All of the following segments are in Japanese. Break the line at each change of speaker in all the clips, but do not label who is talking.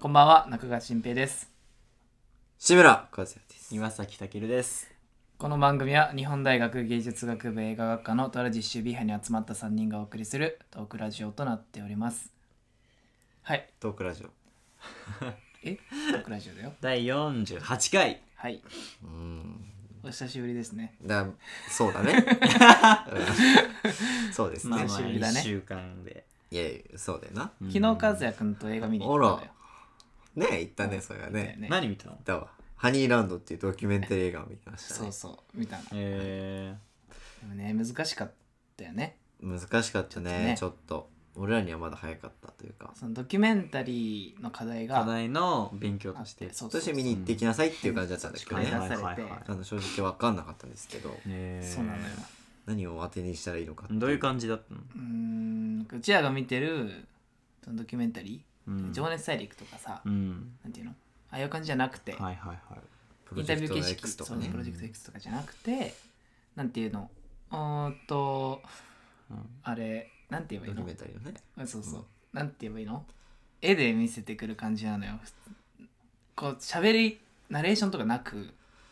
こんばんは、中川新平です。
志村和也です。
岩崎健です。
この番組は日本大学芸術学部映画学科のとある実習 B 班に集まった3人がお送りするトークラジオとなっております。はい。
トークラジオ。
トークラジオだよ。
第48回。
はい。お久しぶりですね。
そうだね。そうですね。
久しぶりだね。
1週間で。
いやそうだよな。
昨日和也くんと映画見に行ったんだよ。
ね行ったね、それはね。
何見たの？
だわ。ハニーランドっていうドキュメンタリー映画を見てましたね。
そうそう見たの。
で
もね、難しかったよね。
難しかったね、ちょっと。俺らにはまだ早かったというか。
そのドキュメンタリーの課題
の勉強として、
そして見に行ってきなさいっていう感じだったんだけどね。正直分かんなかったんですけど。
そうなのよ。
何を当てにしたらいいのか。
どういう感じだったの？
うちらが見てるそのドキュメンタリー、情熱大陸とかさ、なんていうの、ああいう感じじゃなくて、インタビュー形式とかね、プロジェクト X とかじゃなくて、なんていうの、あれなんて言えばいいの？
ドキュメンタリーのね。
そうそう、なんて言えばいいの？絵で見せてくる感じなのよ。こう喋りナレーションとかなく、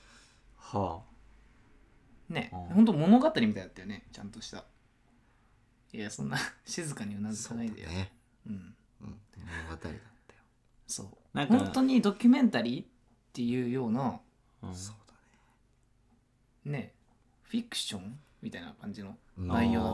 ね、ほんと物語みたいだったよね、ちゃんとした。いや、そんな静かにうなずかないでよ。
ね。物語だったよ。
そう。本当にドキュメンタリーっていうような、
そう
だね。ね、フィクションみたいな感じの内容だった。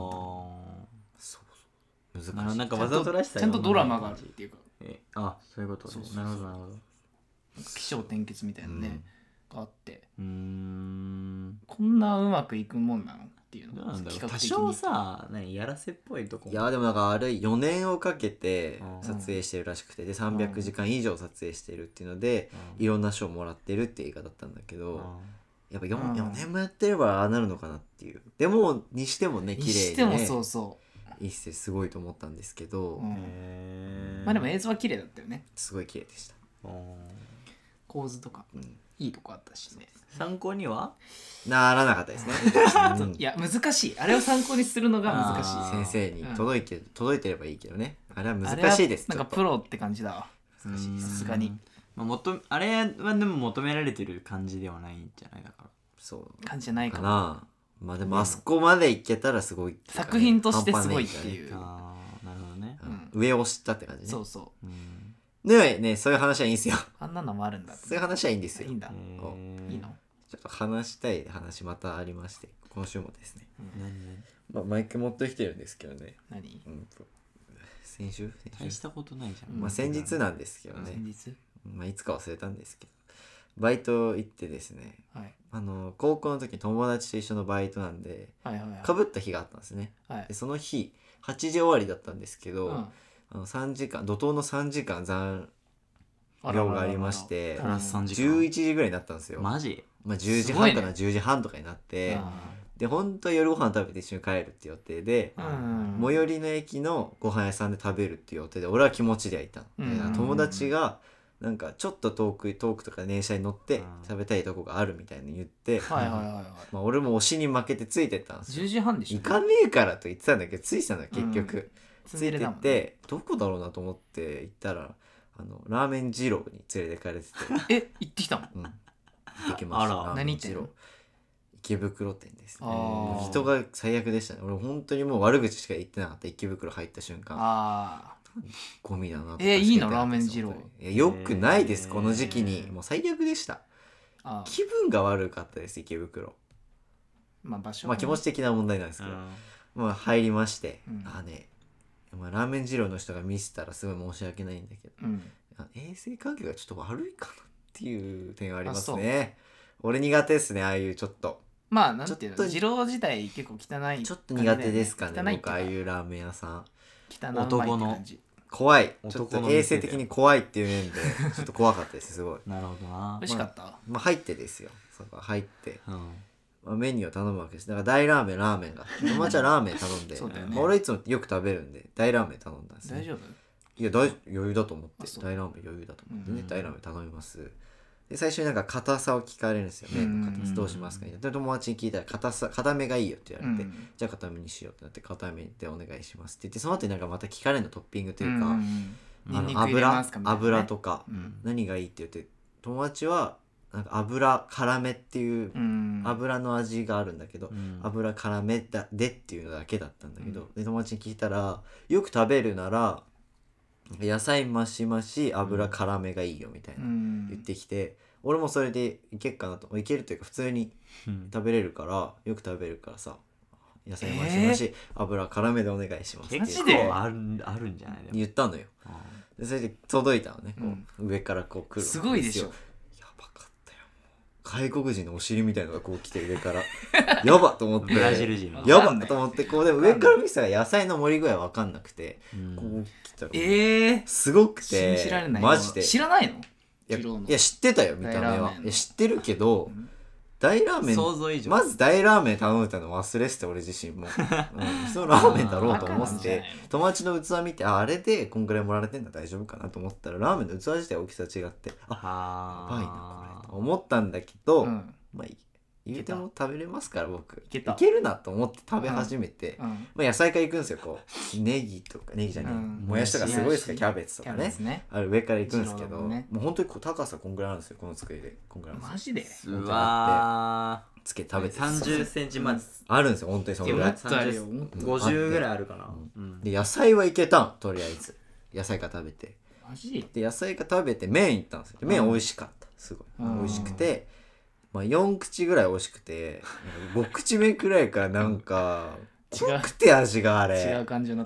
そう難しい。
なんかわざとらしさ
ちゃんとドラマがあるっていうか。
そういうことね。なるほどなるほど。
起承転結みたいなね、があって、こんなうまくいくもんなのっていうのが
多少さ、やらせっぽいとこ。
いやでもなんかあれ4年をかけて撮影してるらしくて、で300時間以上撮影してるっていうので、いろんな賞もらってるって映画だったんだけど、やっぱ 4年もやってればああなるのかなっていう。でもにしてもね、綺麗にね、にしても一世すごいと思ったんですけど、
まあでも映像は綺麗だったよね。
すごい綺麗でした。
構図とか、いいとこあったしね。
参考には
ならなかったですね。
いや難しい。あれを参考にするのが難しい。
先生に届いてればいいけどね。あれは難しいです。
なんかプロって感じだわ。さすがに。
あれはでも求められてる感じではないんじゃないだから。
そう
感じじゃないか
な。まあでもあそこまでいけたらすごい、
作品としてすごいっていう。
なるほどね。
上を知ったって感じね。
そうそう。
ね、そういう話はいいんですよ。
あんなのもあるんだ。
そういう話はいいんですよ。
いいんだ。いいの？
ちょっと話したい話またありまして、今週もですね。マイク持ってきてるんですけどね。
何？
先週
大したことないじゃん。
先日なんですけどね。
先日？
いつか忘れたんですけど、バイト行ってですね。高校の時に友達と一緒のバイトなんで、かぶった日があったんですね。でその日8時終わりだったんですけど、3時間怒涛の3時間残業がありまして、11時ぐらいになったんですよ。
マジ
？10時半かな、10時半とかになって、で本当は夜ご飯食べて一緒に帰るって予定で、最寄りの駅のご飯屋さんで食べるっていう予定で俺は気持ちではいたの。友達がなんかちょっと遠くとか電車に乗って食べたいとこがあるみたいに言って、俺も推しに負けてついてったんですよ。
10時半でしょ。
行かねえからと言ってたんだけど、ついてたんだ結局。ついてってどこだろうなと思って行ったら、ラーメン二郎に連れてかれてて。
行ってきたの？
行ってきました。
何店？
池袋店ですね。人が最悪でしたね。俺本当にもう悪口しか言ってなかった。池袋入った瞬間、ゴミだなと。
いいのラーメン二郎？
よくないです、この時期に。もう最悪でした。気分が悪かったです、池袋。
場所、
気持ち的な問題なんですけど、入りまして、ラーメン二郎の人が見せたらすごい申し訳ないんだけど、衛生環境がちょっと悪いかなっていう点はありますね。俺苦手ですね、ああいうちょっと。
なんていうの、二郎自体結構汚い。
ちょっと苦手ですかね、僕ああいうラーメン屋さん。
汚い男の
怖い。ちょっと衛生的に怖いっていう面でちょっと怖かったです、すごい。
なるほどな。
美味しかった？
入ってですよ。入って。メニューを頼むわけです。だから大ラーメンが友達はラーメン頼んで、俺いつもよく食べるんで大ラーメン頼んだんですね。
大丈夫？
いや余裕だと思って、大ラーメン余裕だと思ってね、大ラーメン頼みます。で最初になんか硬さを聞かれるんですよね。硬さどうしますかみたいな。で友達に聞いたら硬めがいいよって言われて、じゃあ硬めにしようってなって、硬めでお願いしますって言って、その後になんかまた聞かれるの、トッピングというか、
ニンニク入れますかみたいな、ね、
油とか、何がいいって言って友達はなんか油辛めっていう油の味があるんだけど、油辛めでっていうのだけだったんだけど、で友達に聞いたらよく食べるなら野菜増し増し油辛めがいいよみたいな言ってきて、俺もそれでいけるかなと、いけるというか普通に食べれるからよく食べるからさ、野菜増し増し油辛めでお願いしますって
結構あるんじゃないでも
言ったのよ。でそれで届いたのね、こう上からこう来る
すごいでしょ。
やばかったよ、外国人のお尻みたいのがこう来て上からやばと思って
ブラジル人の
やばと思って、こうでも上から見てたら野菜の盛り具合分かんなくて、こう来たらすごくて
信じられない。
マジで
知らないの？
いや知ってたよ見た目は。いや知ってるけど、大ラーメン
想像以上
まず大ラーメン頼むたの忘れてて俺自身も、そのラーメンだろうと思ってて友達の器見てあれでこんぐらい盛られてんだ大丈夫かなと思ったらラーメンの器自体大きさ違ってやばいなこれと思ったんだけど、まあ言うても食べれますから僕いけるなと思って食べ始めて、まあ、野菜からいくんですよ。こうネギとかネギじゃねえ、もやしとかすごいですか、キャベツとかねあれ上からいくんですけど、もう本当にこう高さこんぐらいあるんですよ、この机でこんぐらいあるんですよ。
マジで
うわー
つけ食べて
30センチまで
あるんですよ本当にそのぐらい。
50ぐらいあるかな。
で野菜はいけたん、とりあえず野菜から食べて、
マジ
で野菜から食べて麺いったんですよ。麺美味しかった、すごい美味しくて、まあ、4口ぐらい美味しくて5口目くらいからなんか濃くて味があれ
違う感じになった。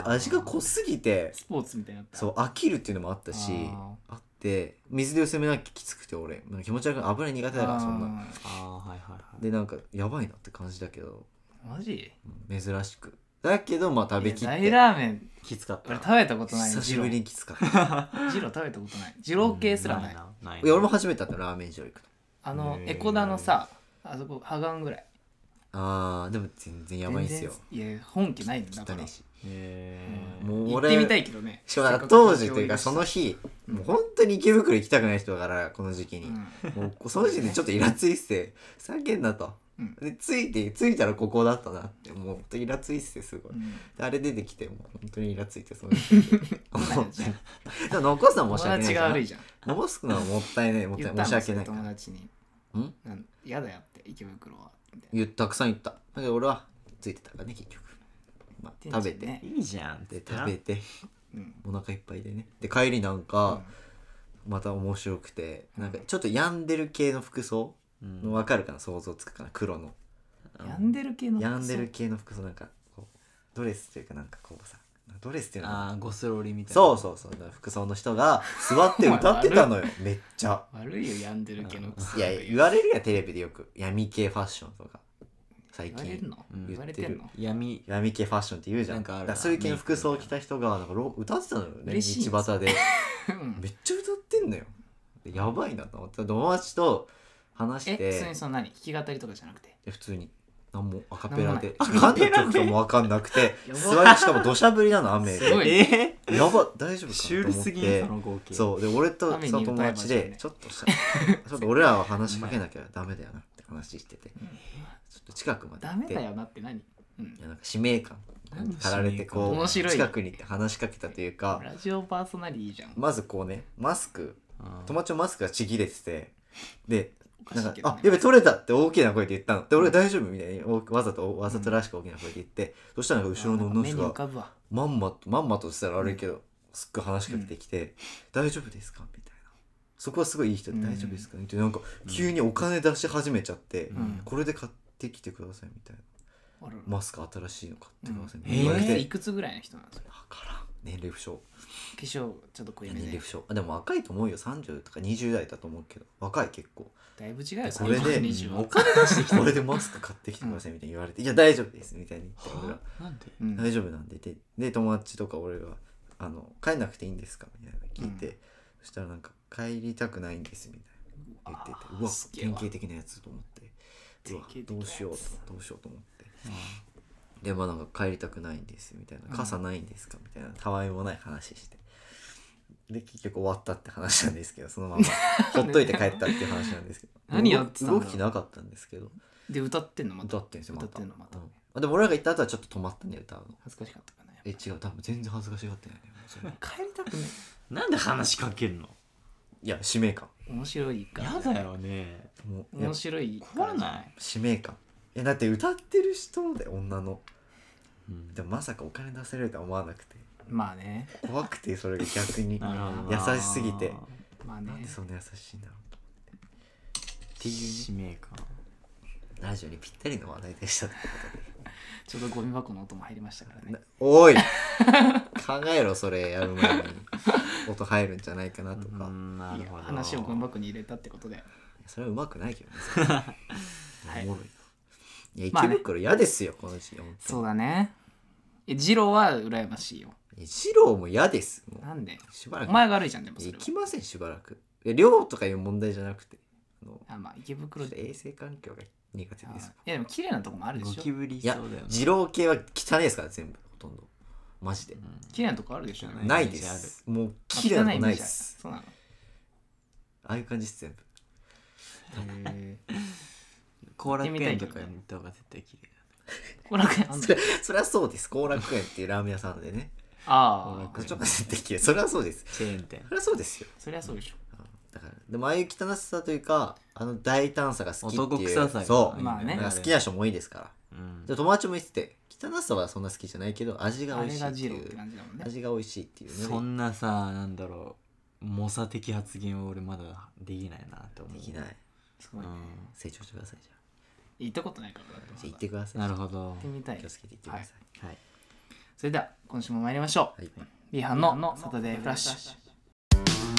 味が濃すぎて
スポーツみたいになった。
そう飽きるっていうのもあったし、あって水で薄めなきゃきつくて俺気持ち悪く油苦手だからそんな
はいはいはい。
でなんかやばいなって感じだけど
マジ
珍しくだけどまあ食べきって
大ラーメン
きつかった。
俺食べたことない。
久しぶりにきつかった
ジロー食べたことない。ジロー系すらない。
いや俺も初めてだったラーメン二郎行くの。
エコダのさあそこハガンぐらい。
でも全然やばいんすよ。
いや本気ないんだから。
もう
行ってみたいけどね。
しかもなんか当時というかその日もう本当に池袋行きたくない人だからこの時期に、もうその時点でちょっとイラついてて叫んだと、で着いたらここだったなってもう本当イラついててすごい、であれ出てきてもう本当にイラついてその時でも残すのは申し訳ないじゃん。
友達が悪いじゃん。
残すのはもったいない申し訳ない
友達に嫌だよって池袋は
たくさん言った。だけど俺はついてたからね結局、まあ、食べて
いいじゃんって
食べて、お腹いっぱいでね。で帰りなんか、また面白くてなんかちょっと病んでる系の服装、分かるかな、想像つくかな、黒の
病んでる系の
服装なんかこうドレスっていうかなんかこうさドレスっていうのは
ゴスロリみたいな
そう服装の人が座って歌ってたのよめっちゃ
悪いよ病んでる系の
いや言われるやテレビでよく闇系ファッションとか最近
言われてるの
闇系ファッションって言うじゃん。だからそういう系の服装を着た人がなんか歌ってたのよね、道端でめっちゃ歌ってんのよ。やばいなと思って友達と話して
普通にその弾き語りとかじゃなくて
普通に何もアカペラで何の曲かも分かんなくて座りしかも土砂降りなの雨でやば大丈夫か
シュールすぎんその合計。
そうで俺とその友達でちょっと俺らは話しかけなきゃダメだよなって話してて、ちょっと近くまで
ダメだよなって何？
いやなんか使命感駆られてこう近くに行って話しかけたというか、
ラジオパーソナリティじゃん。
まずこうねマスク友達のマスクがちぎれててでなんかやべ取れたって大きな声で言ったので俺大丈夫みたいにわざとらしく大きな声で言って、そしたら後ろの女の人がまんまとしたら悪いけどすっごい話しかけてきて大丈夫ですかみたいな、そこはすごいいい人で大丈夫ですかみたいな、なんか急にお金出し始めちゃってこれで買ってきてくださいみたいな、マスク新しいの買ってくださいみたいな。
いくつぐらいの人なんですか？
分からん、年齢不詳。
化粧ちょっと濃いめで。
年齢不詳。でも若いと思うよ、30とか20代だと思うけど若い結構。
だいぶ違うよ。
これで
お金出してきて
これでマスク買ってきてくださいみたいに言われて、いや大丈夫ですみたいに言って俺ら
なんで
大丈夫なんでで友達とか俺が帰んなくていいんですかみたいな聞いて、そしたらなんか帰りたくないんですみたいな言ってて、うわ典型的なやつと思って、うわどうしようと思って、でまあなんか帰りたくないんですみたいな、傘ないんですかみたいなたわいもない話して、で結局終わったって話なんですけど、そのままほっといて帰ったっていう話なんですけど
何やってたの？
動きなかったんですけど、
で歌ってんのまた。
歌ってんすよまた。
また
でも俺らが行った後はちょっと止まったね歌うの。
恥ずかしかったかな。
違う多分全然恥ずかしがってないね。
帰りたくね
なんで話しかけんの？
いや使命感
面白いから
やだよね。
もう
面白い
怖ない？
使命感だって歌ってる人で女の
うん
でもまさかお金出せるとは思わなくて
まあね
怖くてそれが逆に
なるほどな
優しすぎて
まあね
なんでそんな優しいんだろう
っていう使命感。
ラジオにぴったりの話題でしたってことで
ちょうどゴミ箱の音も入りましたからね
おい考えろそれやる前に音入るんじゃないかなとか
なるほど。
話をゴミ箱に入れたってことで
それはうまくないけどねそれ
はい
おもろいないや
まあね
池袋嫌ですよこの時本当
そうだねジローは羨ましいよ
に一郎も嫌ですもう
なんで
しばらく
お前が悪いじゃんでもそれは
行きませんしばらく量とかいう問題じゃなくて
まあ池袋で
衛生環境が苦手です
いやでも綺麗なとこもあるで
ゴ
しょ
キブリ
いや
そうだよね。
二郎系は汚いですから全部ほとんどマジで、
綺麗なとこあるでしょ
うん
ないですもう綺麗なとこないです
そうなの
ああいう感じです全部
後楽園とかに行った方が絶対綺麗
後楽園あんの
それはそうです後楽園っていうラーメン屋さんでね
ああ
ちょっと絶対綺麗それはそうです
だ。チェーン店。
それはそうですよ
そりゃそうでしょ
だからでもああいう汚さというか大胆さが好きっていう
男臭さが
そう、
まあね
だから好きな人も多いですから
うん。
で友達も言ってて汚さはそんな好きじゃないけど味が
あ
美味しいって
れがジローって
いう
感じだもんね
味が美味しいっていうね
そんなさ、なんだろう、猛者的発言は俺まだできないなって思う。
できない
すごいね
成長してくださいじゃ
行ったことないからだって
あ行ってください
なるほど
行って。みたい
気をつけて行ってください、
はい。
それでは今週も参りましょう
はい、
B 班のサタデーフラッシュ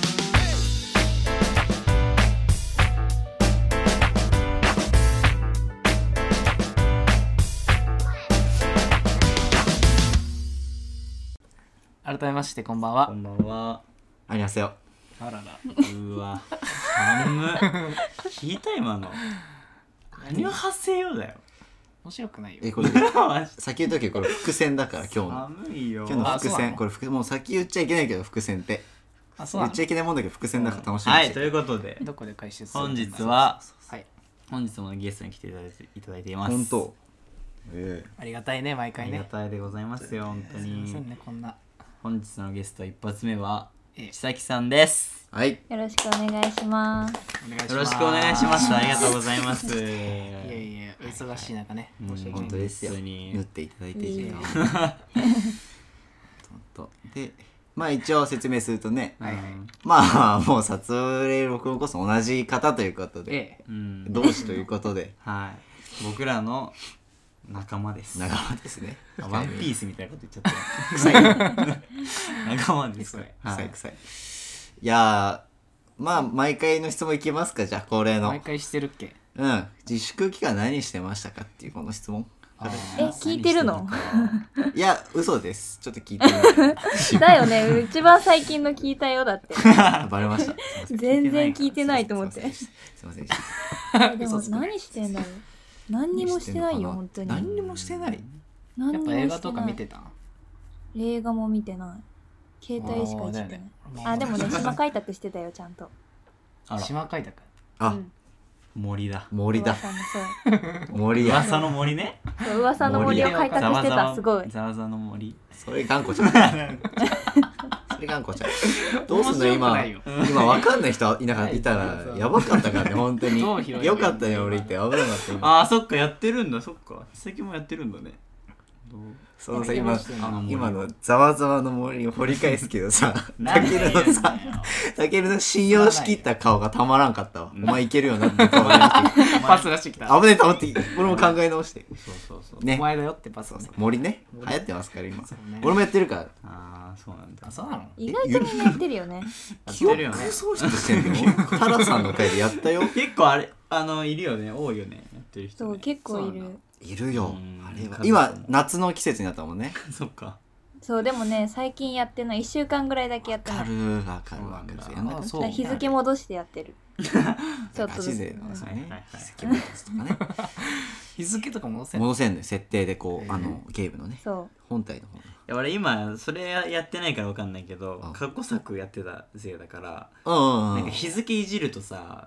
改めましてこんばんは
こんばんは。
ありますよ
あらら
うわ、寒っ。聞いた今の。何を発声よだよ。
面白くないよ
これ
マジ
先言うときこれ伏線だから今日の
寒いよ。
今日の伏
あそうなの
線これもう先言っちゃいけないけど伏線って言っ
あそうなの
ちゃいけないもんだけど伏線だから楽しみに
はい、
して
ということで、
どこで回収する
本日は、
はい
本日もゲストに来ていただいています。
本当
ありがたいね毎
ありが
回ね
たいでございますよ、本当
すいません
に。
ねこんな
本日のゲスト一発目は、
ええ
千咲さんです。
はい
よろしくお願いします。
お願いします
よろしくお願いします。ありがとうございます。
いやいやお忙しい中ね
うん
申し訳ない
本当ですよ
本当に
縫っていただいて
いいよ
本当でまあ一応説明するとね
はいはい
まあもう撮影録音こそ同じ方ということで
ええ
うん、
同志ということで
はい。僕らの仲間です。
仲間ですね
あワンピースみたいなこと言っちゃった。
臭い
仲間です。はい。
臭い臭いいやーまあ毎回の質問いきますかじゃあ恒例の
毎回してるっけ
自粛期間何してましたかっていうこの質問
聞いてるの？
いや嘘ですちょっと聞いてみ
だよね、一番最近の聞いたよだって。
バレました
全然聞いてないと思って。
すいませんでした
でも何してんだろう。何にもしてないよ本当に。
何にもしてない
何にもしてない。
やっぱ映画とか見てた
映画も見てない。携帯しかいじってない。あ、でもね、島開拓してたよちゃんと。
あら、
島開拓
あ
うん
森だ。
森だ
噂の
森や
噂の森ね。
そう噂の森を開拓してたすごい。
ざわざわの森。
それ頑固ちゃんそれ頑固ちゃんどうすんの
面白くないよ
今わかんない人いたらやばかったからね本当に
どう拾えばいいの
よかったね俺言って危なかった今
ああ、そっか、やってるんだ、そっか。最近もやってるんだね。どう
そのさ今
あの森
今のざわざわの森を掘り返すけどさた
何
けるのさ
言うんだよ
たけるの信用しきった顔がたまらんかったわお前いけるよなって顔が
パス出してきた
危ねえと思って俺も考え直して
そうそうそう。
ね
お前だよってパスをね
森ね流行ってますから今
そうね
俺もやってるから
ああ、そうなんだ
あ。そうなの
意外とみんなやってるよね。
やっ
記憶
てるよね。
喪失してんのタラさんの回でやったよ
結構あれ、いるよね、多いよね、やってる人ね。
そう結構い
そうなん
る。
いるよ
うん
あれは今夏の季節になったもんね
そっか。
そうでもね最近やってない1週間ぐらいだけやってない。
わかるやんなかった
そう
だから日付戻してやってる。ちょっと
ガチ
ずつ。
勢なんですよね
はいはいはい
日付戻すとかね
日付とか戻せんの
戻せんのよ設定でこう
へー
ゲームのね
そ
本体の方の
いや俺今それやってないから分かんないけど
あ
過去作やってたせいだから
うんうんうん
なんか日付いじるとさ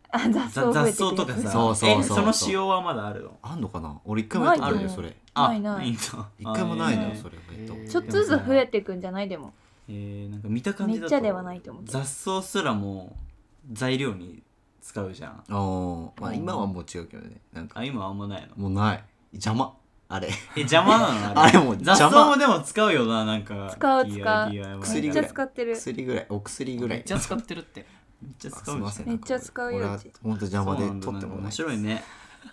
雑草とかさ、その仕様はまだあるの？
あんのかな。俺一回もやったことないよそれ。
ない
一回もないのよそれ。
ちょっとずつ増えていくんじゃない？でも
なんか見た感じだと
めっちゃではないと思う。
雑草すらも材料に使うじゃん。
まあ今はもう違うけどね。なんか
今はあんまないの？
もうない。邪魔。あれ
邪魔なの？
あれもう
雑草もでも使うよな。なんか
使う
薬
めっちゃ使ってる。
薬ぐらいお薬ぐらい
めっちゃ使ってるって。
めっちゃ使う。
めっちゃ使うよ。
俺はほんと邪魔で取っても
面白いね。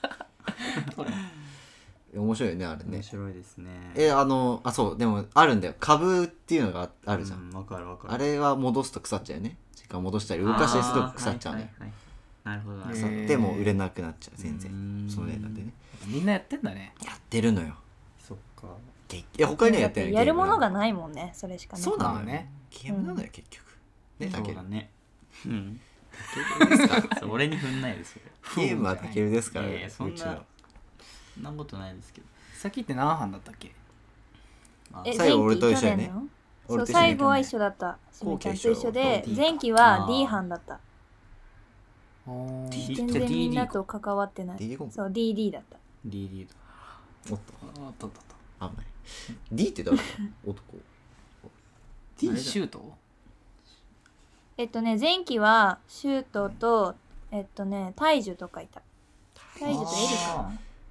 面白いねあれね。
面白いですね。
そうでもあるんだよ。株っていうのがあるじゃん。
わかる。
あれは戻すと腐っちゃうよね。時間戻したり動かしたりすると腐っちゃうね。
なるほど。
腐っても売れなくなっちゃう全然。それなんでね。
みんなやってんだね。
やってるのよ。
そっか。
他にはやってない。
やるものがないもんね。それしかね。
そうなのね。ゲームなのよ結局。ね
そうだね。俺に踏んないですよ。
ゲームはたけるですからね。
そんなことないですけど。
先って何班だったっけ？
最後俺と一緒やね。
そう最後は一緒だった。しめちゃんと一緒で前期は D 班だった。全然みんなと関わってない。そう DD だった。
DD だ。
おっとあんまり D って誰だ？男
D シュート？
前期はシュートと大樹とかいた。大樹とエリか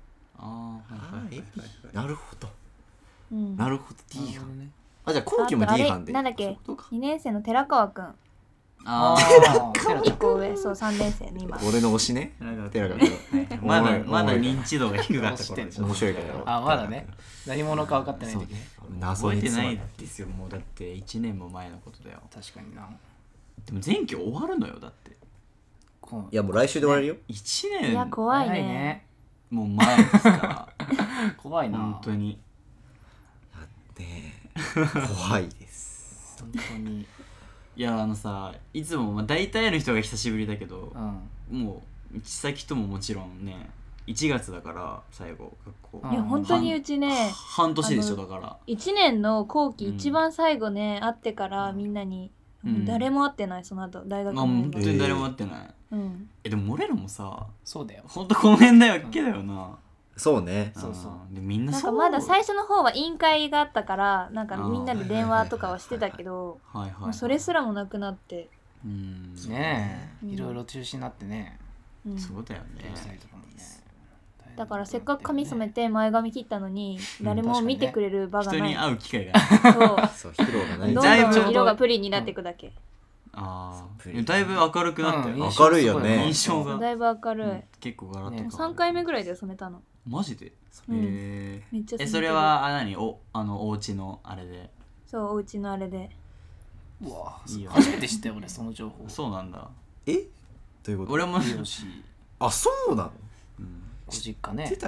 な。なるほど。
な
るほど D 班。じゃあ後期も D 班で。
なんだっけ？2年生の寺川くん。1個上、そう3年生に今。
俺の推しね。寺川くん。
まだ認知度が低かった頃でしょ。
面白いから。
まだね。何者か分かってない時ね。
覚えてないですよ。もうだって1年も前のことだよ。
確かにな。
でも前期終わるのよだって。
いやもう来週で終わるよ。
1年。
いや怖いね。
もう前ですから。
怖いな。
本当に。
だって怖いです。
本当に。
いやさ、いつも大体の人が久しぶりだけど、もう千咲とももちろんね1月だから最後学校。
いや本当にうちね
半年でしょ。だから
1年の後期一番最後ね会ってからみんなに誰も会ってない。その後大学の
本当に誰も会ってない。でも俺らもさ、
そうだよ。
本当この辺だよっけだよな。
そうね。
そう
でみんな
なんかまだ最初の方は委員会があったからなんかみんなで電話とかはしてたけど、それすらもなくなって。
ねえ、いろいろ中止になってね。
そうだよね。
だからせっかく髪染めて前髪切ったのに誰も見てくれる場がない。
人に会う機会が
そう披露がない。
どんどん色がプリンになっていくだけ。
だいぶ明るくなったよ。
明るいよね。
印象が
だいぶ明るい。
結構ガラッと変わる。
3回目ぐらいで染めたの。
マジで？
めっちゃ染めてる。
それはお家のあれで。
そうお家のあれで。
うわ初めて知ったよ俺その情報。
そうなんだ。
どういうこと？
俺も
そうなの？
ご実家ね。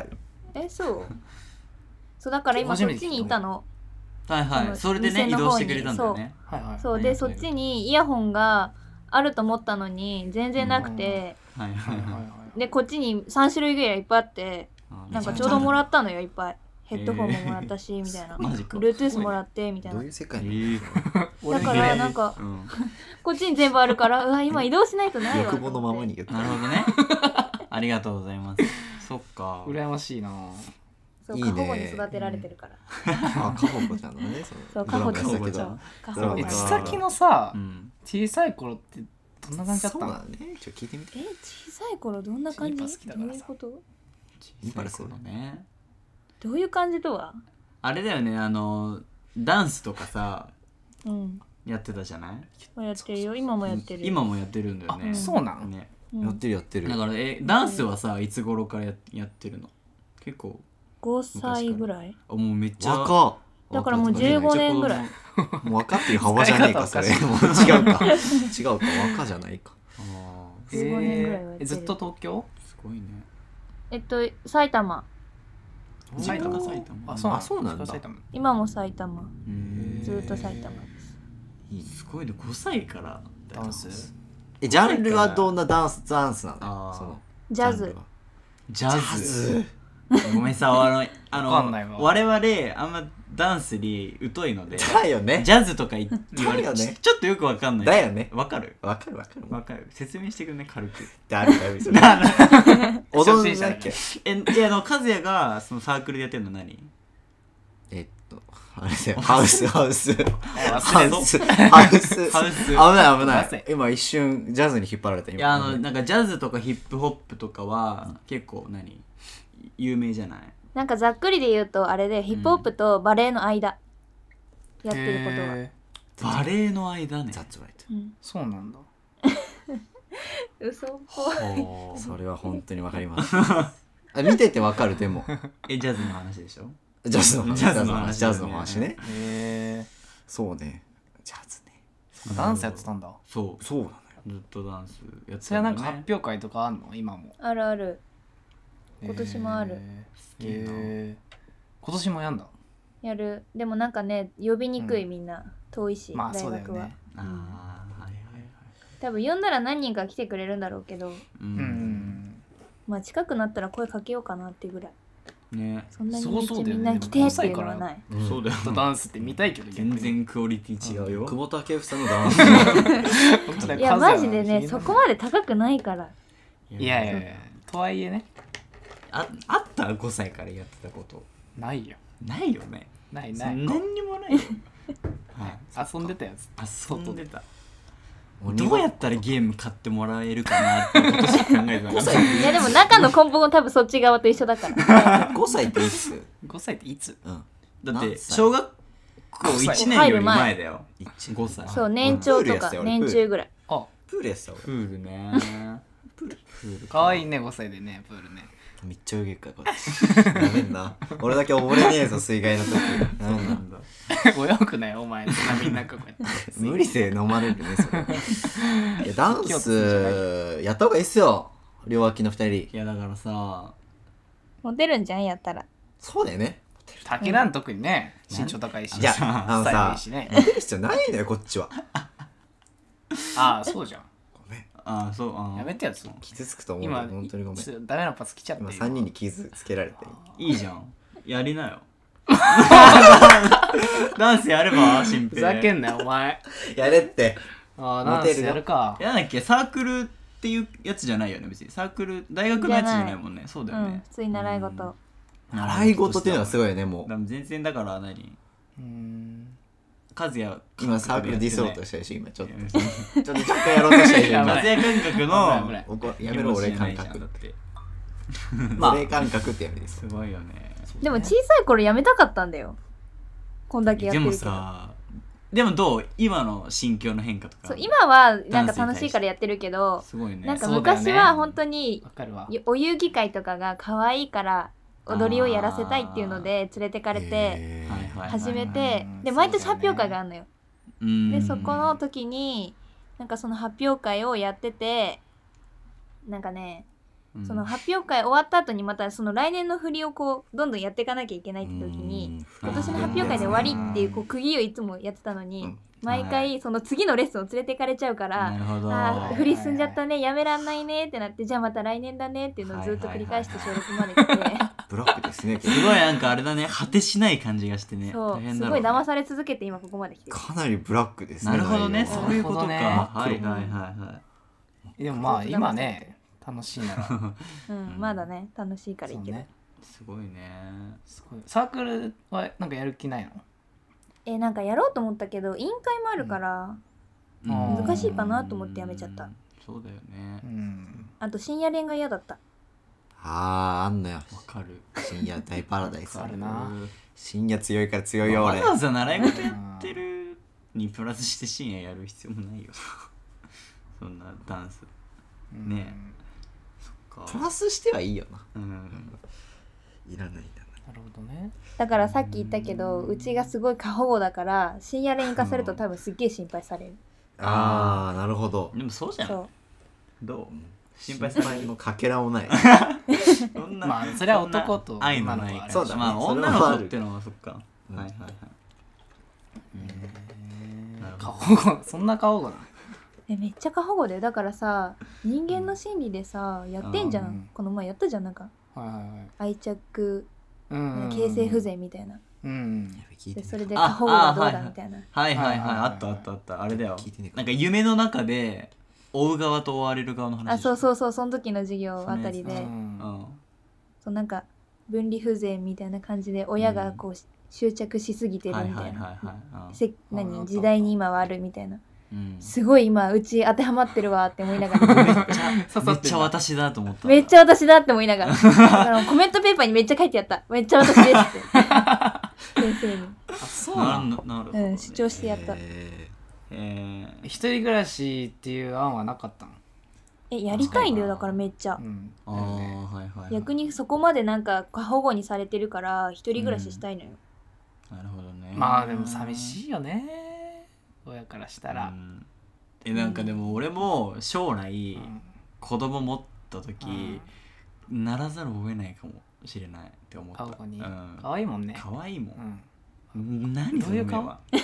そうだから今そっちにいたの。
それでね移動してくれたんだよね。
そうでそっちにイヤホンがあると思ったのに全然なくて、でこっちに3種類ぐらいいっぱいあって、なんかちょうどもらったのよいっぱい。ヘッドホンももらったしみたいな。Bluetooth もらってみたいな。
どういう世界
だからなんかこっちに全部あるから今移動しないとないわ。
欲望のままに言った。
なるほどね。ありがとうございます。そっか。
羨ましいな。
そう過保護に育てられてるから。
過保護ちゃんのね。
そう過保護ちゃん。
千咲のさ小さい頃ってどんな感じだったの？
そうだね。ちょっと聞いてみて。
小さい頃どんな感じ？どういうこと？
小さい頃ね。
どういう感じとは？
あれだよねダンスとかさやってたじゃない？
やってるよ。今もやってる。
今もやってるんだよね。
そうなん
ね。
やってる。
だからダンスはさいつ頃からやってるの？結構
5歳ぐらい？
もうめっちゃ
若っ。
だからもう15年ぐらい。
もう若っていう幅じゃねえかそれ。もう違うか若じゃないか。
15年ぐらいはやってる。
ずっと東京？
すごいね。
埼玉。
そうなんだ。
今も埼玉。ずっと埼玉です。
すごいね5歳から
ダンス。
ジャンルはどんなダンスなの？
ジャズ。
ごめんさ我々あんまダンスに疎いので
だよね
ジャズとか言われて、ね、ちょっとよくわかんない
だよね
わかる説明してくんね軽く
だるそれ踊るんだっけ
和也がそのサークルでやってるの何
あれだよハウス危ない今一瞬ジャズに引っ張られた
いやなんかジャズとかヒップホップとかは結構有名じゃない？
なんかざっくりで言うとあれでヒップホップとバレエの間やってること
はバレエの間ね。
That's right、
そうなんだ
嘘っぽ
いそれは本当にわかります見ててわかるでも
ジャズの話でしょ？
ジャズの話ね。そうね。ジャズね。
ダンスやってたんだ。
そう
なのよ。
ずっとダンスやってたんだよね。
それはなんか発表会とかあんの今も？
あるある。今年もある。
今年もやんだ。
やる。でもなんかね呼びにくいみんな遠いし、
まあ
大学は。多分呼んだら何人か来てくれるんだろうけど。まあ近くなったら声かけようかなっていうぐらい。
ね、
そんなにめっちゃみんな来てっていうのはない。
そうだよ。
ダンスって見たいけど
全然クオリティ違うよ。
久保建英のダンス
いやマジでねそこまで高くないから。
いやとはいえね
あった5歳からやってたこと
ないよ。
ないよね。
ない
何にもないよ。
遊んでたやつ。
遊んでた。どうやったらゲーム買ってもらえるかなってことしか考えてなかった。
いやでも中の根本は多分そっち側と一緒だから。
5歳っていつ
？5歳っていつ？
だって小学校1年より前だよ。5歳。
そう年長とか年中ぐらい。
あプールやってた。
プールね。
プールかわいいね5歳でねプールね。
めっちゃ泳げっかこれ。やめんな。俺だけ溺れねえぞ水害の時。
なんだ。
泳ぐなよお前。みんなこうやって。
無理せ飲まれるねそれ。いやダンスやった方がいいっすよ。両脇の2人。
いやだからさ。
モテるんじゃんやったら。
そうだよね。
竹なん特にね身長高いし。
いやさモテる必要ないのよこっちは。
ああそうじゃん。
あそう
やめてやつ
傷つくと思う。今本当にごめん。
ダメなパス来ちゃって。
今3人に傷つけられて。
いいじゃん。やりなよ。ダンスやればシンペイ。
ふざけんなよお前。
やれって。
ダンスやるか。
やだっけサークルっていうやつじゃないよね別に。サークル大学のやつじゃないもんね。そうだよね。
普通に習い事。
習い事っていうのはすごいよねもう。
全然だから和也
今サークルディスろうとしたでしょ今ちょっと若干やろうとしたでしょ。
和也感覚の
やめろ俺感覚って俺感覚ってやめです。
すごいよね。
でも小さい頃やめたかったんだよこんだけやってるけど。
でもさでもどう今の心境の変化とか。
そう今はなんか楽しいからやってるけど
すごいね。
なんか昔は本当にお遊戯会とかが可愛いから踊りをやらせたいっていうので連れてかれて始めてで毎年発表会があるのよ。でそこの時になんかその発表会をやっててなんかねその発表会終わった後にまたその来年の振りをこうどんどんやっていかなきゃいけないって時に今年の発表会で終わりっていう区切りをいつもやってたのに毎回その次のレッスンを連れてかれちゃうからあ振り進んじゃったねやめらんないねってなってじゃあまた来年だねっていうのをずっと繰り返して小6まで来て
ブラックですね。
すごいなんかあれだね果てしない感じがしてね。
そうすごい騙され続けて今ここまで来てる。
かなりブラックですね。
なるほどねそういうことか。
でもまあ今ね楽しいなら
まだね楽しいからいいけど。
すごいね。
サークルはなんかやる気ないの？
なんかやろうと思ったけど委員会もあるから難しいかなと思ってやめちゃった。
そうだよね。
あと深夜練が嫌だった。
あんのよ。
わかる。
深夜大パラダイス。
あるな。
深夜強いから強いよ俺。
わざわざ習い事やってるにプラスして深夜やる必要もないよ。そんなダンスね。そっか。
プラスしてはいいよな。いらないんだな。
なるほどね。
だからさっき言ったけどうちがすごい過保護だから深夜練行かせると多分すっげえ心配される。
なるほど。
でもそうじゃん。どう？
心配されるのかけらもない。
まあそれは男と
愛のないから。
そうだね。
まあ女の子ってのはそっか。はいはいはい。
過保護そんな過保護な。
めっちゃ過保護だよ。だからさ人間の心理でさやってんじゃん。この前やったじゃんなんか愛着、形成不全みたいな、でそれで過保護がどうだみたいな、
あったあれだよ、なんか夢の中で追う側と追われる側の話。
そうその時の授業あたりで、そうなんか分離不全みたいな感じで親がこう執着しすぎてるみたいな、時代に今はあるみたいな、すごい今うち当てはまってるわって思いながらめ
っちゃ私だと思った。
めっちゃ私だって思いながらコメントペーパーにめっちゃ書いてあった、めっちゃ私ですって先生に。
そうなんだ。なるほど、
主張してやった。
一人暮らしっていう案はなかったの？
やりたいんだよ、だからめっちゃ、逆にそこまでなんか過保護にされてるから一人暮らししたいのよ。
なるほどね。
まあでも寂しいよね、親からしたら。
なんかでも俺も将来子供持った時ならざるを得ないかもしれないって思った。
可愛いもんね。
可愛いもん。何
どういう顔？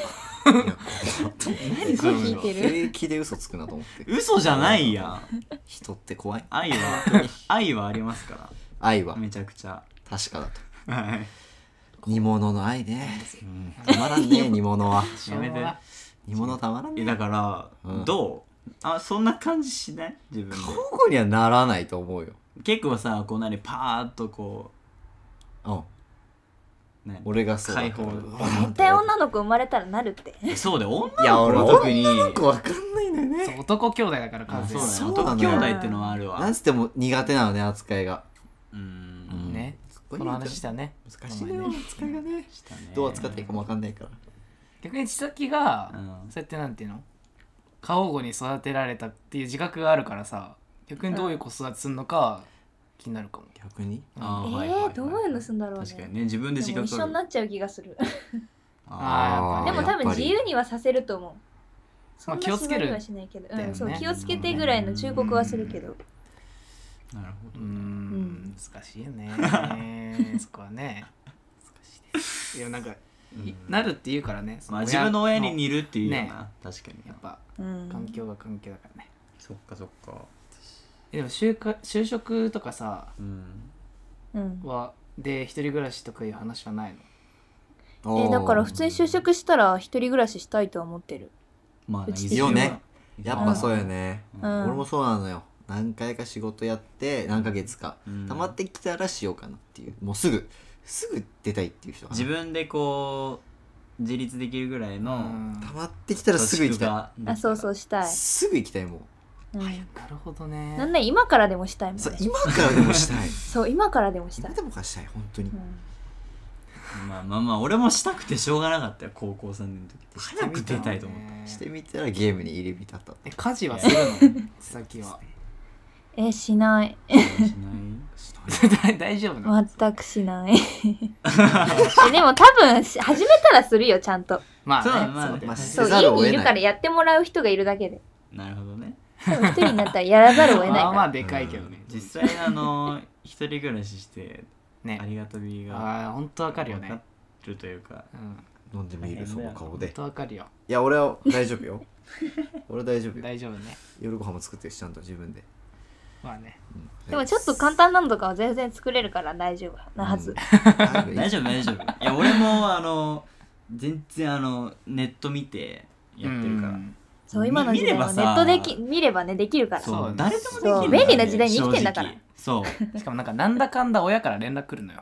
何それ聞いてる？
平気で嘘つくなと思って。
嘘じゃないやん。
人って怖い。
愛はありますから。
愛は
めちゃくちゃ
確かだと。はい。煮物の愛ね。たまらんね、煮物は。
やめて。
煮物たまらんね。
だからどう？そんな感じしない？自分で。
過保護にはならないと思うよ。
結構さ、こうパーッとこう。
俺がそうだ
から絶対女の子生まれたらなるって。
そうだよ、女の子は特に
女の子わかんないんだよね。
男兄弟だから完全に。
そうだよ、男兄弟ってのはあるわ。
なんつっても苦手なのね、扱いが。
ね、この話したね。
難しいね、扱いがね。どう扱っていいかもわかんないから。
逆に千咲がそうやってなんていうの、過保護に育てられたっていう自覚があるからさ、逆にどういう子育てするのか気になるかも。
逆に
どういうのするんだろうね。
確かにね、自分で自覚
一緒になっちゃう気がする。で
も
多分自由にはさせると思う。
まあ気をつける。
そう、気をつけてぐらいの忠告はするけど。
なるほど。
難しいよね。そこはね。難しいです。いやなんかなるって言うからね。
自分の親に似るっていうよな。確かに。
やっぱ環境が環境だからね。
そっかそっか。
でも就職とかさ、で一人暮らしとかいう話はない
の？だから普通に就職したら一人暮らししたいとは思ってる。
まあ
いいよね。やっぱそうよね。俺もそうなのよ。何回か仕事やって何ヶ月か溜まってきたらしようかなっていう。もうすぐ出たいっていう人。
自分でこう自立できるぐらいの
溜まってきたらすぐ行きたい。
そうしたい。
すぐ行きたいもん。
なるほどね。
なんで今からでもしたいもんね。
今からでもしたい。
そう、今からでもしたい。
今でもかしたい、本当に。
まあ俺もしたくてしょうがなかったよ、高校3年の時って。早く出たいと思った。
してみたらゲームに入り浸った。
家事はするの？さっきは。
しない。
大丈夫なの？
全くしない。でも多分始めたらするよ、ちゃんと。
まあね。
そう、家にいるからやってもらう人がいるだけで。
なるほどね。
一人になったらやらざるを得ないから。
まあでかいけどね。
実際一人暮らししてありがたみが
本当わかるよね。
わかるというか。
飲んでみるその顔で。
本当わかるよ。
いや俺は大丈夫よ。俺大丈夫よ。
大丈夫ね。
夜ご飯も作ってるしちゃんと自分で。
まあね。
でもちょっと簡単なのとかは全然作れるから大丈夫なはず。
大丈夫。いや俺も全然ネット見てやってるから。
そう今の時代はネットで見ればねできるから。
そう誰でもできる。
便利な時代に生きてんだから。
そう
しかもなんだかんだ親から連絡来るのよ。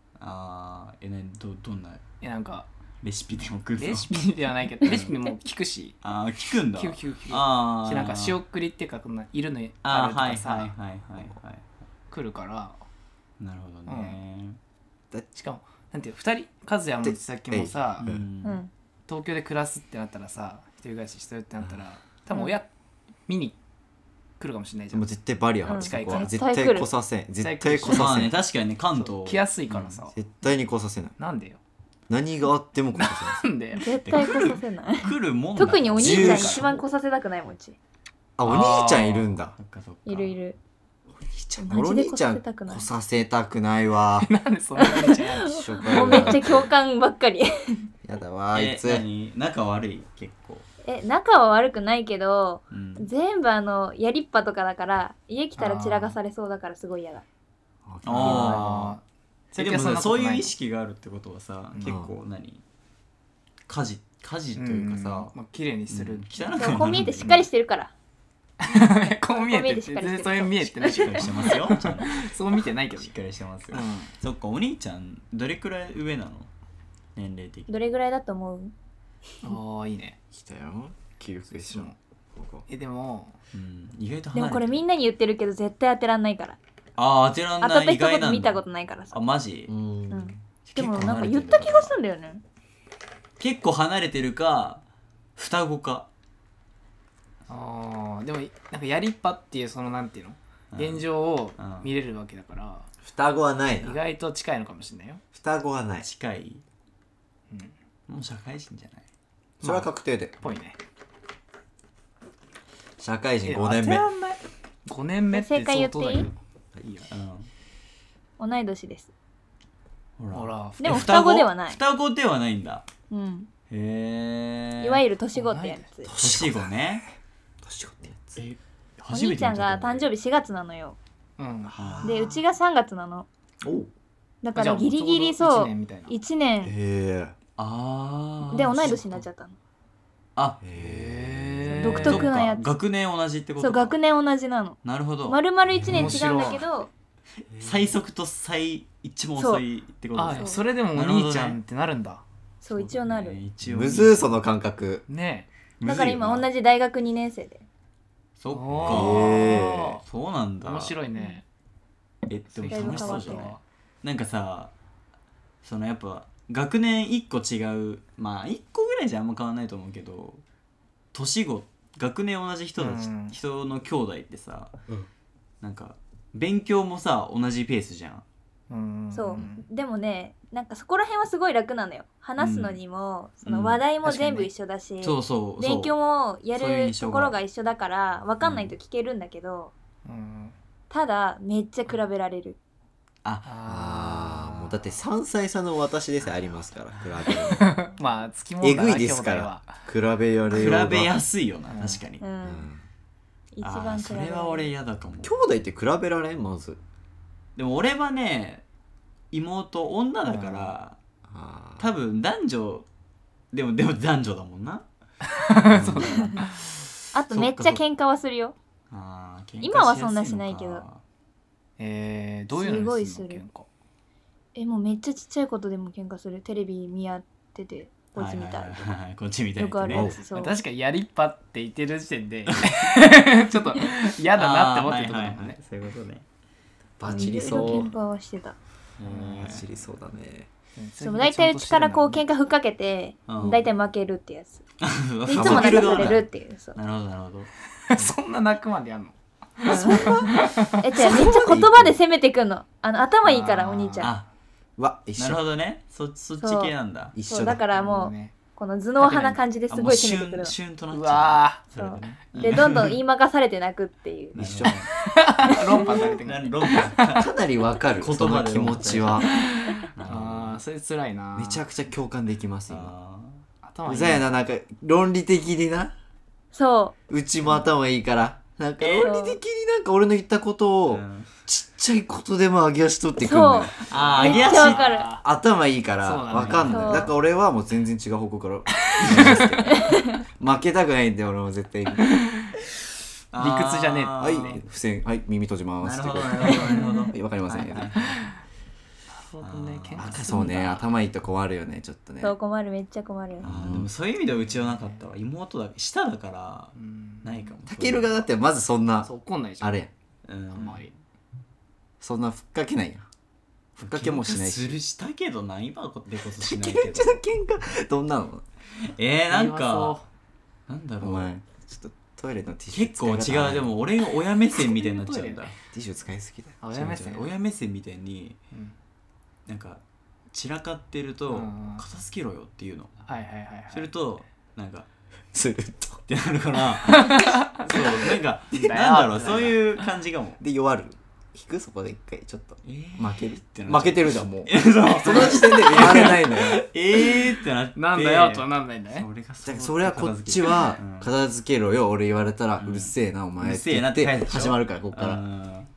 どんな？
なんか
レシピでも来るの？
レシピではないけどレシピも聞くし。
聞くんだ。
聞く。なんか仕送りっていうかいるのあるとかさ来るから。
なるほどね。
しかもなんていう2人和也もさっきもさ東京で暮らすってなったらさ。一人暮らししてるってなったら多分親見に来るかもしれないじゃん。
もう絶対バリア
近いから
絶対来させん。絶対来させん。
確かにね関東
来やすいからさ。
絶対に来させない。
なんでよ。
何があっても来さ
せない。なんで
絶対来させない。
来るもん。
特にお兄ちゃん一番来させたくないもんうち。
お兄ちゃんいるんだ。
いる。
お兄ちゃん来させたくないわ。
なんでそんなに
もうめっちゃ共感ばっかり。
やだわあいつ。
仲悪い結構。
仲は悪くないけど、全部やりっぱとかだから家来たら散らかされそうだからすごい嫌だ。
ああでもそういう意識があるってことはさ、結構家事というかさ、
綺麗にする、
汚くこう見えてしっかりしてるから
こう見えてそういう見えてない
しっかりしてますよ
そう見てないけど
しっかりしてますよ、そっか。お兄ちゃんどれくらい上なの、年齢的に
どれぐらいだと思う？
ああいいね、
来たよキルクエスチョン。
でも、
意外と離れてる。
でもこれみんなに言ってるけど絶対当てらんないから。
当てらんない。
当たった一言見たことないからさ。
マジ？
でもなんか言った気がするんだよね。
結構離れてるか双子か。
でもなんかやりっぱっていうそのなんていうの、現状を見れるわけだから、
双子はないな。
意外と近いのかもしれないよ。
双子はない。
近い。もう社会人じゃない。
それは確定で。
ぽいね。
社会人5年目。
5年目って
正解言っていい？
いいよ。
同い年です。
ほら。
でも双子ではない。
双子ではないんだ。
へ
え。いわゆる年子ってやつ。
年子ね。
年子ってやつ。
お兄ちゃんが誕生日4月なのよ。でうちが3月なの。だからギリギリそう1年。で同い年になっちゃったの。独特なやつ。
学年同じってこと？
そう、学年同じなの。
なるほど。
丸々1年違うんだけど、
最速と一番遅いってことですか？
それでもお兄ちゃんってなるんだ。
そう、一応なる。
むずーその感覚
ね。
だから今同じ大学2年生で。
そっか。そうなんだ。
面白いね。
でも楽しそうじゃない？なんかさ、そのやっぱ学年1個違う、まあ1個ぐらいじゃあんま変わんないと思うけど、年子、学年同じ人たち、人の兄弟ってさ、なんか勉強もさ同じペースじゃん。
そうでもね、なんかそこら辺はすごい楽なのよ。話すのにも、その話題も全部一緒だし、勉強もやるところが一緒だから分かんないと聞けるんだけど、ただめっちゃ比べられる。
もうだって3歳差の私でさえありますから、比べる
まあ月もえ
ぐいですから、比べ
やすいよな、確かに。
一番
それは俺嫌だかも。
兄弟って比べられん？まず
でも俺はね、妹女だから、多分男女でも男女だもんな。
そうだな。
あとめっちゃ喧嘩はするよ。今はそんなしないけど。
どういうのにするの？喧嘩。
もうめっちゃちっちゃいことでも喧嘩する。テレビ見合っててこっち見たい。
こっち見たい。
よくあるやつ。そう。
確かにやりっぱって言ってる時点でちょっと嫌だなって思ってるところだもんね。
そういうことね。
バチリそう。
喧嘩はしてた。
バチリそうだね。
そう大体うちからこう喧嘩ふっかけて大体負けるってやつ。いつも泣かされるっていう。
なるほどなるほ
ど。そんな泣くまでやんの？
そんな？じゃあめっちゃ言葉で攻めてくんの。頭いいからお兄ちゃん。
一緒。
なるほどね。そっち系なんだ。
一緒だからもうこの頭脳派な感じですごい攻めてくるの。
シュンとなっちゃう。
そうでどんどん言いまかされて泣くっていう。
一緒。
論破されてくる。
かなりわかる。その気持ちは。
それ辛いな。
めちゃくちゃ共感できます今。うざいな、なんか論理的にな。
そう。
うちも頭いいから。なんか論理的になんか俺の言ったことをちっちゃいことでも上げ足取ってくんのよ。
めっちゃわかる。
頭いいからわかんない。だから俺はもう全然違う方向から負けたくないんで俺も絶対理屈
じゃねえ。
はい付箋、はい耳閉じます。
なるほどなるほど。
はいわかりません。そうね、頭いいと困るよね、ちょっとね。
そう困る、めっちゃ困るよ。
でもそういう意味ではうちはなかったわ。妹だ下だからないかも。
たけるがだってまずそんなあれやん。そんなふっかけないやん。ふっかけもしないし。
したけどな、今でこそしない
けど。たけるちゃん喧嘩どんなの？
なんかなんだろう。
お前ちょっとトイレのティッシ
ュ結構違う。でも俺が親目線みたいになっちゃうんだ。
ティッシュ使いすぎだよ。
親目線みたいになんか散らかってると片付けろよっていうの。するとなんか
すると
ってなるからそうなんかなんだろう、そういう感じかも。
で弱る。引く、そこで一回ちょっと負ける
って
負けてるじゃんもう。その時点で言われないのよ。
ってなって
なんだよとはなんないんだね。
それはこっちは片付けろよ俺言われたらうるせえなお前って言って始まるからこっから。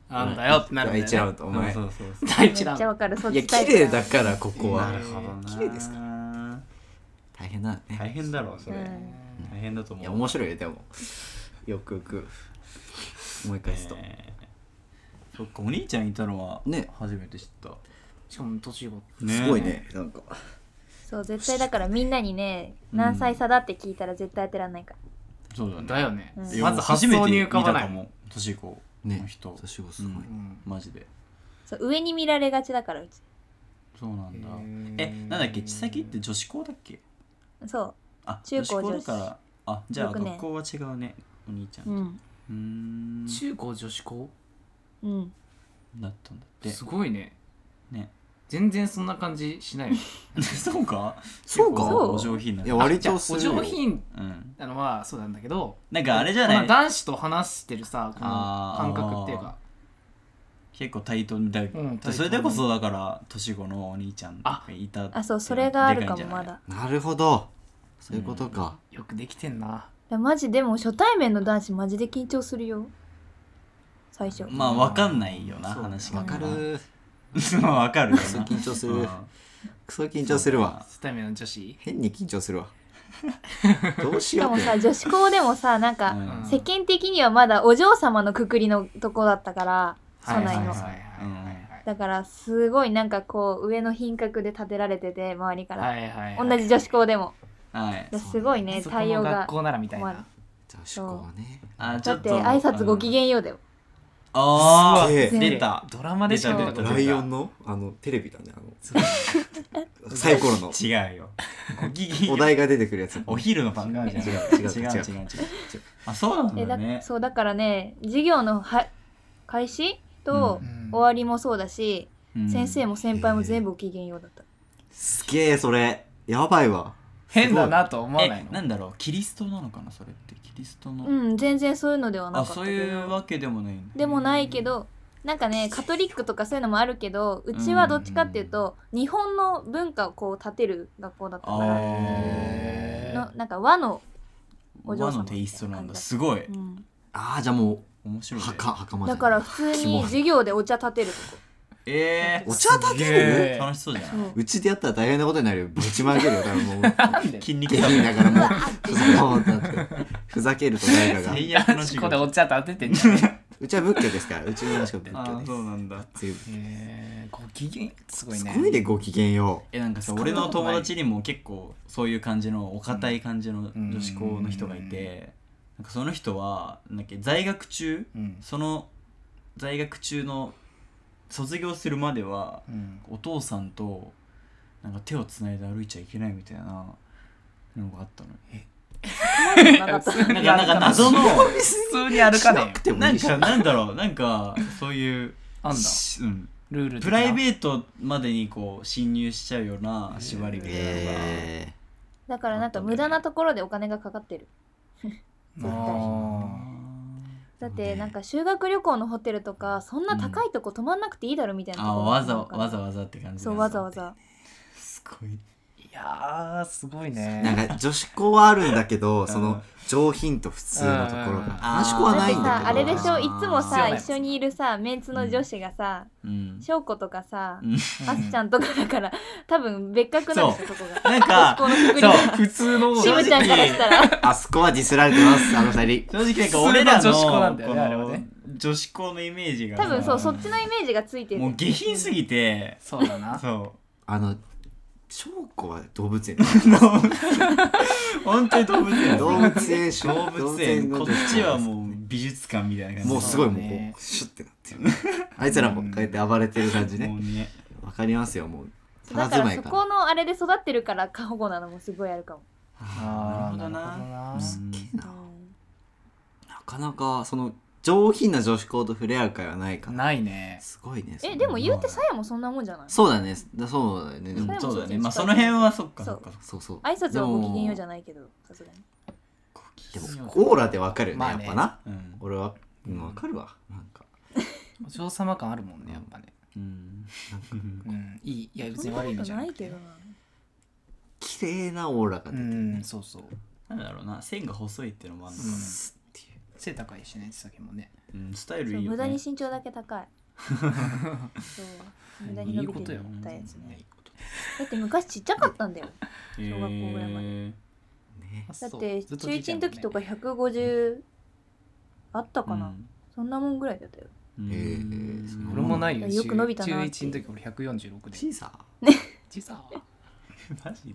なんだよってなるんだよね。
第一ラウンドお前
そう
第一ラウンド。
めっちゃわかる。そっ
いや
ちタイプ
綺麗だからここは
なるほどな。
綺麗ですか大変だね。
大変だろそれ、大変だと思う。
いや面白いよでもよくよく思い返すと、
そっか、お兄ちゃんいたのは
ね
初めて知った。
しかも年子。
すごいね。なんか
そう絶対だからみんなにね何歳差だって聞いたら絶対当てらんないから。
そうだね。
だよね。
まず初めて見たかも。年子の人。
年子すごい。
マジで。
そう上に見られがちだからうち。
そうなんだ。なんだっけ、千咲って女子校だっけ？
そう。
あ、
中高女子
だから、あ、じゃあ学校は違うね、お兄ちゃん。
中高女子校？
だったんだって。
すごいね。
ね。
全然そんな感じしないよ。
そうか？
そうか？
お上品な。
いや割と
お上品なのはそうなんだけど、
なんかあれじゃない？
男子と話してるさ、この感覚っていうか。
結構対等だ、それでこそだから年子のお兄ちゃんがいた。
あ、そうそれがあるかもまだ。
なるほど、そういうことか。
よくできてんな。
マジでも初対面の男子マジで緊張するよ最初。
まあ分かんないよな話が。
分かる。
分かるよな。
クソ緊張する。クソ緊張するわ。
初対面の女子
変に緊張するわ。どうしよう。
しかもさ女子校でもさなんか世間的にはまだお嬢様のくくりのとこだったから都内の。だからすごいなんかこう上の品格で立てられてて周りから同じ女子校でもすごいね対応が
学校ならみたいな。
女子校ね。
だって挨拶ごきげんようだよ。
ああ出た。
ドラマでしょ。
ライオンのテレビだねサイコロの。
違うよ。
お題が出てくるやつ。
お昼の番組じゃん。違う。あ、そうなんだね。
そうだからね授業の開始と終わりもそうだし、先生も先輩も全部ごきげんようだった。
すげえそれやばいわ。
変だなと思わないの？
なんだろう、キリストなのかなそれって。キリストの
全然そういうのではなかったけど。
そういうわけでもないんだ。
でもないけどなんかねカトリックとかそういうのもあるけどうちはどっちかっていうと日本の文化をこう立てる学校だったからなんか和のお嬢様
和のテイストなんだ。すごい。
ああじゃあもう
面白い。
袴
だから普通に授業でお茶立てるとこ。
お茶立てる？
楽しそうじゃん。
うちでやったら大変なことになるよ。ぶちまけるよ多分もう。
筋肉
痛いだからもうふざけると誰かが。
最悪の授業
でお茶立ててんじゃん。
うちは仏教ですから。うちの話は仏教です。
そうなんだ。
ご機嫌すごいね。
すごいでご機嫌よ。
なんかさ俺の友達にも結構そういう感じのお堅い感じの女子校の人がいて、なんかその人はなんか在学中その在学中の卒業するまでは、お父さんとなんか手をつないで歩いちゃいけないみたいなのがあったの。なんか謎の
普通に歩かねえよ。
なんだろうなんかそういう
あんだ。ルール
プライベートまでにこう侵入しちゃうような縛りみたいなのが。
だからなんか無駄なところでお金がかかってる。絶対。だってなんか修学旅行のホテルとかそんな高いとこ泊まんなくていいだろみたいなところ、
わざわざって感じ。
そうわざわざ。
すごい。
いやすごいね。
なんか女子校はあるんだけどその上品と普通のところが男子校はないんだけど。
あれでしょいつもさ一緒にいるさメンツの女子がさ翔子とかさあすちゃんとかだから多分別格なんですよそこが。
なんか
普通の
しぶちゃんからしたら
あそこはディスられてますあの二人。
正直なんか俺らの
女子校なんだよねあれはね。
女子校のイメージが
多分そっちのイメージがついてる。
もう下品すぎて。
そうだな。
そう
翔子は動物園。
本当に動物園。
動物園
こっちはもう美術館みたいな感じ。
もうすごいもうシュッてなってる。あいつらもこうやって暴れてる感じね。わかりますよもう。
だからそこのあれで育ってるから過保護なのもすごいあるかも。
なるほどな。
すっげえな。なかなかその上品な女子校と触れ合う会はないから。
ないね。
すごいね。
でも言うてさやもそんなもんじゃない？
そうだね。そうだよね。
そうだね。まあその辺はそっか。
そう
挨拶はごきげんようじゃないけどさすがに。
でもオーラでわかるよねやっぱな。俺はわかるわなんか。
お嬢様感あるもんねやっぱね。いや別に悪い意味じゃないけどな。
綺麗なオーラが出てるね。
そうそう。
なんだろうな線が細いっていうのもあるのかな。
背高いしね、千崎もね。
スタイルいいよね。
無駄に身長だけ高い。そう無駄に伸びてたやつね。だって昔ちっちゃかったんだよ、小学校ぐらいまで。だって中1の時とか150あったかな、そんなもんぐらいだったよ。
俺もないよ。
よく伸びたな。
中1の時俺146で。
小さ
小さ
マジ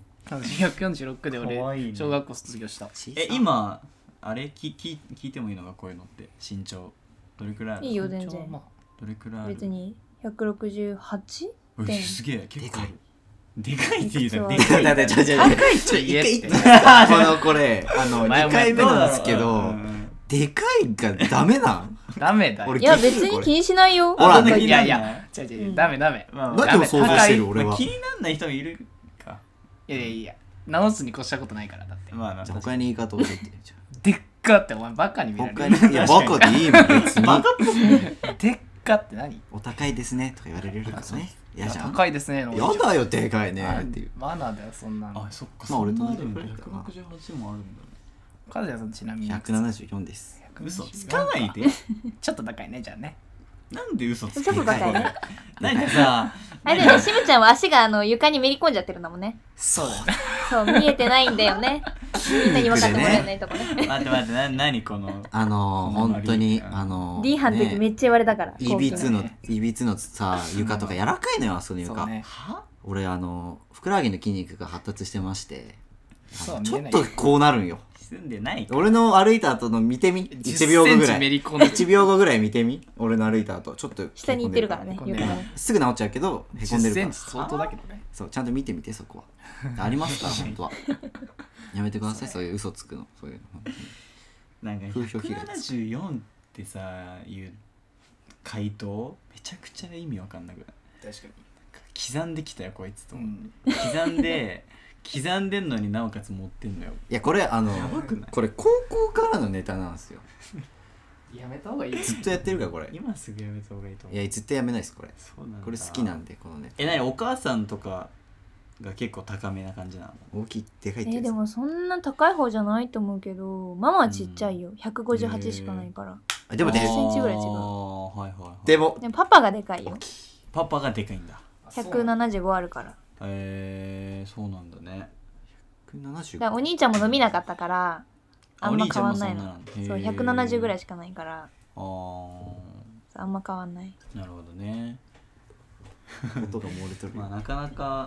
146で俺小学校卒業した。
今あれ聞いてもいいのがこういうのって身長どれくらいある？
いいよ全然。
どれくらいある？
別に168点。
すげえ結構ある。でかいって言うたら
でかい。だってちょ
言えって。
これ2回目なんですけど、でかいがダメなん？
ダメだよ。
いや別に気にしないよ。
ほら
いやいや違うダメ。
何を想像してる俺は。
気になんない人もいるか。
いや直すに越したことないからだって。
じゃあ他に言い方を言って。
でっかってお前バカに見られる。
いやバカでいいもん別に。
でっかって何？
お高いですねとか言われるからね。嫌じゃん。
高いですね。や
だよでかいねっていう。
マナーだよそんなの。
あそっか。
まあ俺と
168もあるんだね。
和也さんちなみに
174です。
嘘つかないで。
ちょっと高いねじゃあね。
なんで嘘つ
ちょっと高いね。
なんかさ、
あれだよね、しむちゃんは足が床にめり込んじゃってるんだもんね。
そうだよね。
そう見えてないんだよね。みんなに分かってもらえないとこね。
待って何この
本当に
D 班の時めっちゃ言われたから。
いびつのさ床とか柔らかいのよ、あそこの床。俺ふくらはぎの筋肉が発達してまして、ちょっとこうなるんよ。
住んでない。
俺の歩いた後の見てみ、1秒後ぐらい1秒後ぐらい見てみ、俺の歩いた後ちょっと
下に行ってるからね。
すぐ治っちゃうけどへこんでるから。
相当だけどね。
そうちゃんと見てみて、そこはありますから本当は。やめてくださいそういう嘘つくの。そういうの
なんか174ってさいう回答めちゃくちゃ意味わかんなくない？
確かに。
刻んできたよこいつと。刻んでんのになおかつ持ってんのよ。
いやこれこれ高校からのネタなんですよ。
やめた方がいい。
ずっとやってるからこれ。
今すぐやめた方がいいと思う。
いや絶対やめないですこれ。
そうなんだ。
これ好きなんでこのネタ。
何お母さんとかが結構高めな感じなの？
大きいでかいってやつ。
でもそんな高い方じゃないと思うけど、ママはちっちゃいよ。158しかないから。
でも
10センチぐらい違う。
でも
パパがでかいよ。
パパがでかいんだ。
175あるから。
そうなんだね。
だお兄ちゃんも伸びなかったからあんま変わんないの。そう170ぐらいしかないからあんま変わんない。
なるほどね。
音が漏れとる。
まあなかなか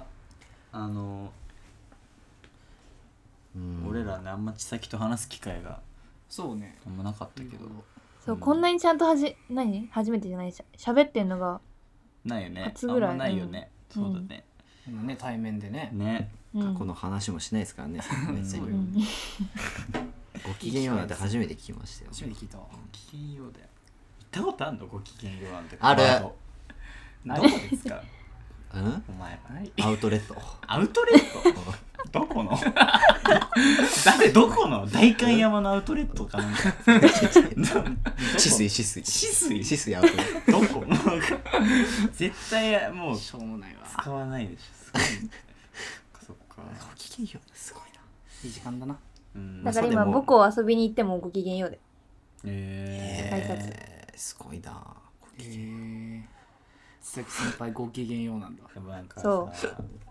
俺らねあんま千咲と話す機会が
そうね
あんまなかったけど、
そうこんなにちゃんと初めてじゃないし喋ってんのが
ないよね。
初ぐらい
あんまないよね。そうだね。
対面でね。
過去の話もしないですからね。ごきげんようなんて初めて聞きましたよ。
初めて聞いたわ。
ごきげんようだよ。行ったことあんの？ごきげんようなんて。
ある。
どこですか？
お
前
アウトレット。
アウトレット？どこの？どこの？代官山のアウトレットかなんか。
止水アウトレット。
どこ？絶対もう
しょうもないわ。
使わないでしょ。そっか。
ごきげんようすごいな。
いい時間だな。
だから今母校遊びに行ってもごきげんようで。
すごいな。
千咲先輩ごきげんようなんだ。
なんかさ、好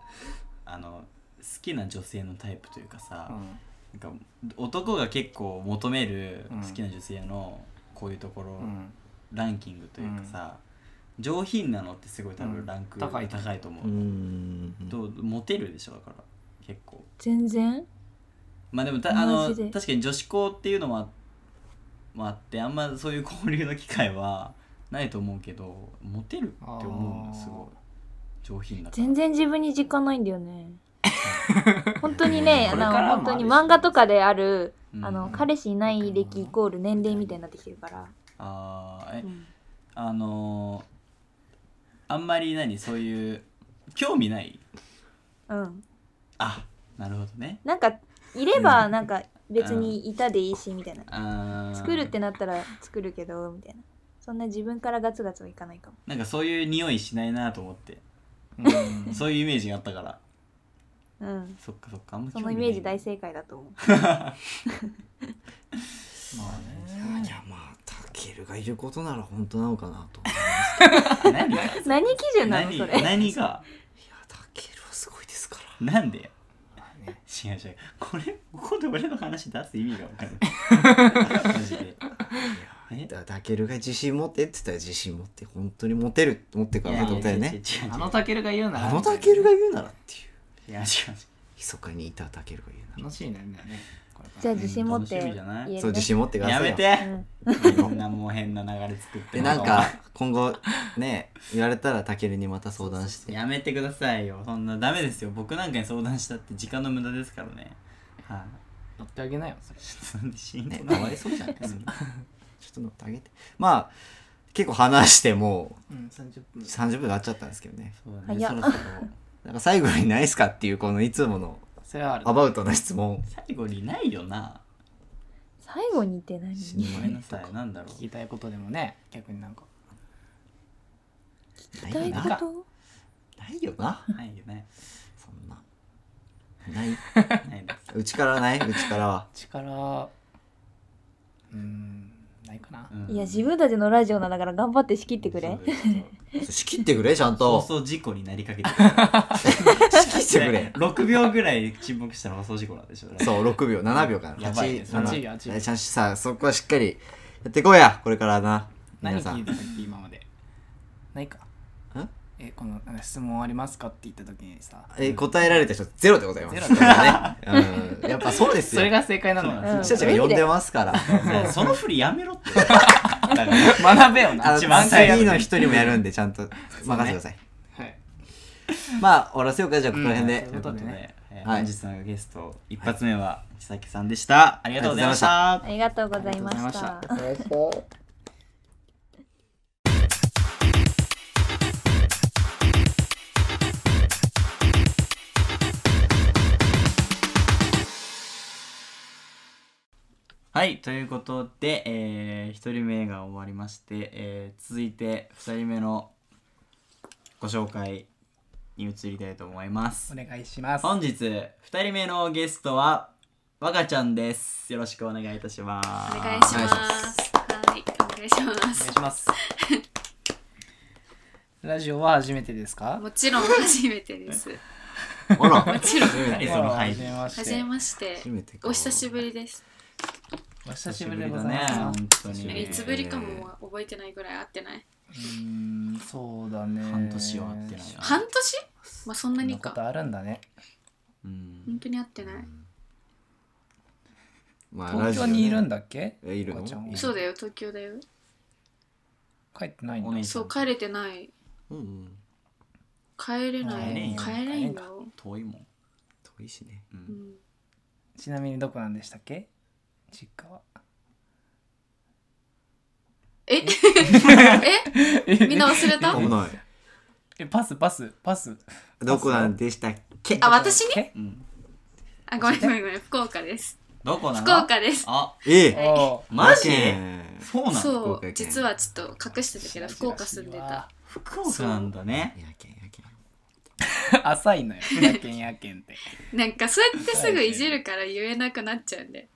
きな女性のタイプというかさ、なんか男が結構求める好きな女性のこういうところ、ランキングというかさ、上品なのってすごい多分ランク高いと思う。モテるでしょだから結構。
全然。
まあでも確かに女子校っていうのもあってあんまそういう交流の機会はないと思うけど、モテるって思うのすごい上品だから。
全然自分に実感ないんだよね。本当にね、本当に漫画とかである彼氏いない歴イコール年齢みたいになってきてるから。
あんまりそういう興味ない？あ、なるほどね。
なんかいればなんか別にいたでいいしみたいな。作るってなったら作るけどみたいな。そんな自分からガツガツはいかないかも。
なんかそういう匂いしないなと思って。そういうイメージがあったから。そっかあんま
そのイメージ大正解だと思う。
まあね、いやまあタケルがいることなら本当なのかなと思い
ます何基準なのそれ。
何が？い
やタケルはすごいですから。
なんで？違うここで俺の話出す意味が分かるマジで。
タケルが自信持ってって言ったら自信持って本当に持てる持ってからってことだよね。
あのタケルが言うなら
あのタケルが言うならっていう。
いや違う
密かにいたタケルが言うなら
楽しいねんだよね。
じゃあ自信持って
そう自信持ってくださいよ。
やめて、こんなもう変な流れ作って
なんか今後ね言われたらタケルにまた相談して
やめてくださいよ。そんなダメですよ。僕なんかに相談したって時間の無駄ですからね。
はい、乗ってあげなよそれ。
なんで死んで
かわいそうじゃないですか。ちょっと乗ってあげて。まあ結構話してもう30分経っちゃったんですけどね。
そうだね。
そろそろ
なんか最後にないっすかっていうこのいつものアバウトな質問。
最後にないよな。
最後にって何？
ごめんなさい。なんだろう。
聞きたいことでもね、逆になんか
聞きたいこと
ないよな。
ないよね。
そんなない
ないです。
うちからない。うちからは
ないかな、
いや自分たちのラジオなんだから頑張って仕切ってくれ。
仕切ってくれちゃんと。
放送事故になりかけて
仕切ってくれ。
6秒ぐらい沈黙したら放送事故なんでしょ。
そう6秒7秒かな。
やばいね。
8秒
ちゃんとさそこはしっかりやっていこうやこれからな。
何聞いたっけ今まで。ないか。このなんか質問ありますかって言った時にさ、
答えられた人ゼロでございます。
ゼロだ
ね。やっぱそうですよ。
それが正解なのよ。
私たちが呼んでますから。
その振りやめろって。
学べよな。
一番次の人にもやるんでちゃんと任せてください。
はい。
まあ終わらせようかじゃあここら辺で。
ということでね、本日のゲスト一発目は千崎さんでした。ありがとうございました。
ありがとうございました。
はい、ということで、1人目が終わりまして、続いて2人目のご紹介に移りたいと思います。
お願いします。
本日2人目のゲストは若ちゃんです。よろしくお願いいたします。
お願いします。はい、お願いします。
お願いします。ラジオは初めてですか？
もちろん初めてです。
あら、
もちろん。
何その入り。
初めまして。お久しぶりです。
お久しぶりでございます。
本当に。
いつぶりかも覚えてないぐらい会ってない。
そうだね。
半年は会ってない。
半年？まあそんなにか。
ことあるんだね。
本当に会ってない。
東京にいるんだっけ？
いるの？
そうだよ、東京だよ。
帰ってないんだ。
そう、帰れてない。帰れない。帰れないんだよ。
遠いもん。
遠いしね。
ちなみにどこなんでしたっけ？実家は。
みんな忘れた？
危ない。
パス。
どこなんでしたっけ？
あ、私に？ごめん、福岡です。
どこなの？
福岡です。
あ、
マジ？
そうなの？
そう、実はちょっと隠してたけど福岡住んでた。
福岡なんだね。
浅いのよ。やけんって。
なんかそうやってすぐいじるから言えなくなっちゃうんで。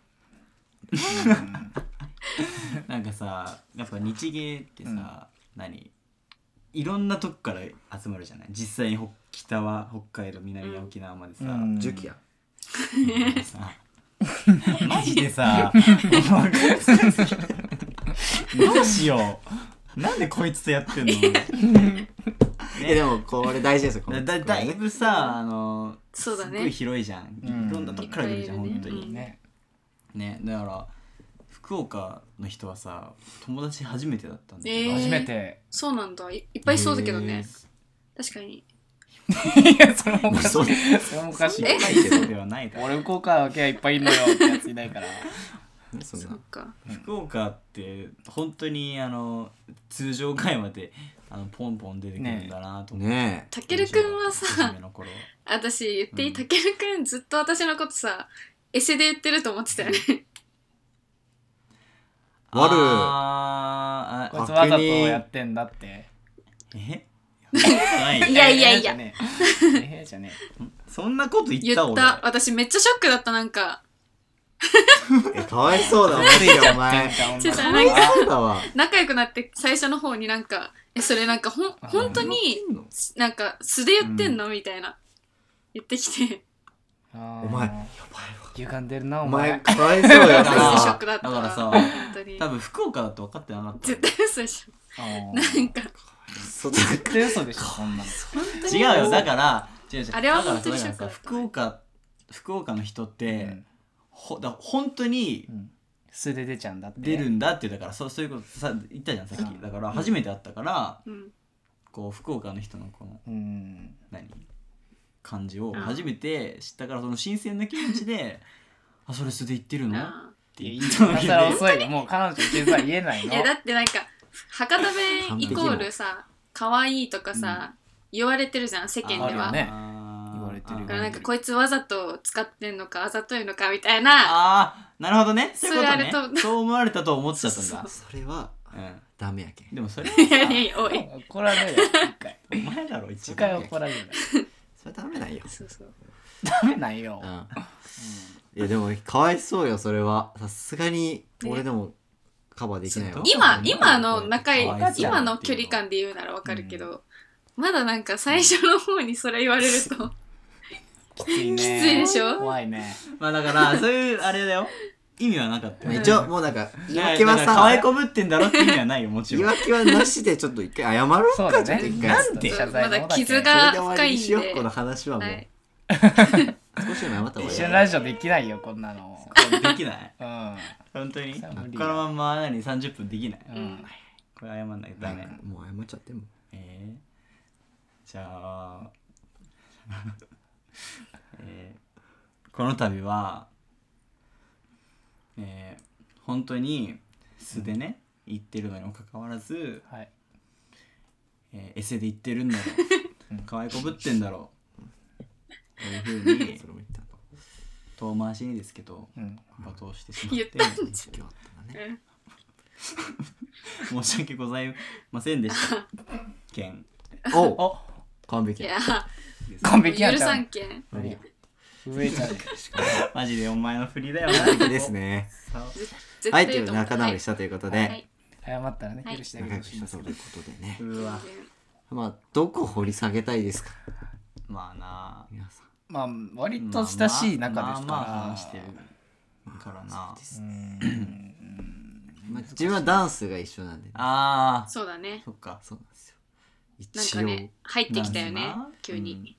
なんかさ、やっぱ日芸ってさ、いろんなとこから集まるじゃない。実際に北は北海道、南は沖縄までさ、
樹木や。
マジでさ、どうしよう。なんでこいつとやってんの？
でもこれ大事ですよ。
だいぶさ、
そうだね。
すごい広いじゃん。いろんなとこから来るじゃん、本当に。ね、だから福岡の人はさ、友達初めてだったんだけど。
初めて。
そうなんだ。いっぱいそうだけどね。確かに。
いや、それもおかしい。それもおかしい。俺福岡だけはいっぱいいるのよってやついないから。
そっか。
福岡って本当に通常会話でポンポン出てくるんだなと思って。
たけるくんはさ、私言っていい？たけるくんずっと私のことさ、エセで言ってると思ってたよね。
悪
い。こいつわざとやってんだって。
いや。
そんなこと言った俺。
私めっちゃショックだった。なんか
かわいそうだマジでお前
仲良くなって最初の方になんかそれなんか本当になんか素で言ってんの、みたいな言ってきて
お前やばいわ
歪んでるな
お前かわいそうよ
だから
さ多分福岡だと分かってなかった
絶対嘘でしょなんか
絶対嘘でしょそんな
違うよだから
あれは本当にショックだった
福岡の人って、本当に
素で出ちゃうんだって
出るんだってだからそういうことさ言ったじゃんさっき、だから初めて会ったから、こう福岡の人のこの、感じを初めて知ったからその新鮮な気持ちで「あそれ素で言ってるの?」って言ったわけで
遅いもう彼女って言えないの
だってなんか博多弁イコールさ可愛いとかさ、言われてるじゃん世間では、
言われてる
だからなんかこいつわざと使ってんのかあざといのかみたいな
なるほどねそういうことねそう思われたと思っちゃったんだ
それはダメやけん
でもそれ
はいやおい
怒られるよ一回
お前だろ
一回怒られる
それダメないよ
ダメないよ
いやでもかわいそうよそれはさすがに俺でもカバーできないわ
今の今の距離感で言うならわかるけど、まだなんか最初の方にそれ言われると
きついね
きついでしょ
怖いね
まあだからそういうあれだよ意味はなかったよ
一応もうなんか言い訳はさ
可愛いこぶってんだろって意味はないよもちろん
言い訳はなしでちょっと一回謝ろうかちょっと一回
なんで
まだ傷が深いんで
この話はもう少しでも謝った方がいい
一緒にラジオできないよこんなの
できない本当にこのまんま30分できないこれ謝んないとダメ
もう謝っちゃっても
じゃあこの度は本当に素でね言ってるのにもかかわらず、エセで言ってるんだろう可愛いこぶってんだろうこういう風に遠回しにですけど罵倒してしまって
言ったんじ
ゃん申し訳ございませんでしたけん
お完璧
や
完璧やん
許さんけん
上ちゃう
マジでお前の振りだよ
完璧ですねはいという仲直りしたということで
謝ったらね許してあげてほしい
ということでね
うわ
まあどこ掘り下げたいですか
まあな
皆さん
まあ割と親しい仲ですから
話してるからな
自分はダンスが一緒なんで
そうだね
そっか
そうなんですよ
なんかね入ってきたよね急に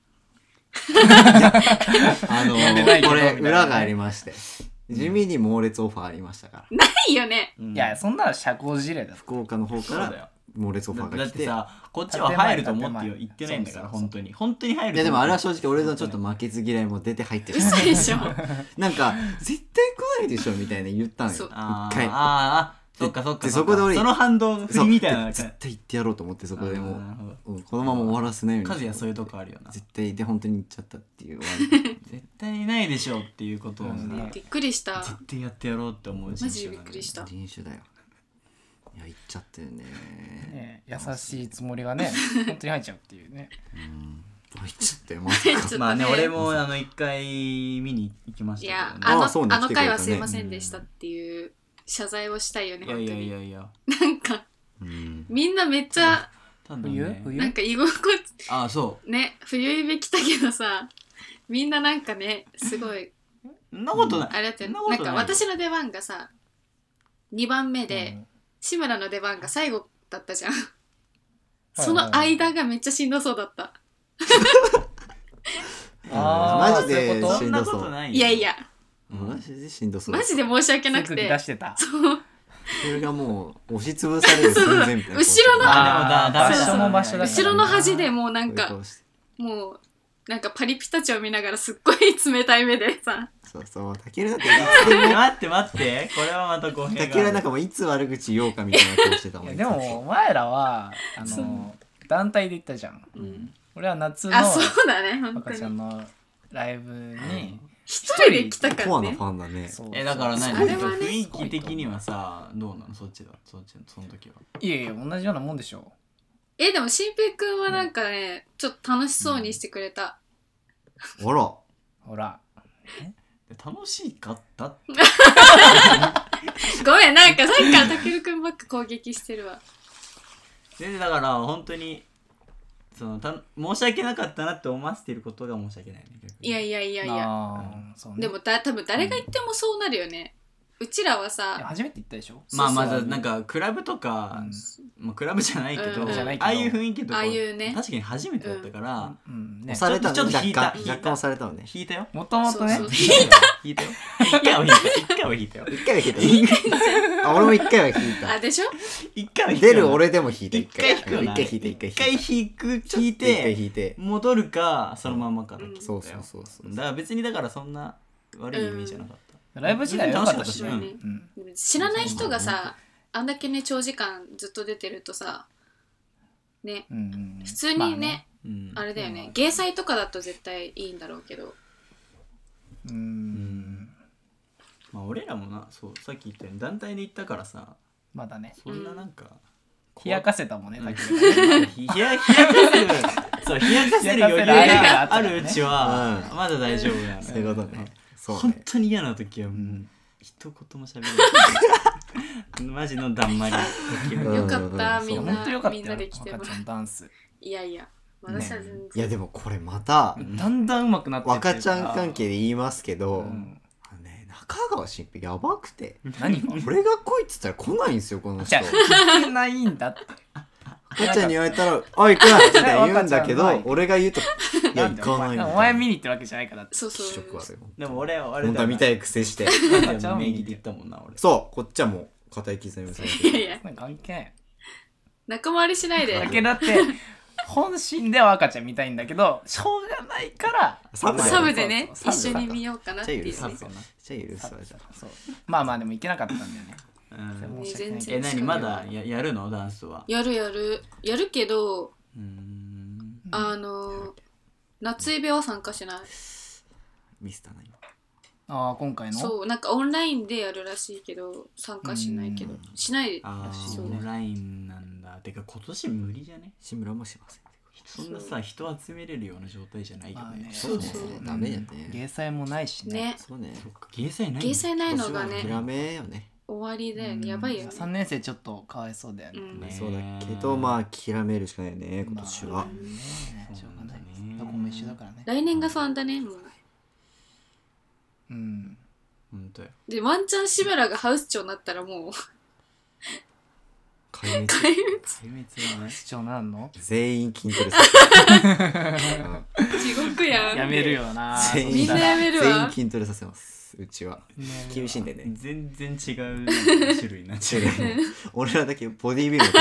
これ裏がありまして地味に猛烈オファーありましたから
ないよね
いやそんな社交辞令だ
福岡の方から猛烈オファーが来て
だってさこっちは入ると思って言ってないんだから本当に入る
いやでもあれは正直俺のちょっと負けず嫌いも出て入ってる
嘘でしょ
なんか絶対来ないでしょみたいな言ったのよ一回
そっか
そこで俺
その反動振りみたいな
絶対言ってやろうと思ってそこでもうこのまま終わらせないように
和也そういうとこあるよな
絶対で本当に言っちゃったっていう
絶対ないでしょっていうことを
びっくりした
絶対やってやろうって思う
マジでびっくりした
人種だよいや言っちゃったよね
優しいつもりがね本当に入っちゃうっていうね
入っちゃったよまさか
まあね俺も一回見に行きましたけどね
いやあの回はすいませんでしたっていう謝罪をしたいよね本当に
いや
なんかみんなめっちゃ
冬
なんか居心地
そう
ね冬指来たけどさみんななんかねすごい
そんなことない
あれだってなんか私の出番がさ2番目で志村の出番が最後だったじゃんその間がめっちゃしんどそうだった
マジでしんどそう
いやいや
マジでしんどそう
マジで申し訳なくて
出してた
そう
それがもう押しつぶされる寸前みたいな
後ろの端でもうなんかもうなんかパリピたちを見ながらすっごい冷たい目でさ
そうタケルだって
待ってこれはまた語弊がある
タケルなんかもういつ悪口言おうかみたいな顔してたもん
でもお前らは団体で行ったじゃん俺は夏の
そうだね
赤ちゃんのライブに
一人で来たからね
コアなファンだね
だから何雰囲気的にはさどうなのその時はい
やいや同じようなもんでしょ
でもしんぺいくんはなんかねちょっと楽しそうにしてくれた
ほら
ほら
楽しかったって
ごめん、なんかさっきからたけるくんばっか攻撃してるわ。
全然だから本当にその申し訳なかったなって思わせていることが申し訳ないね。
いやいやいやいや、
そうね、
でも多分誰が言ってもそうなるよね、うちらはさ
初めて行ったでしょ。
まあまずなんかクラブとか、まあ、クラブじゃないけど、ああいう雰囲気とか
ああいうね
確かに初めてだったから、
押されたの、
ちょっと引いた
若干押されたのね。
引いたよ、
もともとね。
引いたよ一回は引いたよ。
俺も一回は引いた。
あ、でしょ。
一回は引いた。
出る俺でも引いた。
一回引くよな。
一回引いて
一回引いて戻るかそのままかだけど。
そう。
だから別にだからそんな悪い意味じゃなかった。
ライブ自体は良かったしね。
知らない人がさ、あんだけね長時間ずっと出てるとさ、ね、普通にね、あれだよね。芸祭とかだと絶対いいんだろうけど。
まあ俺らもな、そうさっき言ったように団体で行ったからさ、
まだね、
そんななんか
冷やかせたもんね、
冷やかせる余裕があるうちはまだ大丈夫なの。
そういうことね。
本当に嫌な時はもう一言も喋れないマジのだんまり。
よかったみんなで来て
もらってダンス。
いやいや私は全然。
いやでもこれまた
だんだん上手くなってる。
若ちゃん関係で言いますけど、中川新平やばくて、
何が
俺が来いっつったら来ないんですよこの人。
来ないんだって。
若ちゃんに言われたら「おい行くな」って言うんだけど、俺が言うと「いや行かない」みたいな。
お前見に行ってるわけじゃないからって。
そう。
でも俺はあれ
本当は見たい癖して
名義で言ったもんな俺。
そうこっちはもう固い絆にされてる。
いや
関係ない。
仲回りしないで。
だけだって本心では赤ちゃん見たいんだけどしょうがないから
サブでね一緒に見ようかなっていう。
じゃあ許すわじゃあ。
まあでも行けなかったんだよね。
何まだやるのダンスは。
やるけど、夏イベは参加しない。
ミスターな今。
今回の
そうなんかオンラインでやるらしいけど参加しないけどしないらしい。
オンラインなんだ。てか今年無理じゃね。
志村もしません。
そんなさ人集めれるような状態じゃないよね。
そうダメだね。
芸祭もないしね。
そうね。
芸祭ない
のがね。
諦めよね。
終わりだよね。やばいよね。
3年生ちょっとかわいそうだよね。
そうだけどまあ諦めるしかないよね今年は。
しょうがない。どこも一緒だからね。
来年が不安だねもう。
本当よ。
でワンチャン志村がハウス長になったらもう
壊滅
はね。
市長なんの？
全員筋トレ
地獄やん。
やめるよな。
みんなやめるわ。
全員筋トレさせます。うちは厳しいんでね。
全然違う種類になっちゃう。
俺らだけボディービルの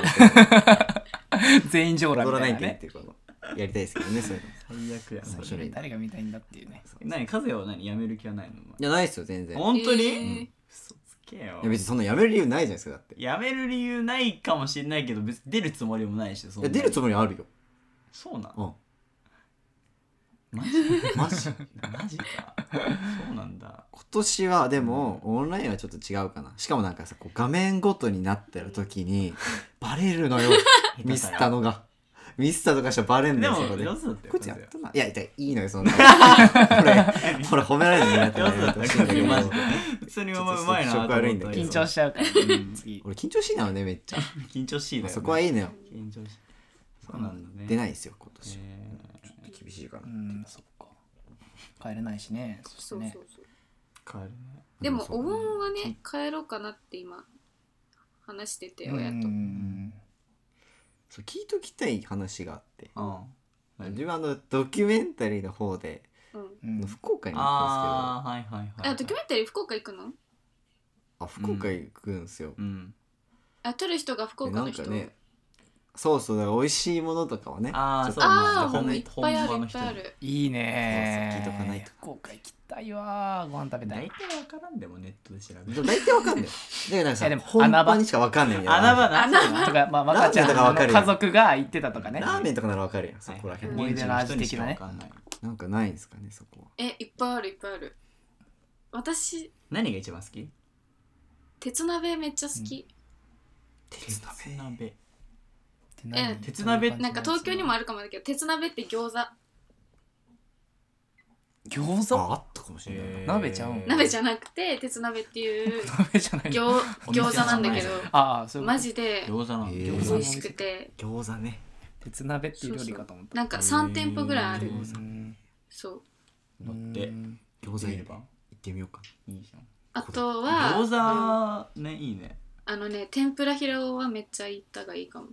全員上羅みたいなね。
やりたいですけどねそういう
の。最悪やな。
誰が見たいんだっていうね。
風はやめる気はないの？
いやないっすよ全然。
本当に？嘘つけよ。
いや別にそんなやめる理由ないじゃないですかだって。
やめる理由ないかもしれないけど別に出るつもりもないし。
いや出るつもりあるよ。
そうな
の？
マジか。そうなんだ。
今年はでもオンラインはちょっと違うかな。しかもなんかさこう画面ごとになってる時にバレるのよ。ミスったのが。ミスったとかしたらバレんだよ。
でも上手だったよ。
こいつやったな。いやいいのよそんな。これ褒められるのやってない。
普通にうまいな。
緊張しちゃうから。
俺緊張しいなのねめっちゃ。
緊張しいだよ。
そこはいいのよ。
緊張し。そうなんだね。
出ないですよ今年。厳しいから。
そっか。帰れないしね。
そう。
帰るね。
でもお盆はね帰ろうかなって今話してて親と。
そう聞いときたい話があって、自分ドキュメンタリーの方で、福岡に行くんです
けど、ドキュメンタリー福岡行くの？
福岡行くんですよ。
撮る人が福岡の人。
なんかね、そうだから美味しいものとかはね。
いっぱいある。
いいね。
聞いとかないと。
福岡行きたいわ。ご飯食べたい。
大体わからんでもネットで調べる。
大体わかんない。だからなんかさ、本場にしかわかんないみたいな。
穴場とかまあ若ちゃんの家族が行ってたとかね。
ラーメンとかならわかるやん。そこら辺。
思い出の味的なね。
なんかないんですかねそこは。
いっぱいある。私
何が一番好き？
鉄鍋めっちゃ好き。
鉄鍋。
鉄鍋
なんか東京にもあるかもだけど鉄鍋って餃子
あったか
かもしれない。
鍋ちゃうん。
鍋じゃなくて鉄鍋っていう
鍋じゃない
餃子なんだけど、マジで美味しくて。
餃子ね。
鉄鍋っていう料理かと思った。
なんか3店舗ぐらいある。そう。
だって
餃子いれば行ってみようか。いいじゃん。
あとは
餃子ね、いいね。
天ぷら平尾はめっちゃ行ったがいいかも。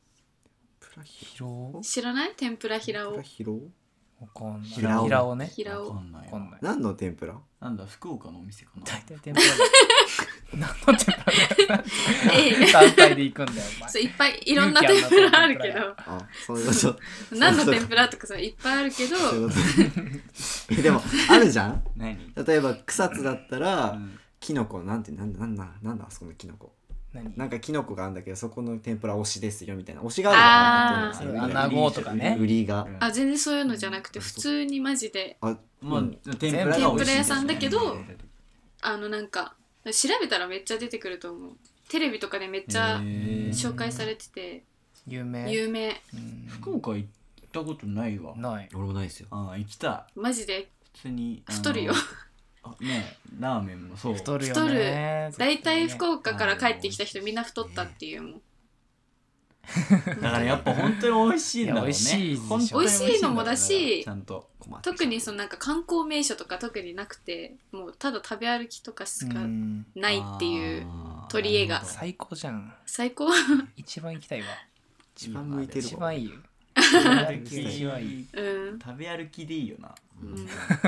知らない？天ぷら平尾。
わかんない。平尾ね。
平尾。
何の天ぷら？
なんだ、福岡のお店かな。
大体天ぷら。何の天ぷら？単体で行くんだよ。
そういっぱいいろんな天ぷらあるけど。
あ、そういうこと。
何の天ぷらとかさいっぱいあるけど。
でもあるじゃん。
何？
例えば草津だったらキノコなんだあそこのキノコ。なんかキノコがあるんだけどそこの天ぷら推しですよみたいな推しがある
じゃん。穴子とかね。
売りが。
全然そういうのじゃなくて普通にマジで。
天ぷら
屋さんだけどなんか調べたらめっちゃ出てくると思う。テレビとかでめっちゃ紹介されてて
有名。
福岡行ったことないわ。
ない。
俺もないですよ。
行きた
い。マジで
普通に
太るよ。
ね、ラーメンもそう。
太るよね。
だいたい福岡から帰ってきた人みんな太ったっていうもん。
だからやっぱ本当に美味しいんだろうね。美味し
いのもだし、特になんか観光名所とか特になくて、もうただ食べ歩きとかしかないっていう取り柄が。
最高じゃん。
最高。
一番行きたいわ。
一番向いてる。
一番いいよ。
食べ歩きでいいよな。
でも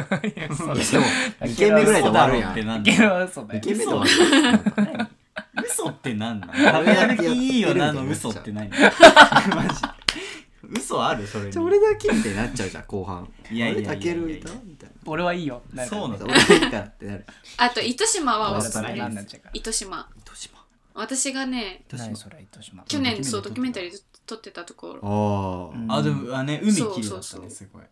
2軒目ぐらいで終わるやん。2軒目で終わる。
嘘ってなんなの？食べ歩きいいよなの嘘って何？マジ嘘あるそれに。
俺だけみたいになっちゃうじゃん後半。
いや
たけるいたみたいな。
俺はいいよ。
そうなんだ。
俺はいいかってなる。
あと糸島はおすすめです。糸島。私がね、去年そうドキュメンタリー撮ってたところ。
でもね海綺麗だったねすごい。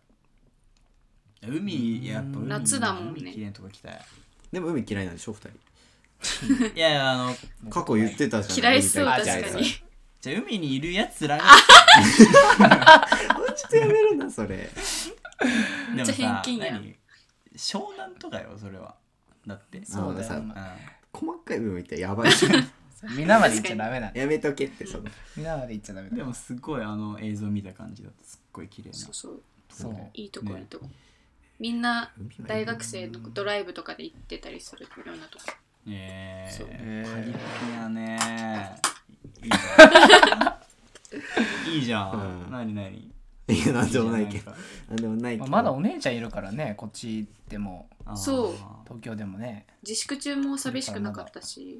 海やっぱ
夏だもんね。
綺麗なとこ来たい。
でも海嫌いなんでしょ2
人。いや
過去言ってたじゃん。
嫌いそう確かに。
じゃあ海にいるやつらが。
ちょっとやめるなそれ。
めっちゃ偏見や。
湘南とかよそれは。だって
そうださ細かい部分言ったらやばいじゃん。
皆まで言っちゃダメなんだ。
やめとけって
皆まで言っちゃダメだ。
でもすごい映像見た感じだとすっごい綺麗な。
そういいとこいいとこ。みんな大学生のドライブとかで行ってたりするようなとこ。
パリピやね。いいじゃん。何
いやなんでもないけど。なんでもないけど。
まだお姉ちゃんいるからねこっちでも。
そう。
東京でもね。
自粛中も寂しくなかったし。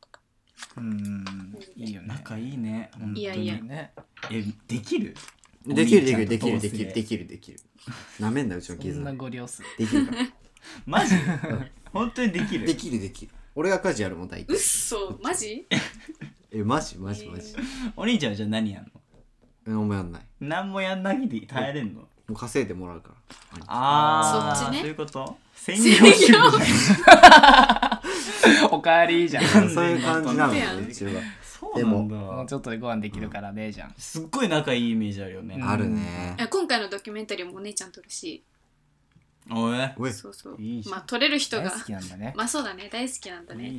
いいよね。
仲いいね。
いやいや。
できる？
できる。なめんなうちのキズ。
そんなご了承。
できるか。
マジ？本当にできる？
できる。俺が家事やるもん大体。
嘘マジ？
マジ。
お兄ちゃんはじゃあ何やんの？
何もやんない。
何もやんないで耐えれんの？
もう稼いでもらうから。
そっちね。
そういうこと？専業主婦。
おかわりじゃん。
そういう感じなのねうちは。
でも
もうちょっとでご飯できるからねじゃん。
すっごい仲いいイメージあるよね。
あるね。
今回のドキュメンタリーもお姉ちゃん撮るし。そう。まあ撮れる人が
大好きなんだね。
まあそうだね大好きなんだね。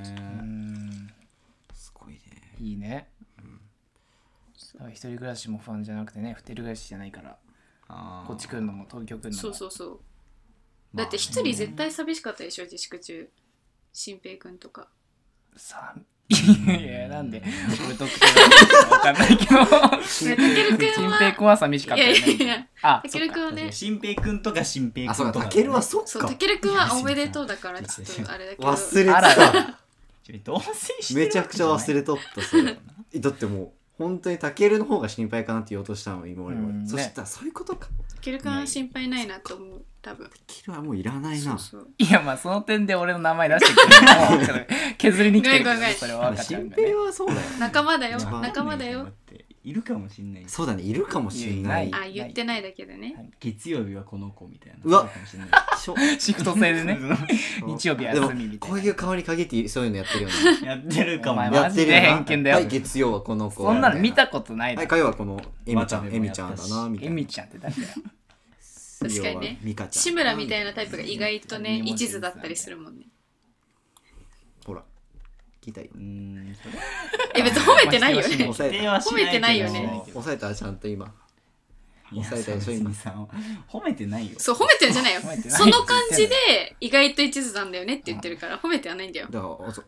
すごいね。
いいね。一人暮らしも不安じゃなくてね、二人暮らしじゃないからこっち来るのも東京来るのも。
そうだって一人絶対寂しかったでしょ自粛中。新平くんとか
いやなんで俺とくてわかんないけど
新
平くんは寂しかったよね。
たけるくんはね
新平くんとか新平くんとか
たけるはそっか。
たけるくんはおめでとうだからちょっとあれだけど
忘れてた。
同棲して
めちゃくちゃ忘れとったそれ。だってもう本当にたけるの方が心配かなって言おうとしたの今俺も。そしたらそういうことか。
たけるくんは心配ないなと思う多分。
たけるはもういらないな。
いやまあその点で俺の名前出してくれる削りに来てるけどそれは分かっちゃうんだね。
心配はそうだよ。
仲間だよ。
いるかもしんない。
そうだねいるかもしんない。
言ってないだけでね。
月曜日はこの子みたいな。
うわ
シフト制でね。日曜日休みみたいな。
こういう顔に限ってそういうのやってるよね。
やってるかも。
マジで偏見だよ。
はい月曜はこの子。
そんなの見たことない。
はい火曜はこのエミちゃんだなみたいな。
エミちゃんって誰だよ。
確かにね。志村みたいなタイプが意外とね一途だったりするもんね。
ほら聞いたい。
別に褒めてないよね。褒めてないよね。
抑えたらちゃんと今抑えたでしょ今。
褒めてないよ。
そう褒めてるんじゃないよ。その感じで意外と一途なんだよねって言ってるから褒めてはないんだよ。
い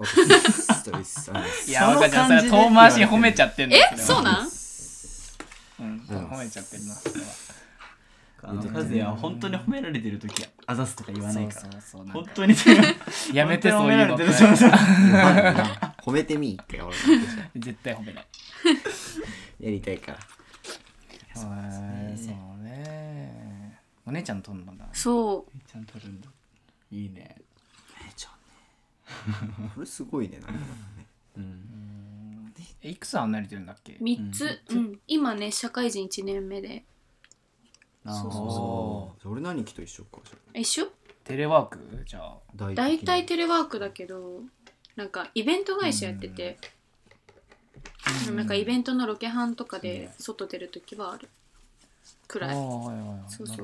や若ちゃんそれ遠回しに褒めちゃってんの。
そうなん？
褒めちゃってるな。
和也は本当に褒められてる時はあざすとか言わないから。本当
にやめてそういうの。
褒めてみーって俺
絶対褒めない。
やりたいから。
そうね。お姉ちゃんとんだんだ。
そう。
お姉ちゃんとるんだ。いいね。
お姉ちゃんね。これすごいね。
いくつ離れてるんだっけ
？3つ。今ね社会人1年目で。
そう俺何期と一緒か。
一緒？
テレワークじゃあ。
大体テレワークだけどなんかイベント会社やってて、なんかイベントのロケハンとかで外出るときはあるくらい。そうそう。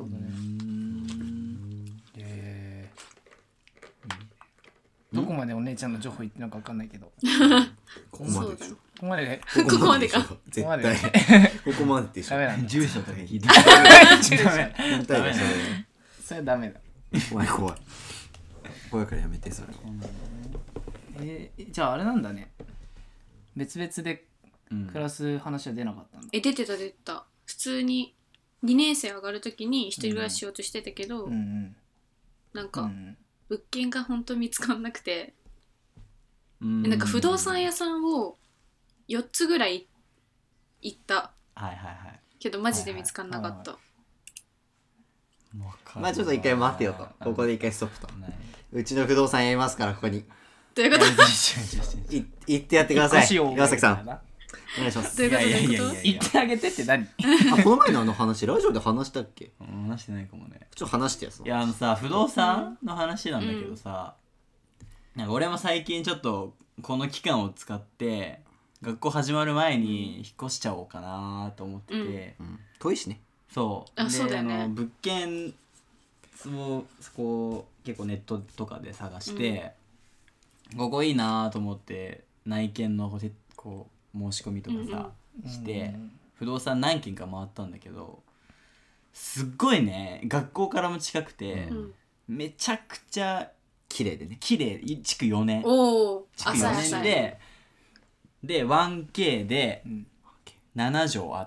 どこまでお姉ちゃんの情報言ってるのか分かんないけど。
ここまででしょ。
ここまで
か。
絶対。ここまででしょ。
住所とか聞いて。
それダメだ。
怖い。怖いからやめてそ
れ。じゃああれなんだね。別々でクラス話は出なかったんだ。
出てた。普通に2年生上がるときに一人暮らししようとしてたけど、なんか物件が本当見つかんなくて、なんか不動産屋さんを4つぐらい行った。けどマジで見つかんなかった。
まあちょっと一回待ってよと。ここで一回ストップと。うちの不動産やりますからここに。
どういうこと？
言ってやってください。岩崎さん。お願いします。
どういうこと？
言ってあげてって何？
この前の話ラジオで話したっけ？
話してないかもね。
ちょっと話してや。
いやさ不動産の話なんだけどさ、なんか俺も最近ちょっとこの期間を使って学校始まる前に引っ越しちゃおうかなと思ってて、
遠いしね。
そうそうだよね。
物件をそこ結構ネットとかで探して、ここいいなと思って内見のこう申し込みとかさ、して不動産何軒か回ったんだけど、すっごいね学校からも近くて、めちゃくちゃ
綺麗でね。
綺麗。築4年。築4年で 1K で7畳あって、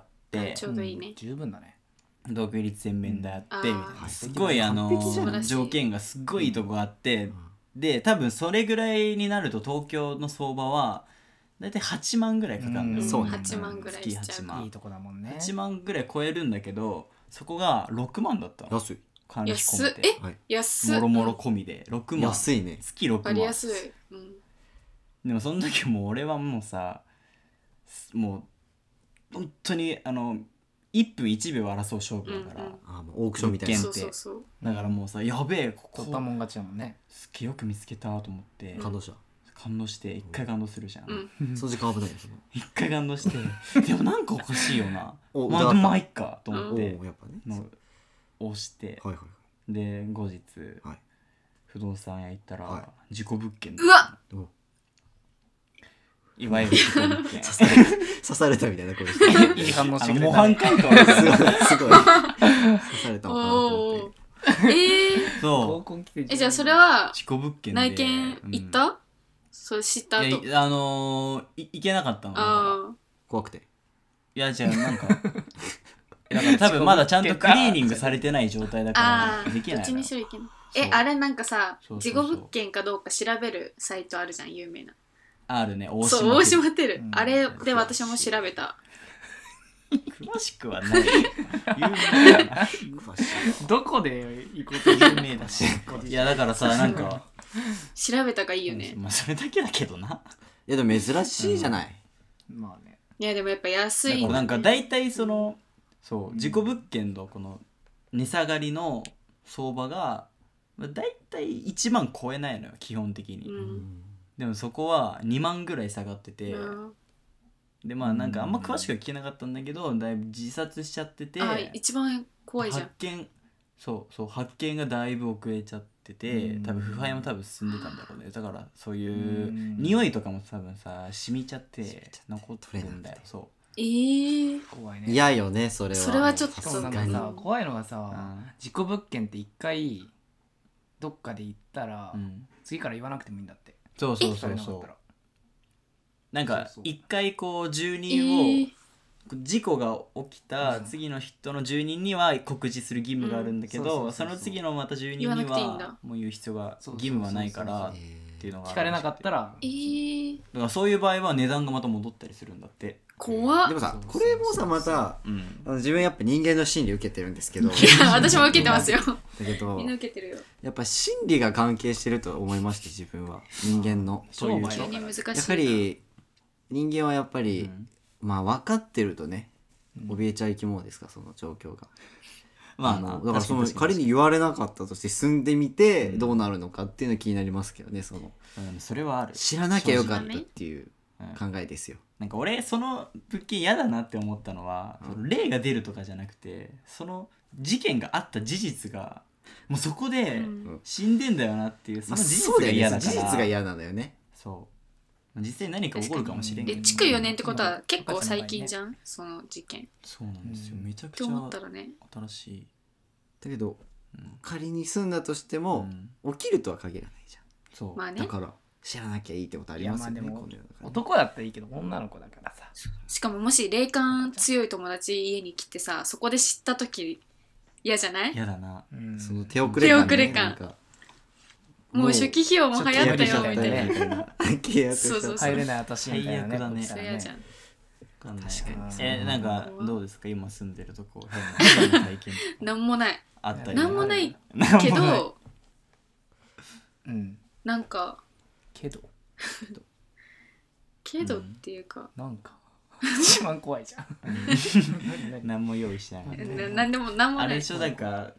ちょうどいいね。
十分だね。
独立洗面台あってみたいな、すごい条件がすっごいいいとこがあって、で多分それぐらいになると東京の相場はだいたい8万ぐらいかかるんだよ。
そう8万ぐらいしちゃう。
月8万。
いいとこだもんね。
8万ぐらい超えるんだけど、そこが6万だったの。
安い。
管理費込めて。
安い。
もろもろ込みで6万。
安いね。
月6万。
割安い。
でもその時もう俺はもうさ、もう本当に1分1秒争う勝負だから、
オークションみたいな。
だからもうさ、やべえここ
取ったもん勝ちだもんね。
すっげえよく見つけたと思って
感動した。
感動して一回感動するじゃん。
その時間危ないですね。
一回感動してでもなんかおかしいよな。まあいっかと思って押して、で後日不動産屋行ったら事故物件。
うわっ。
いわゆる事故物件。
刺されたみたいな声して。
いい反応してくれた。
模範解答
すごい刺されたのかなと思って。
そう。
じゃあそれは
事故物件で
内見行った？そう知った後。
行けなかったの。
怖くて。
いやじゃあなんかだから多分まだちゃんとクリーニングされてない状態だからできない。
どっちにしろいけない。あれなんかさ、事故物件かどうか調べるサイトあるじゃん、有名な。
あるね、
大島テル。あれで私も調べた。
詳しくはない。
どこで行くこと有名だし。
いやだからさ、なんか
調べたがいいよね。
まあそれだけだけどな。
いやでも珍しいじゃない。
まあね。
いやでもやっぱ安い。
なんか大体そう事故物件のこの値下がりの相場が大体1万超えないのよ基本的に。でもそこは2万ぐらい下がってて、でまあなんかあんま詳しくは聞けなかったんだけど、だいぶ自殺しちゃってて、
一番怖いじゃん。
発見そう発見がだいぶ遅れちゃってて、多分腐敗も多分進んでたんだろうね。だからそういう匂いとかも多分さ染みちゃって残ってるんだよ。そう
怖いね。
嫌よねそれは。
それはちょっと
そうなんかさ怖いのがさ、事故物件って一回どっかで行ったら、次から言わなくてもいいんだって。
そうなんか一回こう住人を、事故が起きた次の人の住人には告示する義務があるんだけど、その次のまた住人にはもう言う必要が義務はないからっていうのが
聞かれなかったら、
だからそういう場合は値段がまた戻ったりするんだって。
怖っ。
でもさこれもさまた自分やっぱ人間の心理受けてるんですけど、
いや私も受けてますよ。
だけど
みんな受けてるよ。
やっぱ心理が関係してると思いまして、自分は人間の
そういう
難しいな。
やっぱり人間はやっぱり、まあ分かってるとね怯えちゃう生き物ですか、その状況が。だからその仮に言われなかったとして住んでみてどうなるのかっていうの気になりますけどね。
それはある。
知らなきゃよかったっていう考えですよ。
なんか俺その物件嫌だなって思ったのは、霊が出るとかじゃなくて、その事件があった事実がもうそこで死んでんだよなっていう、その事実が嫌だから。
事実が嫌なんだよね。
そう実際何か起こるかもしれんけど、
築4年ってことは結構最近じゃん、その事件。
そうなんですよ、めちゃくちゃ
思ったらね
新しい。
だけど、仮に住んだとしても、起きるとは限らないじゃん。
そう、
まあね、
だから知らなきゃいいってことありますよね。
男だったらいいけど女の子だからさ。
しかももし霊感強い友達家に来てさ、そこで知った時嫌じゃない？
嫌だな。
その手遅れ感、ね、
手遅れ感。もう初期費用も流行ったよみたいな。
そう入れない私みたいなね。
それ嫌じゃん。
確かに。
なんかどうですか今住んでるとこ、変な体験
なんもない。
あったり。
なんもないけど、なんか
けど
っていうか、
なんか一番怖いじゃん。
何も用意してない。
なんでもなんもない。
あれでしょ、なんか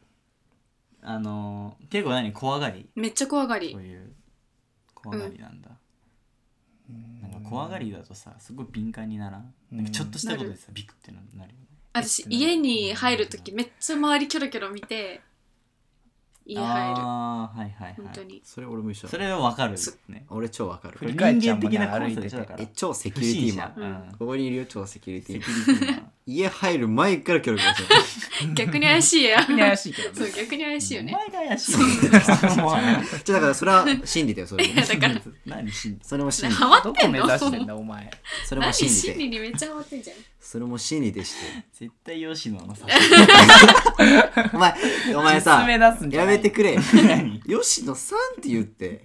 結構怖がり。
めっちゃ怖がり。
そういう怖がりなんだ。なんか怖がりだとさ、すごい敏感にならん。なんかちょっとしたことでさビクってなるよね。
私家に入るときめっちゃ周りキョロキョロ見て家入る。
はい
本当に。
それ俺も一緒。
それはわかるね。
俺超わかる。
人間的な怖さでしょ。だから
超セキュリティマン。ここにいるよ、超セキュリティマン。家入る前からキョロキョロしてる。
逆に怪しいや。
逆に怪しいけど。
そう、逆に怪しいよね。
お前が怪しい。
だからそれは真理だよ、それも。
だから
何真理？
それも真理。
ハマってんの？
どこ目指してんだお前。
それも真理で。
真理にめっちゃハマってんじゃん。
それも真理でして。
絶対吉野のさ。
お前さ、やめてくれ。吉野さんって言って。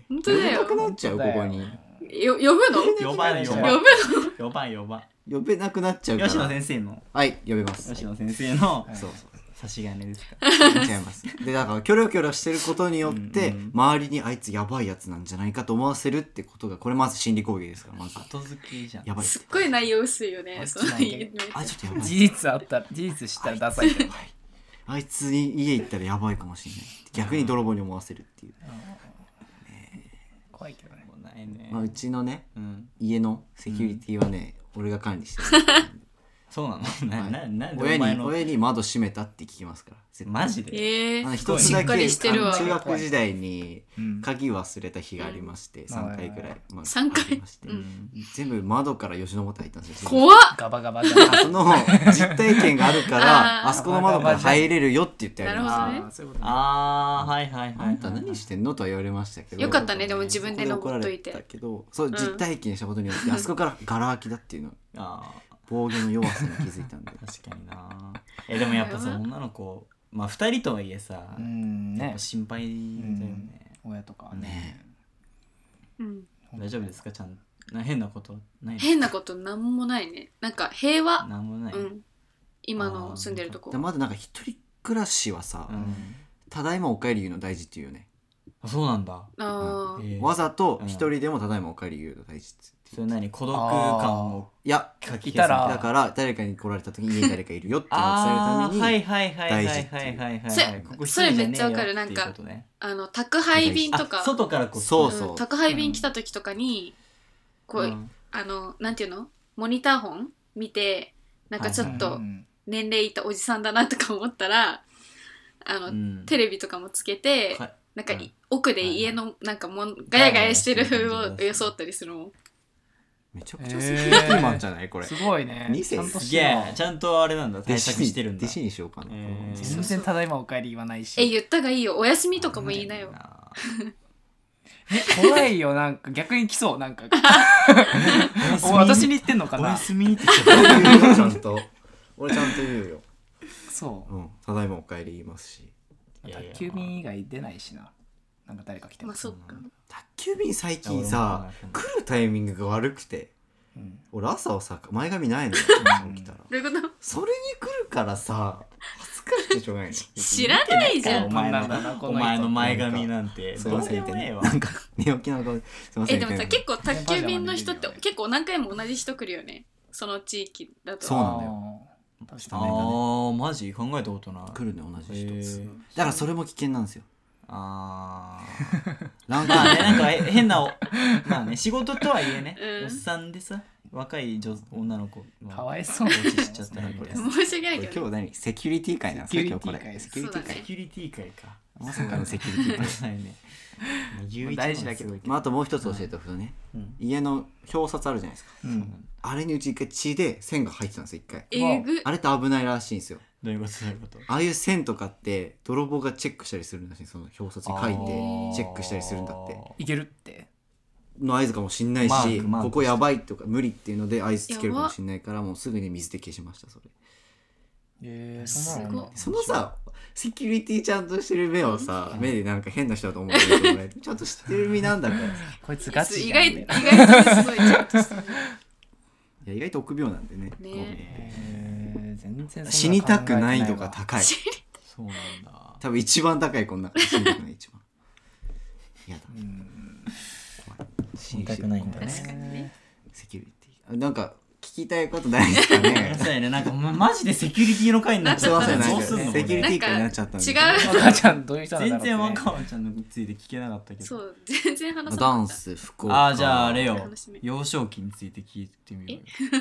本当だよ。
呼べなくなっちゃう、ここに。
呼ぶの？
呼ばん。
呼べなくなっちゃうから。
吉野先生の。
はい、呼べます。
吉野先生の。
そう。
差し金ですか？
違います。でだからキョロキョロしてることによって周りにあいつやばいやつなんじゃないかと思わせるってことが、これまず心理攻撃ですから。まず
後付けじゃん。
やばい。
すっごい内容薄いよね。
ちょっとやばい。
事実知ったらダサいけど。
あいつに家行ったらやばいかもしれない。逆に泥棒に思わせるっていう。
怖いけどね。
まあうちのね家のセキュリティはね俺が管理してる。
そうなの？なんで
親に窓閉めたって聞きますから。
マジで？
一つだけ中学時代に鍵忘れた日がありまして、3回ぐらい
3回
全部窓から吉野元入ったんですよ。
怖っ。
ガバガバじゃん。
その実体験があるからあそこの窓から入れるよって言ってあります。
はいはいはい。
あんた何してんのとは言われましたけど。
よかったね、でも自分で登っといて。
そう実体験したことによってあそこからガラ空きだっていうの。防御の弱さに気づいたんで。
確かにな。でもやっぱさ、女の子まあ2人とはいえさ、やっぱ心配だよね。
親とかはね。
大丈夫ですか？ちゃん変なことない？
変なことなんもないね。なんか平和。
なんもない。
今の住んでるとこ。
まだなんか一人暮らしはさ、ただいまお帰り言うの大事っていうよね。
そうなんだ。
わざと一人でもただいまお帰り言うの大事って。
それ何？孤独感を
いや
いたら
だから誰かに来られた時に家に誰かいるよっていうのを伝えるために大事っていう。
それめっちゃわかる。なんか宅配便とか
外からこう
宅配便来た時とかにこうなんていうのモニター本見てなんかちょっと年齢いったおじさんだなとか思ったらテレビとかもつけてなんか奥で家のなんかガヤガヤしてる風を装ったりするもん。
めちゃくちゃセキュリティマンじゃないこれ。
すごいね。
2世
すげえちゃんとあれなんだ、対策してるんだ。
弟子にしようかな。
全然ただいまお帰り言わないし。
言ったがいいよ、お休みとかも言いなよ。
怖いよ、なんか逆に来そう、なんか私に言ってんのかな。
お休みって
言うよちゃんと。俺ちゃんと言うよ。
そう、
ただいまお帰り言いますし。
宅急便以外出ないしな。なんか誰か来てます。
まあそっか。
宅急便最近さ来るタイミングが悪くて、俺朝はさ前髪ないのよ。起きたら。
どういうこと？
それに来るからさ恥ずかしくてしょうがないの。
知らないじゃん。
お前の前髪なんて
すいませんってね。なんか寝起きな顔すいません。
でもさ結構宅急便の人って結構何回も同じ人来るよね。その地域だと。
そうなんだよ。
マジ考えたことない。
来るね同じ人。だからそれも危険なんですよ。
なんか変なまあね仕事とはいえね、おっさんでさ若い女の子
かわいそうに
しちゃったらみたいな。
申し訳ないけど
今日何セキュリティ会なんですか今日これ。
セキュリティ会か。
まさかのセキュリティ会
ね。
大事だけど。
あともう一つ教えておくとね、家の表札あるじゃないですか。あれにうち一回血で線が入ってたんですよ一回。あれって危ないらしいんですよ。
どういうこと
ああいう線とかって泥棒がチェックしたりするんだし、その表札に書いてチェックしたりするんだって。
いけるって
の合図かもしんないし、ここやばいとか無理っていうので合図つけるかもしんないから、もうすぐに水で消しましたそれ。そのさセキュリティちゃんとしてる目をさ、目でなんか変な人だと思うちゃんと知ってる身なんだから
こいつガチ
じゃん。意外とすごいちゃんとしてる。
いや意外と臆病なんでね。
全然
死にたくない度が高い。
そうなんだ。
多分一番高いこんな死にたくない一番。やだ。
死にたくないんだね。
セキュリティなんか聞きたいことないですかね。
そうやね、なんかマジでセキュリティの回になっちゃった。
どうすんの？セキュリティ会になっちゃったんで。
違う。
若ちゃんどういう人なんだろう。
全然若ちゃんについて聞けなかったけど。
そう全然話さなかった。
ダンス福岡。
じゃああれよ。幼少期について聞いてみる。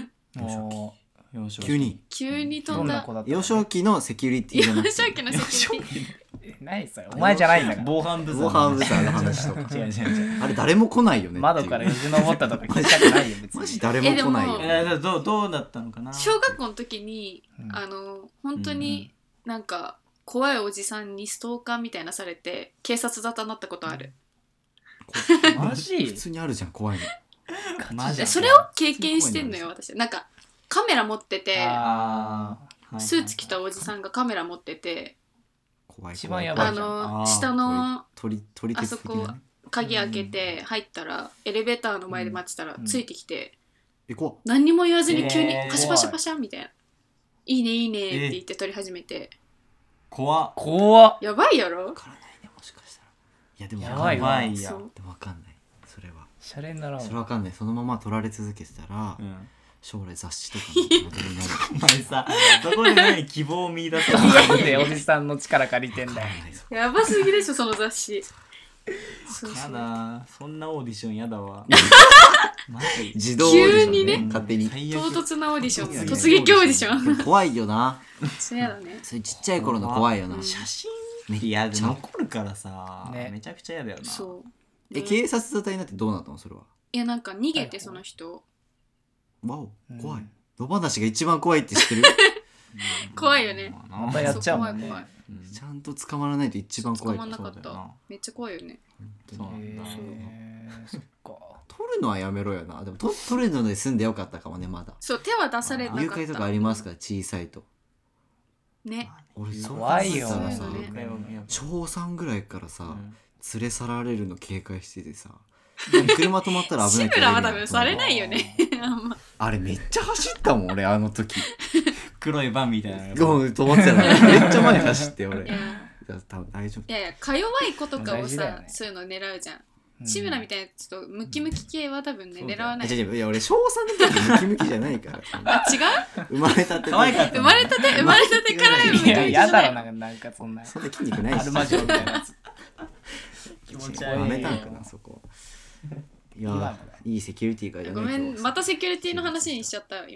急に
飛んだ。
幼少期のセキュリティじゃなくて。
幼少期のセキュリティ。
何それお前じゃないんだから。
防犯ブザーの話とか。
違う
あれ誰も来ないよね。
窓からよじ登ったとか聞きたくないよ別に。
マジ誰も来ないよ。
どうだったのかな。
小学校の時に本当になんか怖いおじさんにストーカーみたいなされて警察沙汰になったことある。
マジ？
普通にあるじゃん怖いの。
マジ。それを経験してんのよ私。なんかカメラ持っててスーツ着たおじさんがカメラ持ってて。
一番やばいじゃん。
下のあそ
そ
こ鍵開けて入ったらエレベーターの前で待ってたらついてきて何にも言わずに急にパシャパシャパシャみたいな「いいねいいね」って言って撮り始めて
怖
っ
やばいやろ。
わからないねもしかしたら。いやでも
やばいわ。
で
もわかんないそれは。
シャレにならん。
それわかんない。そのまま撮られ続けてたら将来雑誌とかのモデルになる。
お前さそこで何希望を見出す
なんでおじさんの力借りてんだよ。
やばすぎでしょその雑誌。
やだそんなオーディションやだわ。
マジ自動オーディションね勝手に。
唐突なオーディション突撃オーディション。
怖いよな。
そうやだね。
それちっちゃい頃の怖いよな。
写真いや残るからさめちゃくちゃやだよな。
そう
警察沙汰になってどうなったのそれは。
いやなんか逃げてその人。
わお怖い。野放しが一番怖いって知ってる？
怖いよね。
またやっちゃうもんね。
ちゃんと捕まらないと一番怖い。
捕まんなかった。めっちゃ怖いよね。
そうなんだ。そっか。
取るのはやめろよな。でも取るので済んでよかったかもねまだ。
そう手は出されなかった。
誘拐とかありますから小さいと。
ね。
俺
怖いよ。
小3ぐらいからさ連れ去られるの警戒しててさ。車止まったら危ない。
志村は多分されないよね。
あれめっちゃ走ったもん俺あの時。
黒いバンみたいな。
止まってたの。めっちゃ前走って俺。多分大丈夫。
いやか弱い子とかをさそういうの狙うじゃん。志村みたいなちょっとムキムキ系は多分ね狙わない。
いや俺小3の時ムキムキじゃないから。
違う？
生まれたて
可愛かった。
生まれたてからムキムキじゃない。
やだろなんかそんな。
そんな筋肉ないし。
アルマジロみたいなやつ。
気持ち悪い。
やめたんかなそこ。いやいいセキュリティ会だね。
ごめんまたセキュリティの話にしちゃったよ今。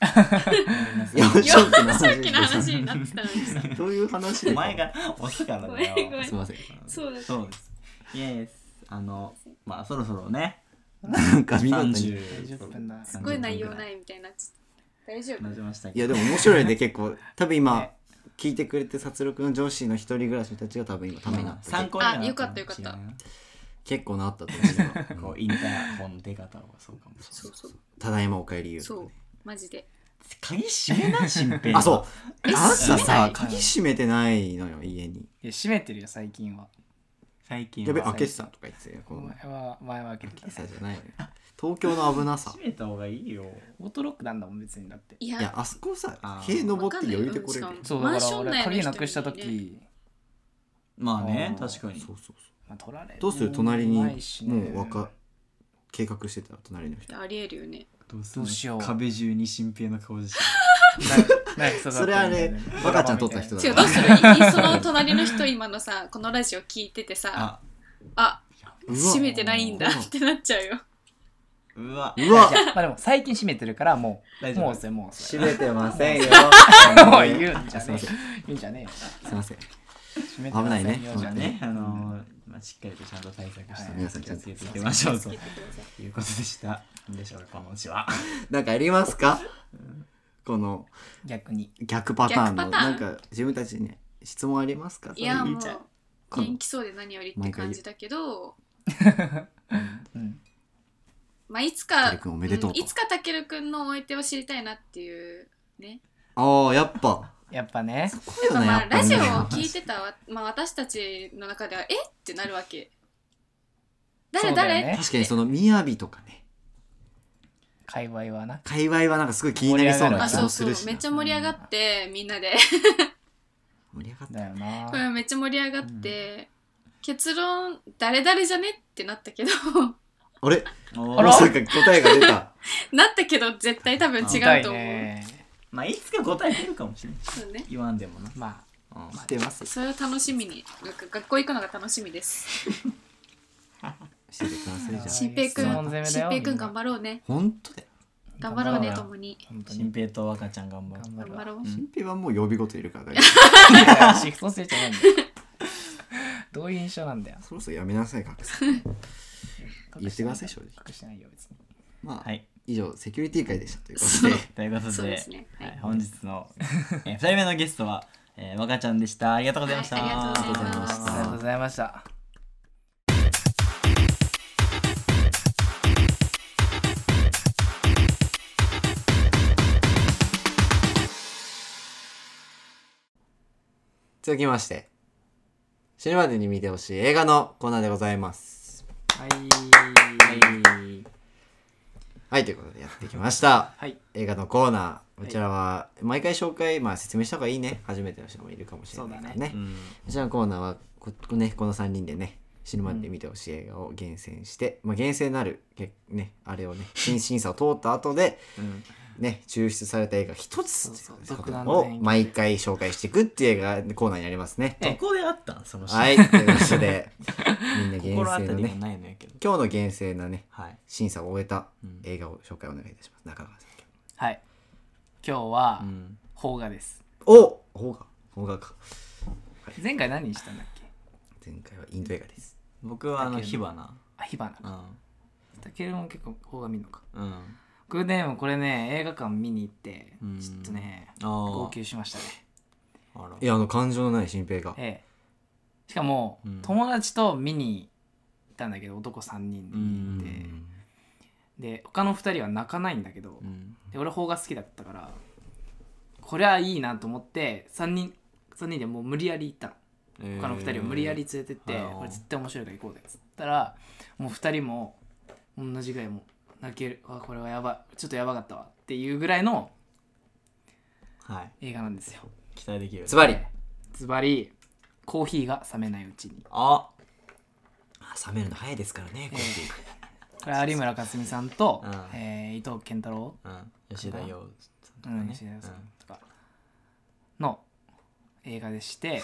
幼少期の
さっきの話になってたのにさ
どういう話
お前が大きかったんだよ。
すいません。
そうです。
イエス。まあそろそろね。
なんか見事に
30分だ。
すごい内容ないみたいになっちゃった。大丈夫？
いやでも面白いね結構。多分今聞いてくれて殺戮の上司の一人暮らしの人たちが多分今ためになった。
参考になった。
よかったよかった。
結構なったと
思う。こうインターホンの出方はそうかもしれない。
そう。
ただいまお帰り言う。
そうマジで。
鍵閉めな新平。
あそう。あんたさ鍵閉めてないのよ家に。
いや閉めてるよ最近は。
やべ開けてたとか言ってたよ。
前は開けてた。
じゃない。東京の危なさ。
閉めた方がいいよ。
オートロックなんだもん別にだって。
いやあそこさ塀登って余裕でこれる。
そうだから俺鍵なくした時。
まあね確かに。
そう。
取られる。
どうする隣にもう計画してた隣の人。
ありえるよね。
どうしよう。
壁中に新平の顔でした。
それはね若ちゃん撮った人だ。
違うどうする？その隣の人今のさこのラジオ聞いててさ閉めてないんだってなっちゃうよ。
うわ。
まあでも最近閉めてるからもう閉
めてませんよ。
もう言うんじゃねえよ。
すいません。危ないね。
しっかりとちゃんと対策して皆さん気をつけていきましょうということでした。でしょうかこのうちは。
なんかありますか？この逆パターンのなんか自分たちに質問ありますか？
いやもう元気そうで何よりって感じだけど、まあいつかたけるくんのお相手を知りたいなっていうね。
ああやっぱ
ね。
まあラジオを聞いてた私たちの中ではってなるわけ。誰？
確かにその雅とかね。
界隈はなん
かすごい気になりそうな気もするし。
そうめっちゃ盛り上がってみんなで
盛り上がった
よな。
めっちゃ盛り上がって、結論誰々じゃねってなったけど
あれまさか答えが出た
なったけど絶対多分違うと思う。
まあいつか答え出るかもしれない。
そうね。
言わんでもな。
ま
あ出ます。
それを楽しみに学校行くのが楽しみです。
しててくださいじゃん。
新平くん頑張ろうね。
本当で。
頑張ろうね共に。
新平と若ちゃん頑張
ろう。
新平はもう曜日ごといるから大丈
夫。シフト制じゃないんだよ。どういう印象なんだよ。
そろそろやめなさい隠す。言ってください正直。
隠してないよ別に。
まあ以上セキュリティ会でしたということで。
ということで本日の2人目のゲストは若ちゃんでした。ありがとうございました。
ありがとう
ございました。
続きまして死ぬまでに見てほしい映画のコーナーでございます。はいということでやってきました、映画のコーナー。こちらは毎回紹介、説明した方がいいね。初めての人もいるかもしれないからね。こちらのコーナーはこの3人でね死ぬまでに見てほしい映画を厳選して、厳選なるあれをね審査を通った後で抽出された映画一つを毎回紹介していくっていう映画コーナーになりますね。
どこであったんその
シーン。はいということでみんな厳正なね今日の厳正なね審査を終えた映画を紹介お願いいたします。中川さん。
はい。今日は邦画です。
お邦画か。
前回何したんだっけ？
前回はインド映画です。
僕は火花。
火花か。たけるも結構邦画見るのか。
僕
でもこれね映画館見に行ってちょっとね号泣しましたね。
いや感情のない新平が。
しかも友達と見に行ったんだけど男3人で見に行って、で他の2人は泣かないんだけど、で俺邦画好きだったからこれはいいなと思って3人でもう無理やり行ったの。他の2人を無理やり連れてってこれ絶対面白いから行こうぜっつったらもう2人も同じぐらいもう泣ける。これはやばいちょっとやばかったわっていうぐらいの映画なんですよ。
期待できる。
ズバリ
コーヒーが冷めないうちに。
冷めるの早いですからねコーヒー。
これ有村架純さんと伊藤健太郎
吉田羊
さんとかの映画でして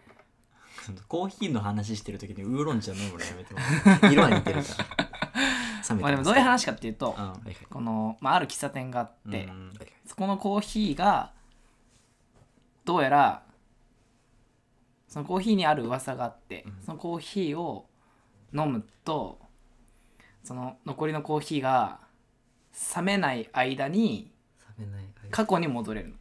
コーヒーの話してる時にウーロン茶飲むのやめてもらって。
色は似てるか
まあでもどういう話かっていうと、この、まあ、ある喫茶店があって、そこのコーヒーがどうやらそのコーヒーにある噂があって、そのコーヒーを飲むとその残りのコーヒーが冷めない間に過去に戻れるの。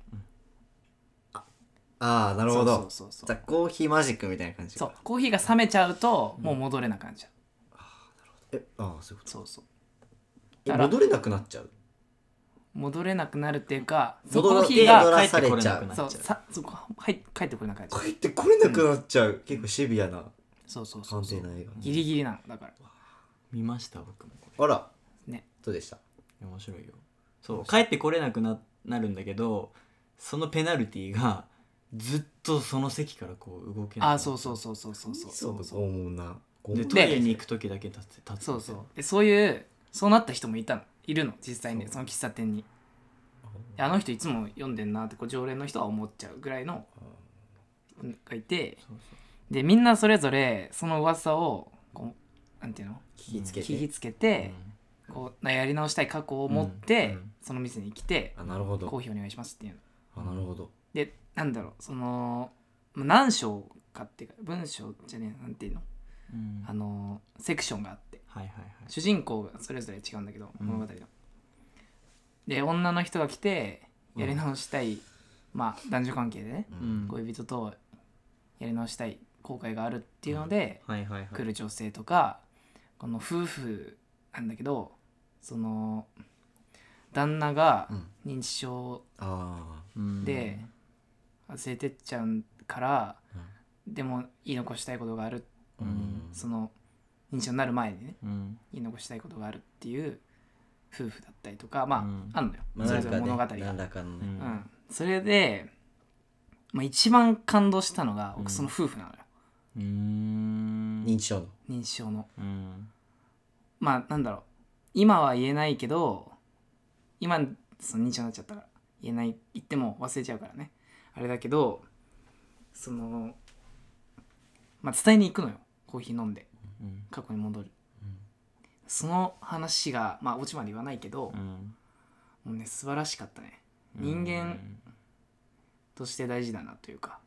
ああ、なるほど。じゃあコーヒーマジックみたいな感じ。
そう、コーヒーが冷めちゃうともう戻れなくなっちゃう。
そういうこと。
そうそう。
戻れなくなっちゃう。
戻れなくなるっていうか、
コーヒーが帰ってこれなくなっちゃう。
帰ってこれなくなっちゃう。
帰ってこれなくなっちゃう。結構シビアな。
そう。
判定な映画。
ギリギリなのだから。
見ました僕も。
あら。
ね。
どうでした？
面白いよ。そう、帰ってこれなくなるんだけど、そのペナルティがずっとその席からこう動けない。
そう
思うな。
でトイレに行く時だけ立つ。
そうでそうなった人もいるの実際に、その喫茶店に。あの人いつも読んでんなってこう常連の人は思っちゃうぐらいのがいて、でみんなそれぞれその噂をこうなんていうの
聞
きつけて、こうやり直したい過去を持って、その店に来て、
なるほど、
コーヒーお願いしますっていう
の。なるほど。
でなんだろう、その何章かっていうか文章じゃねえなんていうの、セクションがあって、主人公がそれぞれ違うんだけど、物語の。で女の人が来てやり直したい、まあ男女関係でね、恋人とやり直したい後悔があるっていうので、来る女性とか、この夫婦なんだけど、その旦那が認知症で忘れてっちゃうから、でも言い残したいことがある、その認知症になる前にね、言い残したいことがあるっていう夫婦だったりとか、まああんのよ、それぞれ物語が。それで、まあ、一番感動したのが僕その夫婦なのよ。
認知
症の、まあなんだろう、今は言えないけど、今その認知症になっちゃったから言っても忘れちゃうからねあれだけど、そのまあ伝えに行くのよ、コーヒー飲んで過去に戻る。その話がまあオチまで言わないけど、もうね素晴らしかったね。人間として大事だなというか、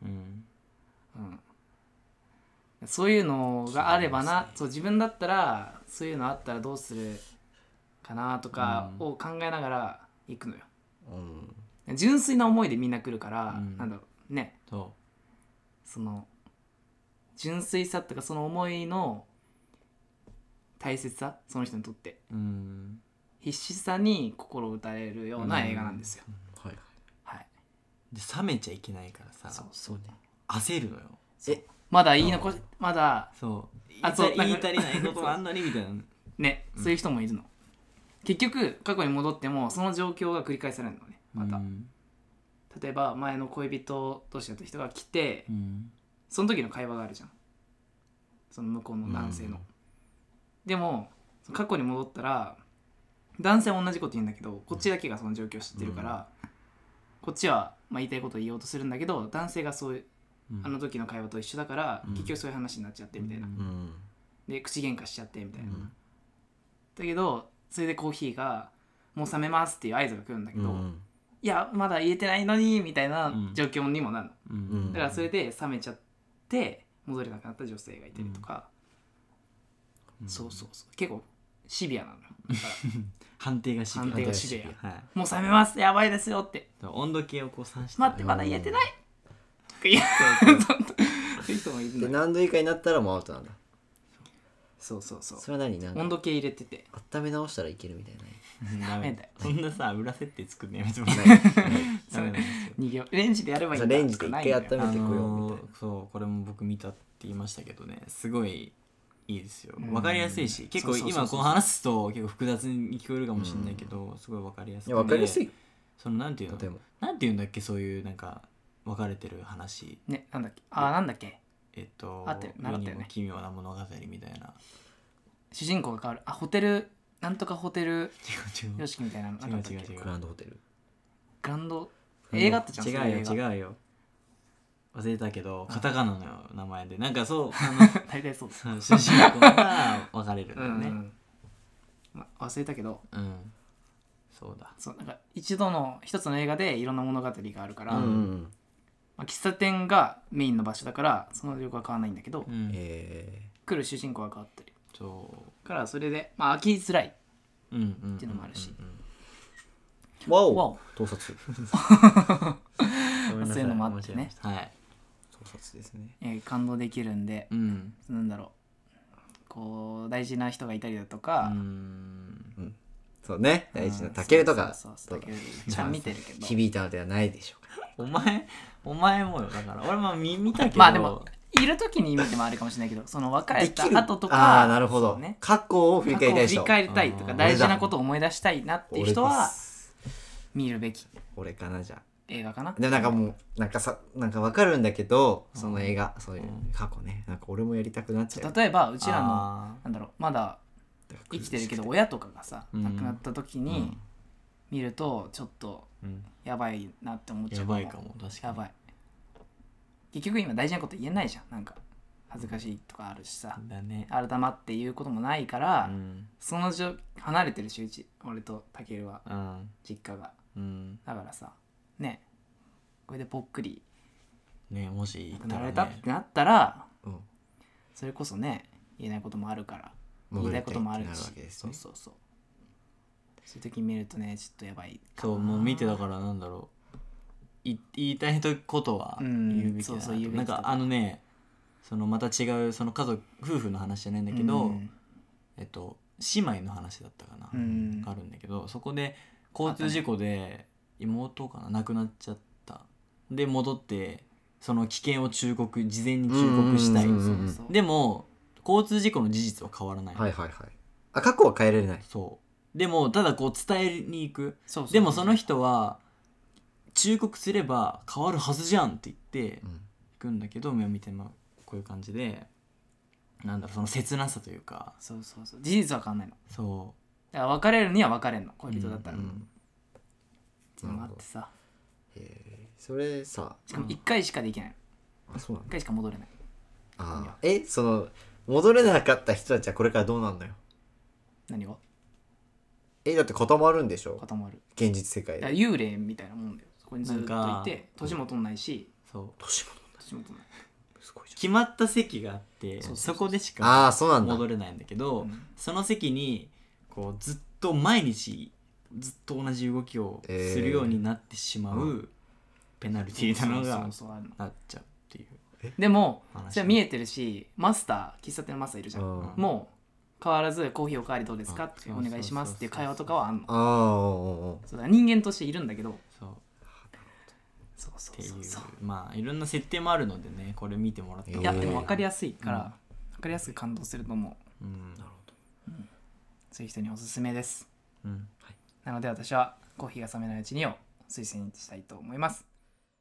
そういうのがあればな、そう自分だったらそういうのあったらどうするかなとかを考えながら行くのよ。純粋な思いでみんな来るから、なんだろうね、その純粋さとかその思いの大切さ、その人にとって、必死さに心を打たれるような映画なんですよ。
で冷めちゃいけないからさ、焦るのよ。
まだ言い残し、まだ
言い足りないことがあんのにみたいな
ね、そういう人もいるの。結局過去に戻ってもその状況が繰り返されるのね、また。例えば前の恋人同士だった人が来て、その時の会話があるじゃん、その向こうの男性の。でも過去に戻ったら男性は同じこと言うんだけど、こっちだけがその状況を知ってるから、こっちはまあ言いたいことを言おうとするんだけど、男性がそういうあの時の会話と一緒だから、結局そういう話になっちゃってみたいな、で口喧嘩しちゃってみたいな、だけどそれでコーヒーがもう冷めますっていう合図が来るんだけど、いやまだ言えてないのにみたいな状況にもなるの、だからそれで冷めちゃって戻れなくなった女性がいたりとか、そう結構シビアなのよ。だから
判定がシビ
ア、もう冷めますやばいですよって、
温度計をこう算して、
待ってまだ言えてないそういう人もいるんだ。
で何度以下になったらもうアウトなんだ。
そう
それは何
温度計入れてて
温め直したらいけるみたいな。
ダメだよ、
そんなさ裏設定作るのやめてもらえ
レンジでやればいいんだ。
レンジで一回温めてこようみたいな。
そうこれも僕見たって言いましたけどね、すごいいいですよ。分かりやすいし、結構今こう話すと結構複雑に聞こえるかもしれないけど、すごい分かりやすくて、
分かりやすい。
そのなんていうの、なんていうんだっけ、そういうなんか別れてる話
ね、なんだっけ、なんだっけ、
あって世にも奇妙な物語みたいな、
主人公が変わる、ホテルなんとかホテル様式みたいなの。
違う
グランドホテル、
グランド映画ってじゃん。
違うよ忘れたけど、カタカナの名前でなんかそう
大体そう
主人公が別れるんだよね。
忘れたけど、
そうだ、
そうなんか一つの映画でいろんな物語があるから、まあ、喫茶店がメインの場所だからその旅行は変わらないんだけど、来る主人公が変わったり、そうからそれで、まあ、飽きづらいっていうのもあるし、
わお盗撮
そういうのもあってね、
盗撮ですね、
感動できるんで、なんだろう、こう大事な人がいたりだとか、
そうね、大事なタケルとか
ちゃん見てるけど
響いたのではないでしょう
か。お前もよ、だから俺も見たけど、
まあでもいる時に見てもあるかもしれないけど、その別れた後とか、
なるほど、過去を振り返りたい人、
振り返りたいとか大事なことを思い出したいなっていう人は見るべき
俺かな、じゃあ
映画かな。
でなんかもうなんか分かるんだけど、その映画、そういう過去ね、なんか俺もやりたくなっちゃう。
例えばうちらのなんだろう、まだ生きてるけど親とかがさ亡くなった時に見るとちょっとやばいなって思っちゃう。
やばいかも、確かに
やばい。結局今大事なこと言えないじゃん、なんか恥ずかしいとかあるしさ、改まって言うこともないから、その離れてるし、うち俺とたけるは、実家が、だからさね、これでぽっくり
ね、もし
亡くなられたってなったら、それこそね言えないこともあるから、言いたいこともあるし、そういう時見るとねちょっとやばいかな。
そう、もう見てだからなんだろう、言いたいことは言うべきだな。なんかそのまた違うその夫婦の話じゃないんだけど、姉妹の話だったかな、があるんだけど、そこで交通事故で妹かな亡くなっちゃった。で戻ってその危険を事前に忠告したい。でも交通事故の事実は変わらない。
過去は変えられない。
そうでもただこう伝えに行く。でもその人は忠告すれば変わるはずじゃんって言って行くんだけど、目を見てもこういう感じで、なんだろう、その切なさというか、
そう事実は変わんないの。
そう
だから別れるには別れるの、恋人だったら。っていうのもあってさ、
それさ、
しかも1回しかできない。
そうなんだ。
1回しか戻れない。
その戻れなかった人たちはこれからどうなんのよ。
何が？
だって固まるんでしょ。
固まる。
現実世界で。
幽霊みたいなもんだよ。そこにずっといて、年も取んないし。
年も取んない。
すごいじゃん。決まった席があって、そこでしか戻れないんだけど、その席にこうずっと毎日ずっと同じ動きをするようになってしまうペナルティーなのがなっちゃうっていう。
でもそれは見えてるし、喫茶店のマスターいるじゃん、もう変わらずコーヒーおかわりどうですかってお願いしますっていう会話とかはあんの。そうだ、人間としているんだけど、そう
っていう、まあいろんな設定もあるのでね、これ見てもらったら、
いやでも分かりやすいから、分かりやすく感動すると思う。
なるほど。
そういう人におすすめです。なので私はコーヒーが冷めないうちにを推薦したいと思います。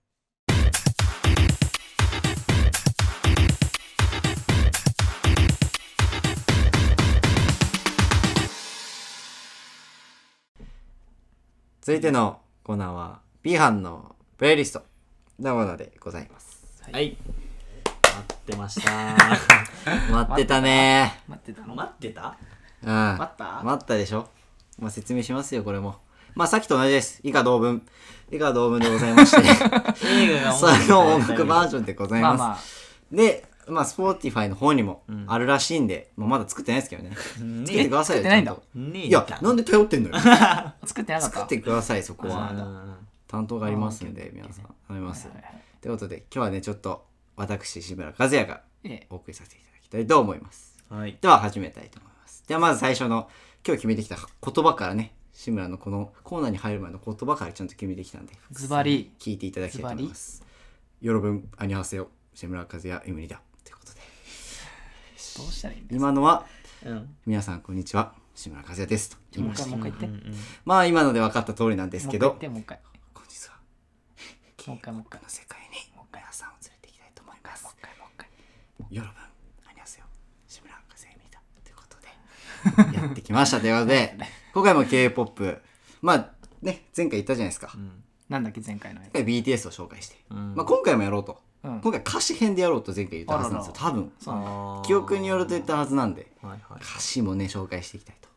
続いてのコーナーは B 班のプレイリストのものでございます。
はい、待ってました
待ってたね。
待ってた
待ったでしょ。まあ説明しますよ、これも。まあさっきと同じです。以下同文でございまして映画がその音楽バージョンでございます。でまあ Spotify の方にもあるらしいんで、まだ作ってないですけどね。作ってくださいよ。
作ってないんだ。
いや、なんで頼ってんのよ。
作ってなかった。
作ってください、そこは。担当がありますんで、皆さん頼みます。ということで今日はね、ちょっと私志村和也がお送りさせていただきたいと思います。では始めたいと思います。ではまず最初の今日決めてきた言葉からね、志村のこのコーナーに入る前の言葉からちゃんと決めてきたんで、
ズバリ
聞いていただきたいと思います。よろぶん、アニハセヨ、志村和也、イムニだということで、
どうしたらいいんですか。
今のは、皆さんこんにちは、志村和也ですと言いました。
もう一回言って。
まあ今ので分かった通りなんですけど、
もう一回。
本日は
もう一回
の世界に皆さんを連れて行きたいと思います。もう一回。よろぶん、アニハセヨ、志村和也、イムニだということでやってきましたということで、今回も K-POP、まあね、前回言ったじゃないですか。
なんだっけ、前回のやつ。
BTS を紹介して、まあ今回もやろうと。今回歌詞編でやろうと前回言ったはずなんですよ。多分記憶によると言ったはずなんで、歌詞もね紹介していきたいと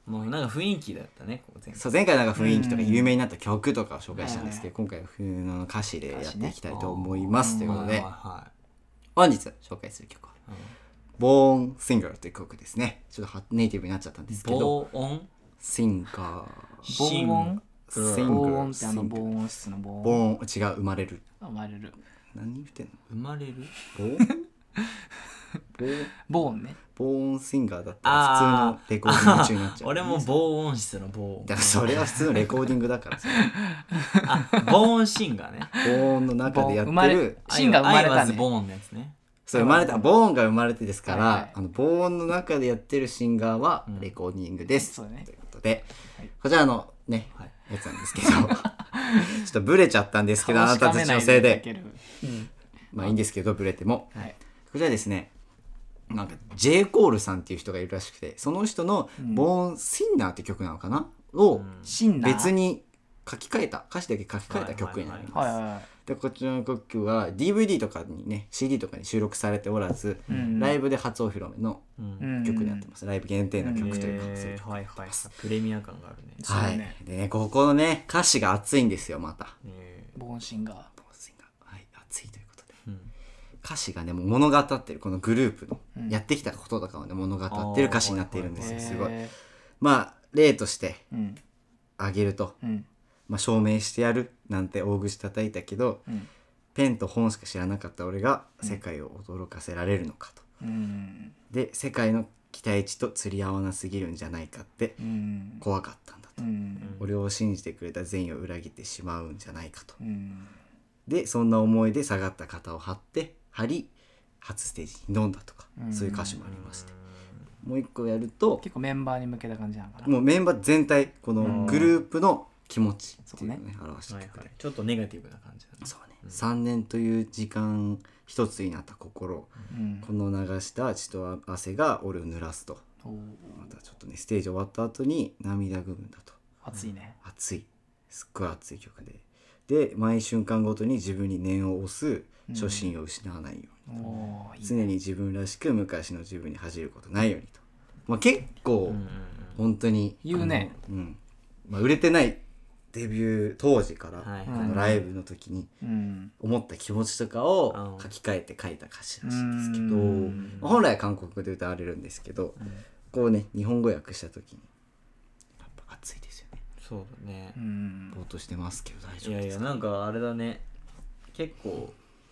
もうなんか雰囲気だったね
前回なんか雰囲気とか有名になった曲とかを紹介したんですけど、今回は冬の歌詞でやっていきたいと思います、ということで、本日紹介する曲はBorn Singer という曲ですね。ちょっとネイティブになっちゃったんですけど、Born Singer、
防音って防音室の防
音。違う、生まれる。何言ってんの？
生まれる？
防音ね。
防音シンガーだったら普通のレコーディング中になっちゃう。
俺も防音室の防音。
だからそれは普通のレコーディングだからさ。
防音シンガーね。
防音の中でやってる
シンガー生まれたね。
防音のやつね。
そう生まれた、防音が生まれてですから、防音の中でやってるシンガーはレコーディングです。ということで、こちらのね、やつなんですけど、ちょっとブレちゃったんですけど、あなたたちのせいで。まあいいんですけど、ブレても。こちらですね、なんか J. コールさんっていう人がいるらしくて、その人の「Born Sinner」って曲なのかなを別に書き換えた、歌詞だけ書き換えた曲になります。でこちらの曲は DVD とかにね CD とかに収録されておらず、ライブで初お披露目の曲になってます。ライブ限定の曲というか、そういう曲になってます。
プレミア感があるね。
はい。でね、ここのね歌詞が熱いんですよ。また
ボーンシンガー、
はい、熱いということで、歌詞がねもう物語ってる、このグループのやってきたこととかをね物語ってる歌詞になっているんですよ。すごい。まあ例として挙げると、まあ、証明してやるなんて大口叩いたけど、ペンと本しか知らなかった俺が世界を驚かせられるのかと、で世界の期待値と釣り合わなすぎるんじゃないかって怖かったんだと、俺を信じてくれた善意を裏切ってしまうんじゃないかと、でそんな思いで下がった肩を張り初ステージに挑んだとか、そういう歌詞もありまして、もう一個やると
結構メンバーに向けた感じなのかな。
もうメンバー全体、このグループの気持ちっていうのをね表してくれる、
ちょっとネガティブな感じだね。
そうね、3年という時間一つになった心、この流した血と汗が俺を濡らすと、またちょっとねステージ終わった後に涙ぐむんだと。
熱いね。
熱い、すっごい熱い曲で毎瞬間ごとに自分に念を押す、初心を失わないように、常に自分らしく昔の自分に恥じることないようにと、まあ、結構本当に
言うね。
まあ、売れてないデビュー当時から、このライブの時に思った気持ちとかを書き換えて書いた歌詞らしいんですけど、まあ、本来は韓国語で歌われるんですけど、こうね日本語訳した時にやっぱ熱いですよね。
そうだね。
ぼーっとしてますけど大丈夫ですか？
いやなんかあれだね、結構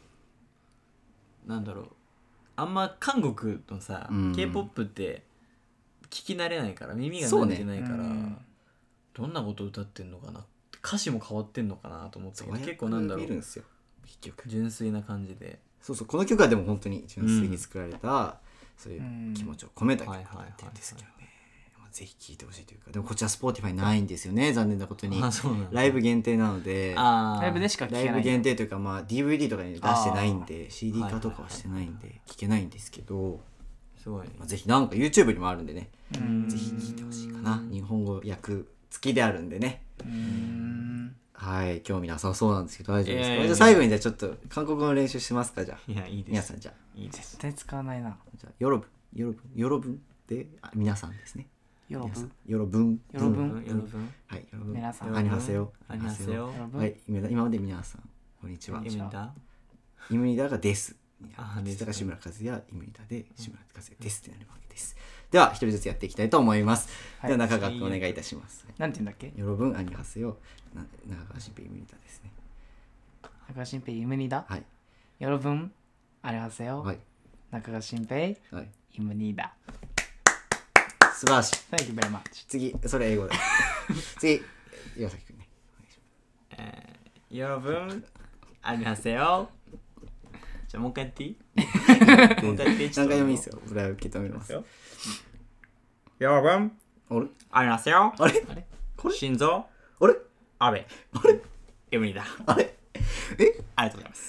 なんだろう、あんま韓国のさ、K-POP って聞き慣れないから、耳が慣れてないから、どんなこと歌ってんのかな、歌詞も変わってんのかなと思ったけど、結構なんだろう、純粋な感じで、
そうこの曲はでも本当に純粋に作られた、そういう気持ちを込めた曲になってるんですけどね、ぜひ聴いてほしいというか、でもこちら Spotify ないんですよね、残念なことに。ライブ限定なので、
ライブでしか聴けない。
ライブ限定というか、まあ DVD とかに出してないんで、CD 化とかはしてないんで聴けないんですけど、
すごい、
ぜひなんか YouTube にもあるんでね、ぜひ聴いてほしいかな。日本語訳付きであるんでね。はい、興味なさそうなんですけど大丈夫ですか？じゃあ最後にじゃあちょっと韓国語の練習しますか？じゃあ。
いや、いいです。
皆さんじゃあ。
いいです。
絶対使わないな。
じゃあヨロブンで皆さんですね。
ヨ
ロブン。
はい、皆さん。
アニハセヨ。
は
い、今まで皆さんこんにちは。イムニダがです。実が志村和也、イムニダで志村和也ですってなるわけです。では一人ずつやっていきたいと思います。では中川君お願いいたします。
なんて言うんだっけ？
ヨロブンアニハセヨ、中川新平イムニダですね。
中川新平イムニダ。はい。ヨロブンアニハセヨ。はい。中川新平イムニダ。
素晴らしい。
Thank you very much。
次、それ英語だ。次、岩崎くんね。
ヨロブン、ありますよ。じゃあもう一回やっていい？
何回でもいいですよ。それは受け止めます。
ヨロブン、ありますよ。
あれ
これ心臓、
あれ
安倍、
あれ
エムリだ。
あれ
ありがとうございます。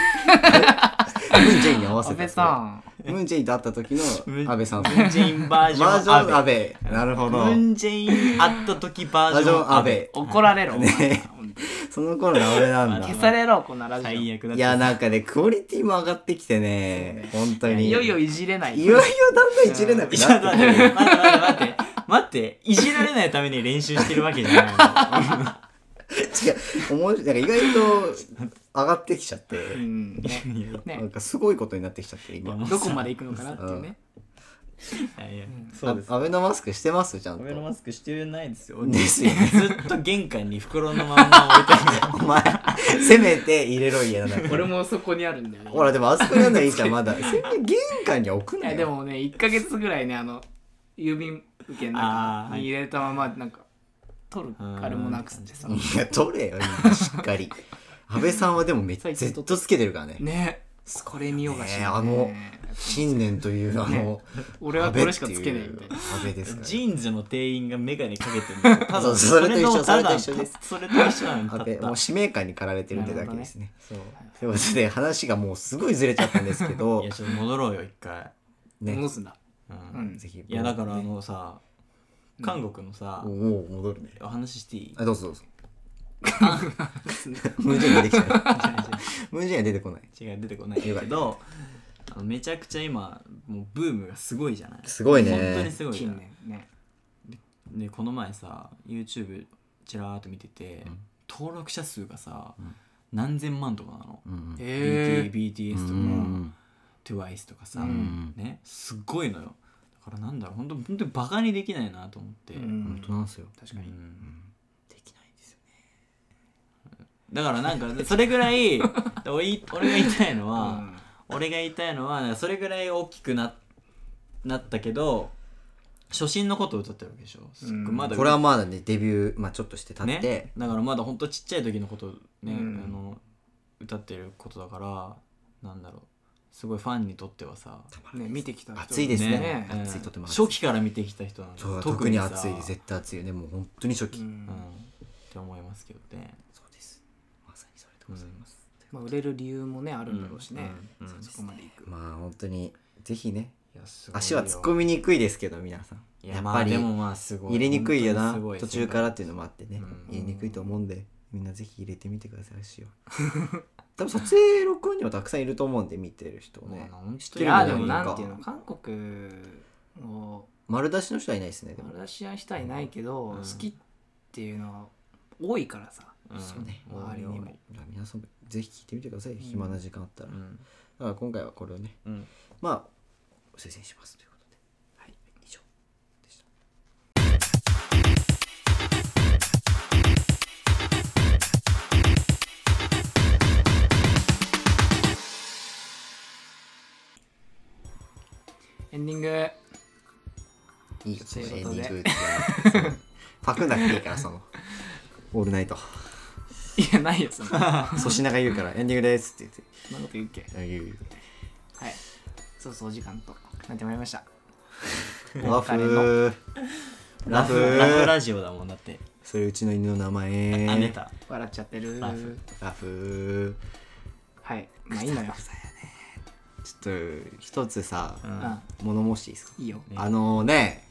ムンジェインに合わせた。
安倍さん。
ムンジェインと会った時の安倍さん。
ムンジェインバージョン
安倍。なるほど。
ムンジェイン会った時バージョン安倍。
怒られろ。
ね。その頃の俺なんだ。
消されろ、こんなラジオ。
最悪だった。
いや、なんかね、クオリティも上がってきてね、本当に。
いよいよいじれない。
いよいよだんだんいじれなくなって。
待って。 待っていじられないために練習してるわけじゃない
違う面白い。なんか意外と上がってきちゃって、なんかすごいことになってきちゃって今
どこまで行くのかなっていうね。
そうです。アベノマスクしてますちゃんと。
アベノマスクしてないですよ。
ですよね。
ずっと玄関に袋のまんま置いてある。
お前せめて入れろ家の中。
俺もそこにあるんだよね。
ほらでもあそこにあるのはいいじゃんまだ。せめて玄関に置くなよ。
でもね1ヶ月ぐらいね郵便受けの中に入れたままなんか取るあれもなくってさ。
いや取れよ今しっかり。安倍さんはでもめっちゃずっとつけてるからね。
ね。これ見ようがしない。
新年という
俺はこれしかつけないみたいな。
安倍ですから。
ジーンズの店員がメガネかけてるんですよ。
それと一緒です。
それと一緒なんだ。
安倍もう使命感に駆られてるってだけですね。そう。ということで話がもうすごいずれちゃったんですけど。
いやちょっと戻ろうよ一回。
ね。戻すんだ。
ぜひ。
いやだからさ韓国のさ。
おお戻るね。
話していい？
どうぞどうぞ。無人が出てきちゃう。無人は出てこない。
違う出てこないけどめちゃくちゃ今もうブームがすごいじゃない。
すごいね。
本当にすごい
近年ね。
でこの前さ YouTube ちらーっと見てて登録者数がさ何千万とかなの。BTS とか TWICE とかさねすっごいのよ。だからなんだろう本当にバカにできないなと思って。
本当なんですよ。
確かに。
だからなんかそれぐらい俺が言いたいのはそれぐらい大きくなったけど初心のことを歌ってるわけでしょ。
まだこれはまだねデビューちょっとして経って、
だからまだほんとちっちゃい時のことね歌ってることだからなんだろうすごいファンにとってはさ
見てきた人
熱いですね。熱いとても
初期から見てきた人なんで
特に熱い絶対熱いよねもう本当に初期
って思いますけどね。
ございます。
売れる理由もねあるんだろうしね。そこまでいく。
まあ本当にぜひね足は突っ込みにくいですけど皆さんやっぱり入れにくいよな途中からっていうのもあってね入れにくいと思うんでみんなぜひ入れてみてください足を。多分撮影録音にはたくさんいると思うんで見てる人ね。
知ってるんでもなんていうの韓国を
丸出しの人はいないですね。
丸出しは人はいないけど好きっていうのは多いからさ。
そうね周りにも皆さんぜひ聞いてみてください暇な時間あったら。だから今回はこれをねまあ推薦しますということではい以上でした。
エンディング
いいよそのエンディングってパクんなくていいからそのオールナイト
いやないよそんな
粗品が言うからエンディングですって言って
そんなこと言うっけ。
言う
はいそうそうお時間となってまいりました。
ラフ
ラジオだもんだって
それうちの犬の名前
出た
笑っちゃってる
ラフ
はいまあいいのよ。
ちょっと一つさ物申していいですか。
いいよ。
ね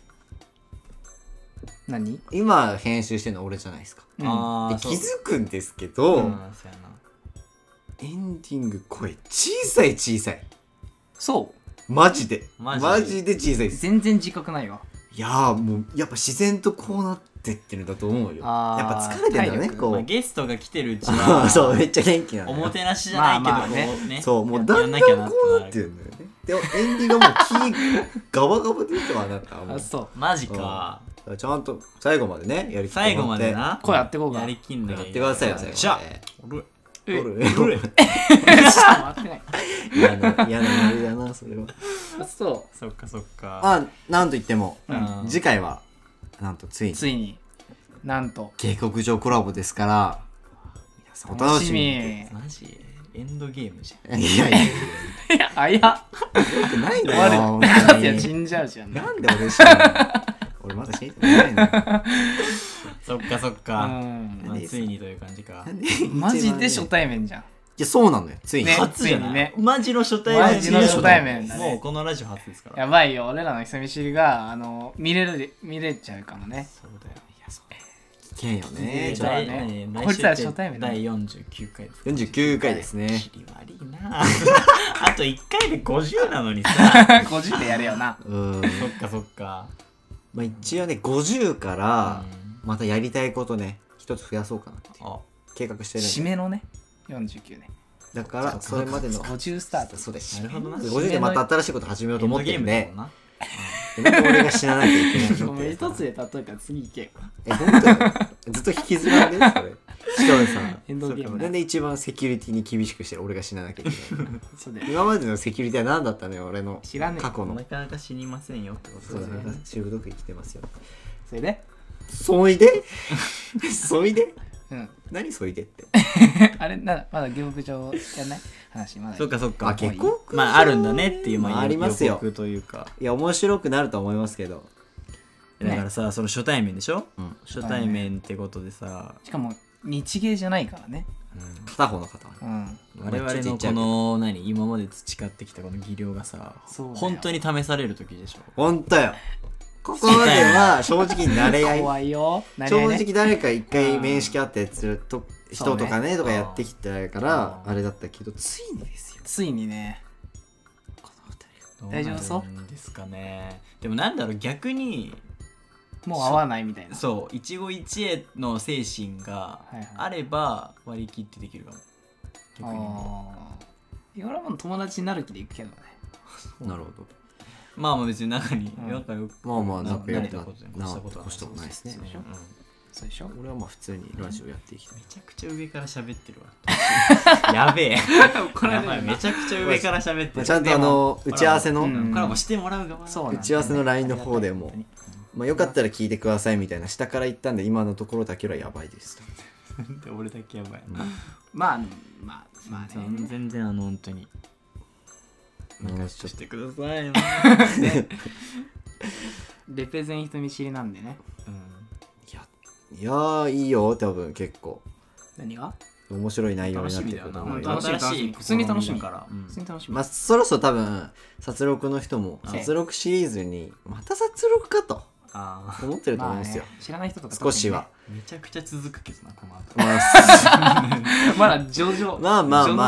何
今編集してるの俺じゃないですか。気づくんですけどエンディング声小さい
そう
マジで小さいです。
全然自覚ないわ。
いやーもうやっぱ自然とこうなってってるんだと思うよ。やっぱ疲れてるんだねこう
ゲストが来てるうちは
そうめっちゃ元気なの
おもてなしじゃないけどね
そうもうだんだんこうなってるんだよね。でもエンディングがもうガバガバで言ってはあなたもう
そう
マジか
ちゃんと最後までねやりきって
最後までな
声やってこうか
やりきんだ
やってくださいよ最後まで。
おる
ちょっと待ってない
嫌なノリだなそれは。
そう
そっか
なんといっても次回はなんとついに
なんと
下克上コラボですから皆さんお楽しみに。
マジエンドゲームじゃん。
いや
あやよ
くないんだよ。
いや死んじゃうじゃん。
なんで俺死ぬの。俺まだ死んでないの。
そっかついにという感じか。
マジで初対面じゃん。
いやそうなのよついに
初じゃないマジの初対面もうこのラジオ初ですから
やばいよ俺らの人見知りが見れちゃうかもね。
そうだよ。
危険よね。
こいつら初対面
第49回です
49回ですね。
切り悪いなあと1回で50なのにさ
50でやれよな。
そっか
まあ一応ね50からまたやりたいことね一つ増やそうかなって計画してるんで、
締めのね49年
だからそれまでの
50スタート。
そうです。
なるほどな。
50でまた新しいこと始めようと思ってるんで、
で
も俺が死ななきゃいけない
ごめん一つで例えたら次行けよ。
本当よずっと引きずらんでそれ。しかもさ、
エンドゲーム
なんで一番セキュリティに厳しくしてる俺が死ななきゃいけない今までのセキュリティは何だったのよ俺の過去の。
なかなか死にませんよってこと
そうだね。中毒生きてますよ。
それで
そいでそいで何そいでって
あれまだ下克上やんない話まだ。
そっかそっか。
結構
まああるんだねっていう
ありますよ
予告というか。
いや面白くなると思いますけど。
だからさその初対面でしょ。初対面ってことでさ。
しかも日芸じゃないからね。
片方の方
は。我々のこの今まで培ってきたこの技量がさ本当に試される時でしょ。
本当よ。ここまでは正直に慣れ合い。
怖いよ。
正直誰か一回面識あったやつと人とかねとかやってきてからあれだったけどついにですよ。
ついにね。
この
二人大丈夫そう
ですかね。でもなんだろう逆に
もう合わないみたいな。
そう一期一会の精神があれば割り切ってできるかも。
逆に俺はもう友達になる気で行くけどね。
なるほど。
まあ別に中に仲良く
まあ仲良く
なったことは
越したことないですね。
そうでしょ。
俺はまあ普通にラジオやっていきたい。
めちゃくちゃ上から喋ってるわ。やべえ。めちゃくちゃ上から喋ってる。
ちゃんと打ち合わせの
コラボしてもらう側
打ち合わせの LINE の方でもまあよかったら聞いてくださいみたいな下から言ったんで今のところだけはやばいです。
俺だけやばい。
まあね。
全然本当に。任せてください。
レペゼン人見知りなんでね。
いやいいよ多分結構。
何が？
面白い内容になってると思う。
楽しい。普通に楽しみから。
まあそろそろ多分殺戮の人も殺戮シリーズにまた殺戮かと思ってると思うんですよ。
知らない人とか
少しは。
めちゃくちゃ続くけどなこの後。
まだ上々。
まあ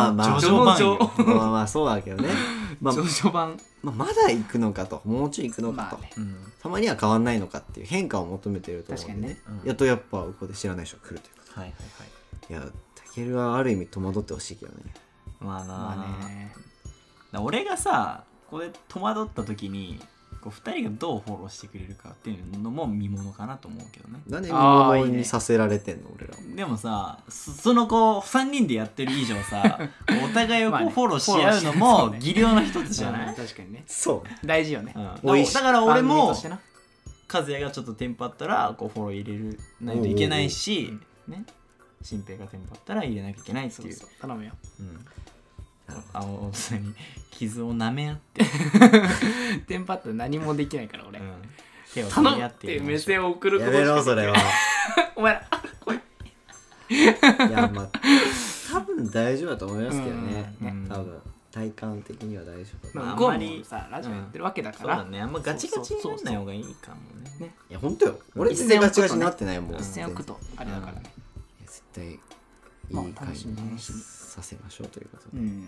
そうだけどね。
上々版。
まだ行くのかともうちょい行くのかとたまには変わんないのかっていう変化を求めてると思うんでね。やっとやっぱここで知らない人が来るということ。いやタケルはある意味戸惑ってほしいけどね。
まあ俺がさここで戸惑った時に2人がどうフォローしてくれるかっていうのも見ものかなと思うけどね。
なんで見ものにさせられてんの俺ら。
でもさその3人でやってる以上さお互いをフォローし合うのも技量の一つじゃない。
確かにね。
そう
大事よね。
だから俺も和也がちょっとテンパったらフォロー入れるないといけないしね。新平がテンパったら入れなきゃいけないっていう。
頼むよ。
普通に傷を舐め合って
テンパって何もできないから俺。
手を
頼むって目線を送る
ことやめろそれは。
お前ら来い。
いやまあ多分大丈夫だと思いますけどね。多分体感的には大丈夫。
あんまりさラジオやってるわけだから。
そうだね。あんまガチガチにならない方がいいかもね。
いや本当よ。俺全然ガチガチになってないもん。
一線置くとあれだからね。
絶対いい感じにさせましょうということで。
そうだね。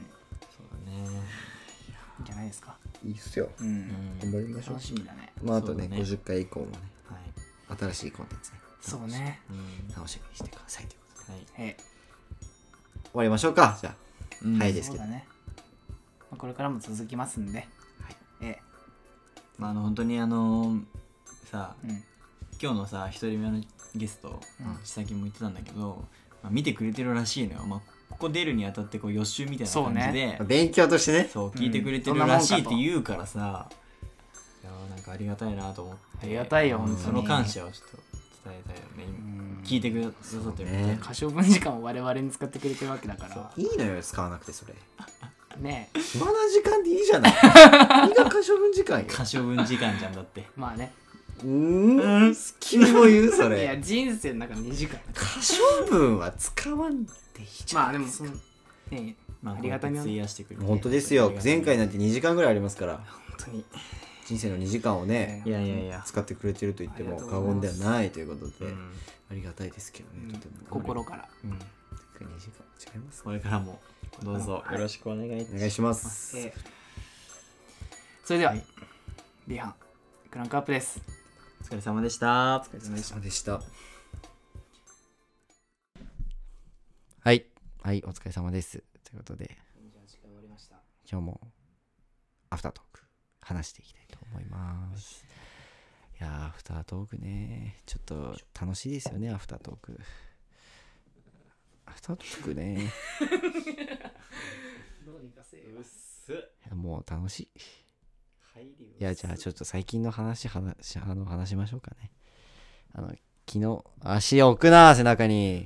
いいんじゃないですか。
いいっすよ。頑張りましょう。
楽しみだね。
まああとね50回以降もね新しいコンテンツね。
そうね。
楽しみにしてくださいということで。
終
わりましょうか。じゃあ早いですけど。
これからも続きますんで。
まあ本当にさ今日のさ1人目のゲスト千咲も言ってたんだけど見てくれてるらしいのよ。ここ出るにあたって予習みたいな感じで
勉強としてね
聞いてくれてるらしいって言うからさなんかありがたいなと思って。
ありがたいよ。
その感謝をちょっと伝えたいよね。聞いてくださってる
ね。可処分時間を我々に使ってくれてるわけだから。
いいのよ使わなくてそれ。
ね
暇な時間でいいじゃない。何が可処分時間よ。
可処分時間じゃんだって。
まあね。
君も言うそれ。
いや人生の中の2時間。
可処分は使わんでいいじゃん。
まあでもそのねありがたい
費やしてくれる。
本当ですよ。前回なんて2時間ぐらいありますから。
本当に
人生の2時間をね使ってくれてると言っても過言ではないということでありがたいですけどね。とても
心から。
2時間違います。
これからもどうぞよろしくお願い
します。
それでは B 班クランクアップです。
お疲れ様でした。
お疲れ様でした。はいはい、お疲れ様です。ということで、今日もアフタートーク話していきたいと思います。いや、アフタートークね、ちょっと楽しいですよね。アフタートークね
どうにかせよ。
いや、もう楽しい。いや、じゃあちょっと最近の話しましょうかね。昨日足置くな、背中に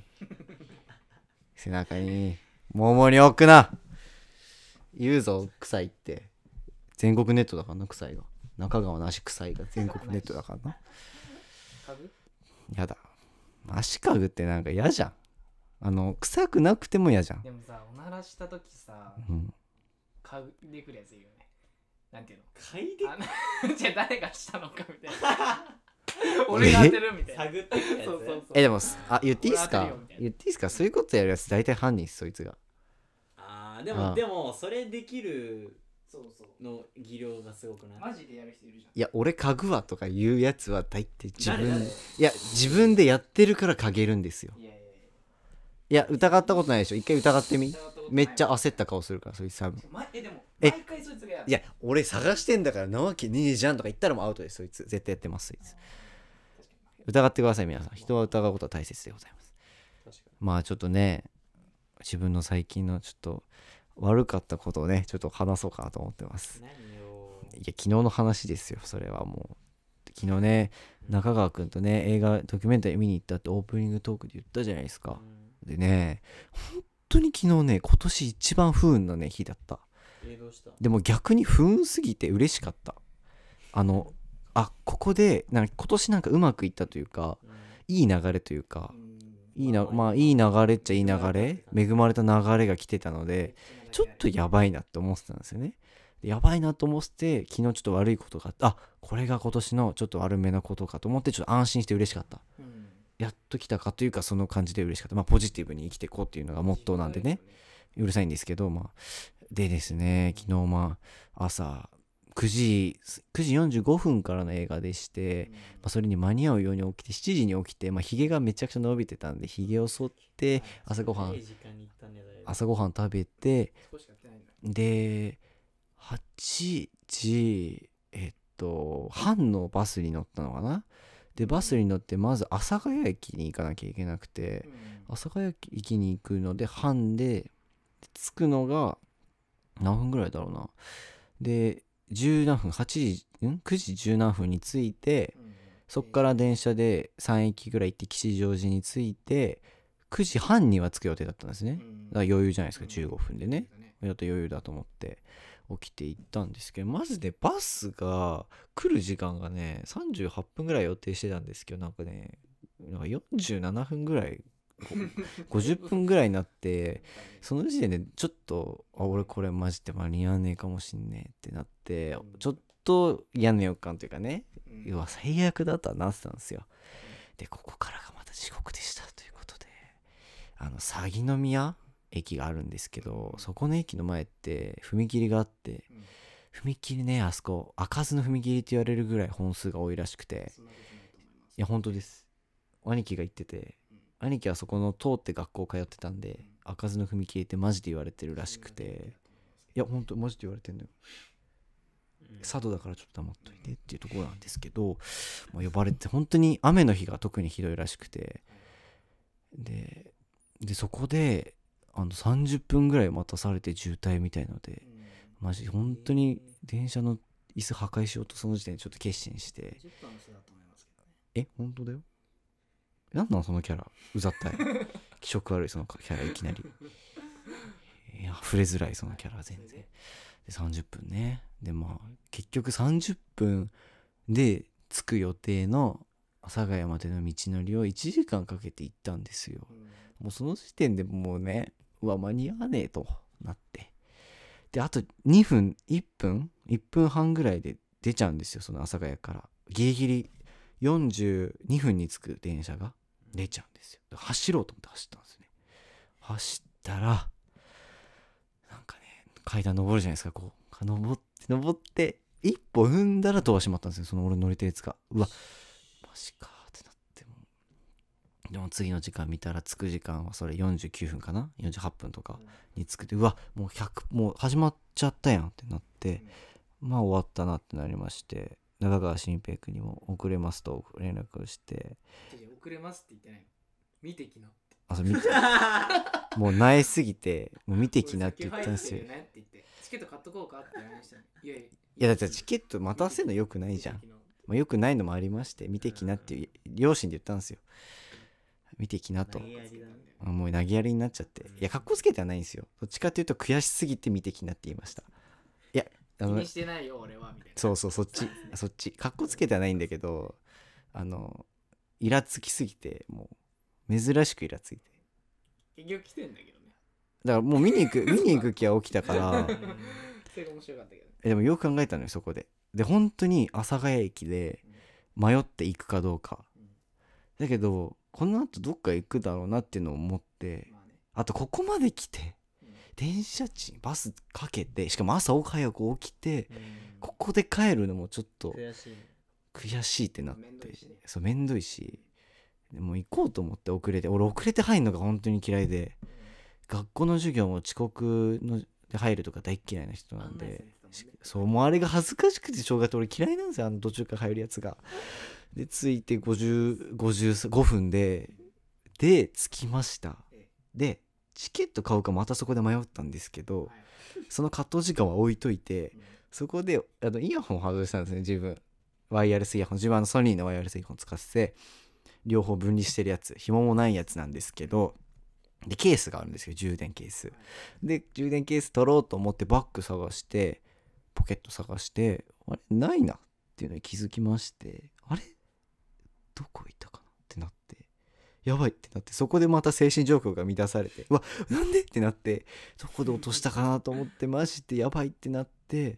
桃に置くな、言うぞ、臭いって。全国ネットだからな、臭いが。中川の足臭いが全国ネットだからな。やだ、足かぐってなんか嫌じゃん。臭くなくても嫌じゃん。
でもさ、おならした時さ、嗅いでくるやついるよね。なんていうの、
嗅いで
じゃあ誰がしたのかみたいな俺が当てるみたいな。
探ってくるやつ。
そう
でも言っていいっすか、そういうことやるやつ大体犯人っす、そいつが。
でもそれできるの技量がすごくない？
マジでやる人いるじゃん。
いや、俺嗅ぐわとか言うやつは大体自分でやってるから嗅げるんですよ。いや、疑ったことないでしょ。一回疑ってみ。めっちゃ焦った顔するから、そいつ多分。
でも毎回そいつがやる。
いや、俺探してんだからなわけねえじゃんとか言ったらもうアウトです。そいつ絶対やってます。そいつ疑ってください、皆さん。人は疑うことは大切でございます。まあちょっとね、自分の最近のちょっと悪かったことをね、ちょっと話そうかなと思ってます。いや、昨日の話ですよ。それはもう昨日ね、中川くんとね、映画ドキュメンタリー見に行ったってオープニングトークで言ったじゃないですか。でね、本当に昨日ね、今年一番不運なね日だった。でも逆に不運すぎて嬉しかった。ここでなんか今年なんかうまくいったというか、いい流れというか、いい流れっちゃいい流れ、恵まれた流れが来てたので、ちょっとやばいなって思ってたんですよね。やばいなと思ってて、昨日ちょっと悪いことがあって、これが今年のちょっと悪めなことかと思って、ちょっと安心して嬉しかった。やっと来たかというか、その感じで嬉しかった。ポジティブに生きていこうっていうのがモットーなんでね、うるさいんですけど、でですね、昨日朝9時45分からの映画でして、それに間に合うように起きて、7時に起きて、ひげがめちゃくちゃ伸びてたんで、ひげを剃って朝ごはん食べて、で8時半のバスに乗ったのかな。でバスに乗ってまず阿佐ヶ谷駅に行かなきゃいけなくて、阿佐ヶ谷駅に行くので半で着くのが何分ぐらいだろうな。で10何分9時10何分に着いて、そっから電車で3駅ぐらい行って吉祥寺に着いて9時半には着く予定だったんですね。だから余裕じゃないですか、15分でね。やっと余裕だと思って起きて行ったんですけど、まずね、バスが来る時間がね38分ぐらい予定してたんですけど、なんか47分ぐらい50分ぐらいになって、その時点でちょっと俺これマジで間に合わねえかもしんねえってなって、ちょっと嫌な予感というかね、うわ最悪だとはなってたんですよ。でここからがまた地獄でしたということで、鷺宮駅があるんですけど、そこの駅の前って踏切があって、踏切ね、あそこ開かずの踏切って言われるぐらい本数が多いらしくて、いや本当です。兄貴が言ってて、兄貴はそこの通って学校通ってたんで、開かずの踏切ってマジで言われてるらしくて、いや本当マジで言われてんのよ。佐渡だからちょっと黙っといてっていうところなんですけど、呼ばれて、本当に雨の日が特にひどいらしくて、でそこで30分ぐらい待たされて渋滞みたいので、マジ本当に電車の椅子破壊しようとその時点でちょっと決心して、本当だよ。なんなんそのキャラ、うざったい気色悪いそのキャラ、いきなり触れづらいそのキャラ全然で、30分ね。で結局30分で着く予定の阿佐ヶ谷までの道のりを1時間かけて行ったんですよ。もうその時点でもうね、間に合わねえとなって、であと1分半ぐらいで出ちゃうんですよ、その阿佐ヶ谷から。ギリギリ42分に着く電車が出ちゃうんですよ。走ろうと思って走ったんですよね。走ったらなんかね、階段登るじゃないですか。こう登って一歩踏んだらドア閉まったんですよ、その俺乗りたやつが。 ジかってなっても、でも次の時間見たら着く時間はそれ49分かな、48分とかに着くて、うわもうもう始まっちゃったやんってなって、まあ終わったなってなりまして、中川新平君にも遅れますと連絡をして、
遅れますって言ってないの、見てきなって、
あ、そう見てもう慣れすぎてもう見てきなって言ったんですよ。
チケット買っとこうかって言われましたね。
いやだってチケット待たせるのよくないじゃん。まあ、よくないのもありまして、見てきなっていう両親で言ったんですよ。見てきなと。もう投げやりになっちゃって、いやかっこつけてはないんですよ。どっちかっていうと悔しすぎて見てきなって言いました。いや
気にしてないよ俺はみたいな。
そうそっちかっこつけてはないんだけど、イラつきすぎて、もう珍しくイラついて、
結局来てんだけどね。
だからもう見に行く気は起きたから
それが面白かったけど、
でもよく考えたのよそこで。で本当に阿佐ヶ谷駅で迷って行くかどうか、だけどこの後どっか行くだろうなっていうのを思って、あとここまで来て電車賃バスかけて、しかも朝早く起きて、ここで帰るのもちょっと悔しいってなって、そうめんどいし、でも行こうと思って俺遅れて入るのが本当に嫌いで、学校の授業も遅刻で入るとか大嫌いな人なんで、そうもうあれが恥ずかしくてしょうがって俺嫌いなんですよ、途中から入るやつが。で着いて55分で着きました。でチケット買うかまたそこで迷ったんですけど、その葛藤時間は置いといて、そこでイヤホンを外したんですね。自分ワイヤレスイヤホン、自分ソニーのワイヤレスイヤホン使ってて、両方分離してるやつ、紐もないやつなんですけど、でケースがあるんですよ、充電ケースで、充電ケース取ろうと思ってバッグ探して、ポケット探して、あれないなっていうのに気づきまして、あれどこ行ったかなってなって、やばいってなって、そこでまた精神状況が乱されて、うわなんでってなって、どこで落としたかなと思って、マジでやばいってなって、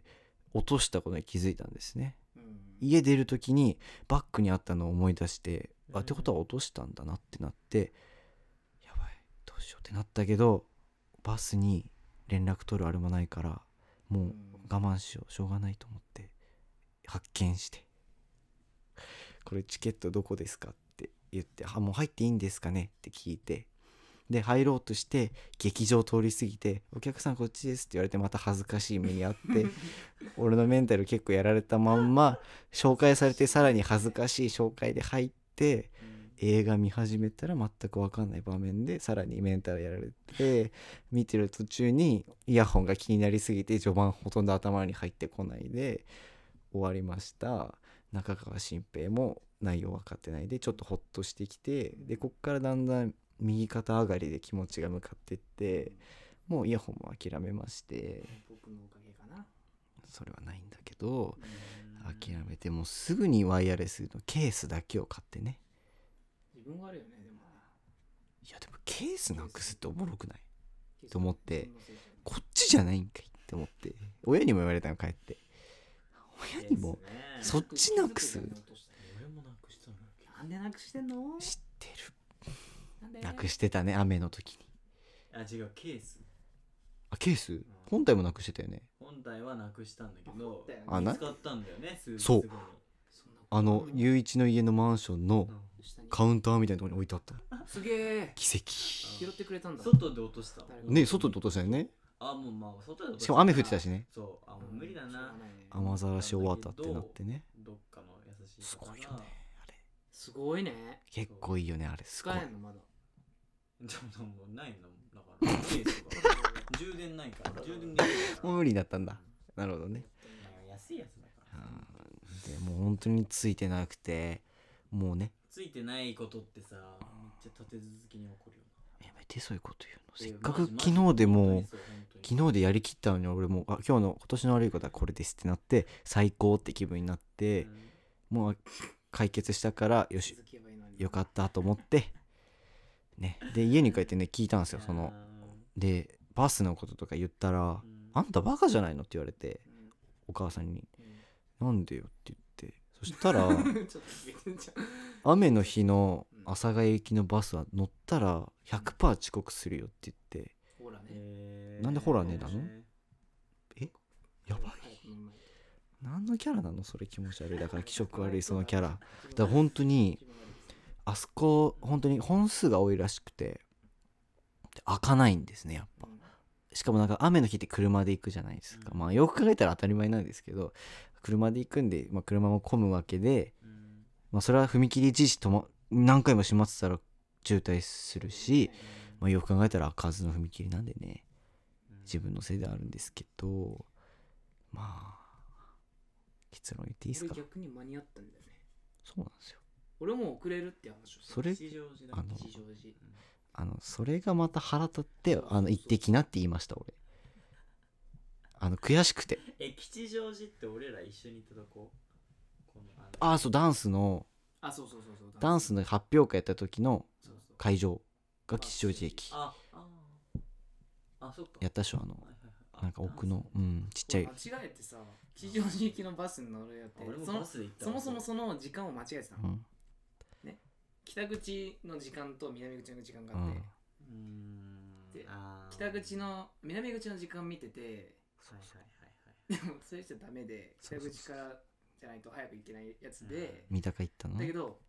落としたことに気づいたんですね。家出る時にバッグにあったのを思い出して、ってことは落としたんだなってなって、やばいどうしようってなったけど、バスに連絡取るあれもないから、もう我慢しよう、しょうがないと思って発見して、これチケットどこですかって言って、もう入っていいんですかねって聞いて、で入ろうとして劇場通り過ぎて、お客さんこっちですって言われて、また恥ずかしい目にあって俺のメンタル結構やられたまんま紹介されて、さらに恥ずかしい紹介で入って、映画見始めたら全く分かんない場面でさらにメンタルやられて、見てる途中にイヤホンが気になりすぎて序盤ほとんど頭に入ってこないで終わりました。中川新平も内容分かってないでちょっとホッとしてきて、でこっからだんだん右肩上がりで気持ちが向かってって、もうイヤホンも諦めまして、
僕のおかげかな、
それはないんだけど、諦めてもうすぐにワイヤレスのケースだけを買ってね。
自分があるよね。でも
いやでもケースなくすっておもろくないと思って、こっちじゃないんかいって思って、親にも言われたの、帰って親にもそっちなくす。
俺もなくしたの。
なんでなくしてんの？
知ってる。なくしてたね、雨の時に。
違う、ケース。
ケース、本体もなくしてたよね。
本体はなくしたんだけど、
見
つかったんだよね。
そう、雄一の家のマンションのカウンターみたいなところに置いてあった。
すげえ、
奇跡。
拾ってくれたんだ。
外で落とした
ね。外で落としたよね。
もうまあ外で落とした。
しかも雨降ってたしね。
そう、もう無理だな、
雨ざらし終わったってなってね。
どっかの優しい。
すごいよねあれ。
すごいね。
結構いいよねあれ。すごい。
使えんのまだ。
でもないのだからケースとか充電ないから充電できないから。
もう無理だったんだ。なるほどね。
安いやつだから。
でもう本当についてなくて、もうね。
ついてないことってさ、めっちゃ立て続けに起こるよな。
やめてそういうこと言うの。せっかく昨日でも昨日でやりきったのに、俺も今年の悪いことはこれですってなって最高って気分になって、もう解決したからよしよかったと思ってね。で家に帰ってね聞いたんですよ。でバスのこととか言ったら、あんたバカじゃないのって言われて、お母さんに、なんでよって言って、そしたら雨の日の阿佐ヶ谷行きのバスは乗ったら 100% 遅刻するよって言って、なんでほらねなの？やばい。 何のキャラなのそれ、気持ち悪い。だから気色悪いそのキャラだから本当にあそこ本当に本数が多いらしくて開かないんですねやっぱ。しかもなんか雨の日って車で行くじゃないですか、まあよく考えたら当たり前なんですけど、車で行くんで、まあ、車も混むわけで、まあ、それは踏切一時とも何回も閉まってたら渋滞するし、まあ、よく考えたら開かずの踏切なんでね、自分のせいであるんですけど、まあ結論言っていいですか。
俺逆に間に合ったんだよね。
そうなんですよ。
俺も遅れるって話をした。
それ
吉祥寺だ。吉祥寺。
それがまた腹立って行ってきなって言いました俺。悔しくて。
吉祥寺って俺ら一緒に行ったとこ。
そうダンスの
そう
ダンスの発表会やった時の会場が吉祥寺駅。
そっか。
やったでしょなんか奥のちっちゃい。
間違えてさ吉祥寺行きのバスに乗るやって、そもそもその時間を間違えてたの。ね。北口の時間と南口の時間があって、で北口の南口の時間見てて、でもそれじゃダメで北口からじゃないと早く行けないやつで
三鷹行ったの。
だけど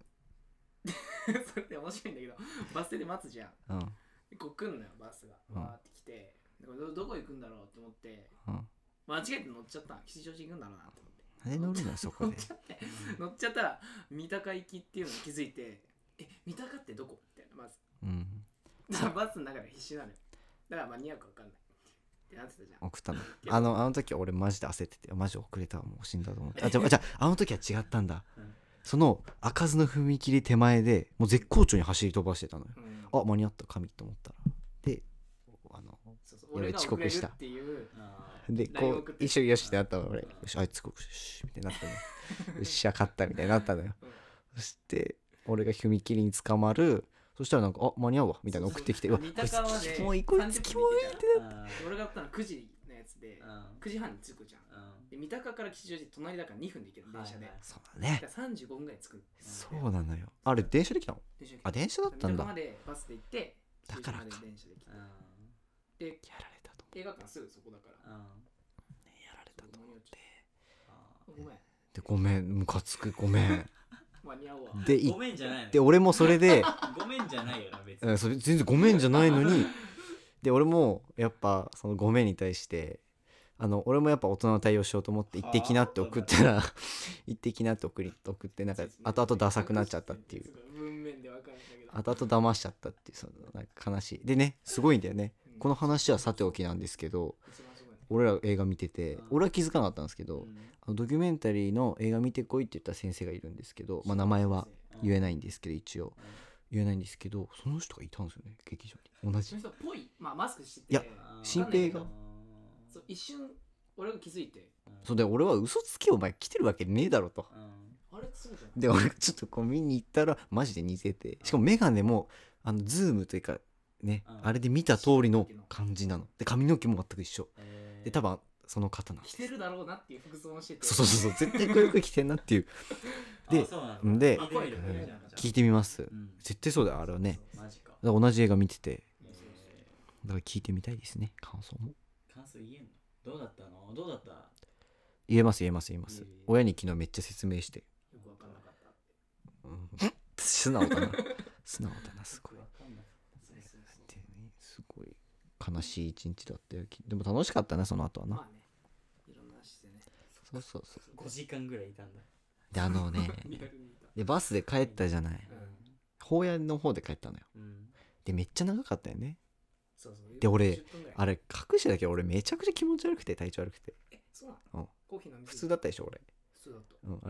それで面白いんだけどバス停で待つじゃん。こう来んのよバスがわーって来て、どこ行くんだろうって思って、間違えて乗っちゃった。吉祥寺行くんだろうなって思って。
なんで乗るのよそこで。
乗っちゃったら三鷹行きっていうのに気づいて、三鷹ってどこみたいなまず。だからバスの中で必死なのよ。だから間に合うか分かんないってなってたじゃん。
送ったの。あの時俺マジで焦ってて、マジ遅れたわ、もう死んだと思って。じゃああの時は違ったんだ。その開かずの踏切手前でもう絶好調に走り飛ばしてたのよ。間に合った神と思ったら、で俺遅刻したで、こう一緒によしってなったの俺。よしあいつ遅刻しみたいになったの。よっしゃ勝ったみたいになったのよ。そして俺が踏切に捕まる。そしたらなんか間に合うわみたいな送ってきて、
三鷹まで
もうこいつキモいってなって。
俺がやったの9時のやつで9時半に着くじゃん。で三鷹から吉祥寺隣だから2分で行ける電車で。
そうだね。
35分ぐらい着く。
そうなのよ。あれ電車で来たの？電車だったんだ。
三鷹までバスで行って
だからか。
電車で来た。でやられたと。映画館すぐそこだから。や
られたと思って。
ごめん。
でごめんムカつくごめん。
でごめんじゃないの。
で俺もそれで
ごめんじゃないよな別に。
それ全然ごめんじゃないのに。で俺もやっぱそのごめんに対して俺もやっぱ大人の対応しようと思って行ってきなって送ったら行ってきなって送ってなんか後々ダサくなっちゃったっていう。後々騙しちゃったっていうなんか悲しい。でねすごいんだよね。この話はさておきなんですけど、俺ら映画見てて俺は気づかなかったんですけど、ドキュメンタリーの映画見てこいって言った先生がいるんですけど、名前は言えないんですけど一応言えないんですけど、その人がいたんですよね劇場に。同じ
マスクしてて、
いや新平が
一瞬俺が気づいて、
そうで俺は嘘つきお前来てるわけねえだろと。
あれそうじゃん。
で俺ちょっとこう見に行ったらマジで似てて、しかもメガネもズームというかね、あれで見た通りの感じなので、髪の毛も全く一緒で、多分その方なんです。
着てるだろうなっていう服装をしてて、
そう絶対こういう服着てんなっていうで聞いてみます。絶対そうだよあれはね。同じ映画見てて、だから聞いてみたいですね感想も。
感想言えんの？どうだったの？どうだった？
言えます。親に昨日めっちゃ説明して、
よく分かんなかった。
素直だなすごい。すごい悲しい一日だったよ。でも楽しかったなその後はな。
まあね、いろんなしてね。
そう
5時間ぐらいいたんだ。
ででバスで帰ったじゃない。法屋の方で帰ったのよ。でめっちゃ長かったよね。で俺あれ隠してたけど俺めちゃくちゃ気持ち悪くて体調悪くて。
そうなの？コーヒー飲んで
普通だったでしょ俺。
普通だった。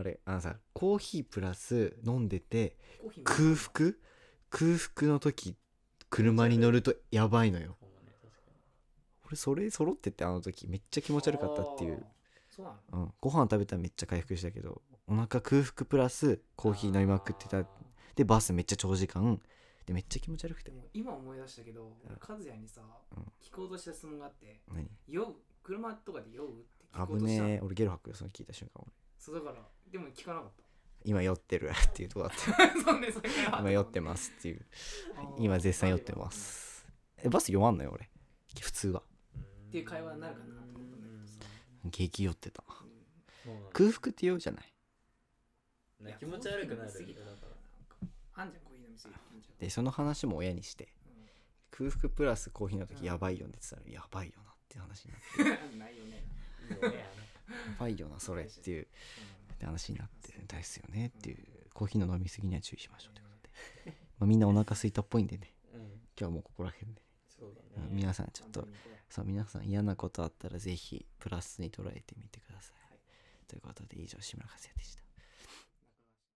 あれさコーヒープラス飲んでて空腹の時車に乗るとやばいのよ。俺それ揃ってて時めっちゃ気持ち悪かったっていう。ご飯食べたらめっちゃ回復したけどお腹空腹プラスコーヒー飲みまくってた。でバスめっちゃ長時間でめっちゃ気持ち悪くて。
今思い出したけど和也にさ聞こうとした質問があって、
何？
車とかで酔うって聞こう
危
とした。
ねえ俺ゲロ吐くよその聞いた瞬間俺。
そうだからでも聞かなかった。
今酔ってるっていうとこだった
そうね、それが
今酔ってますっていう。今絶賛酔ってます。バス酔わんのよ俺普通は
っていう会話になるかなと思ったんだけどさ。
激酔ってた。 空腹って言うじゃない。
気持ち悪くなる。
あんじゃんコーヒー飲みすぎて
でその話も親にして、空腹プラスコーヒーの時やばいよねって言ったら、やばいよなって話になって
ないよね
やばいよなそれっていう話になって、だいすよねっていう、コーヒーの飲みすぎには注意しましょうということで、みんなお腹空いたっぽいんでね、今日はもうここら辺で、皆さんちょっと皆さん嫌なことあったらぜひプラスに捉えてみてください、ということで以上志村和也でした。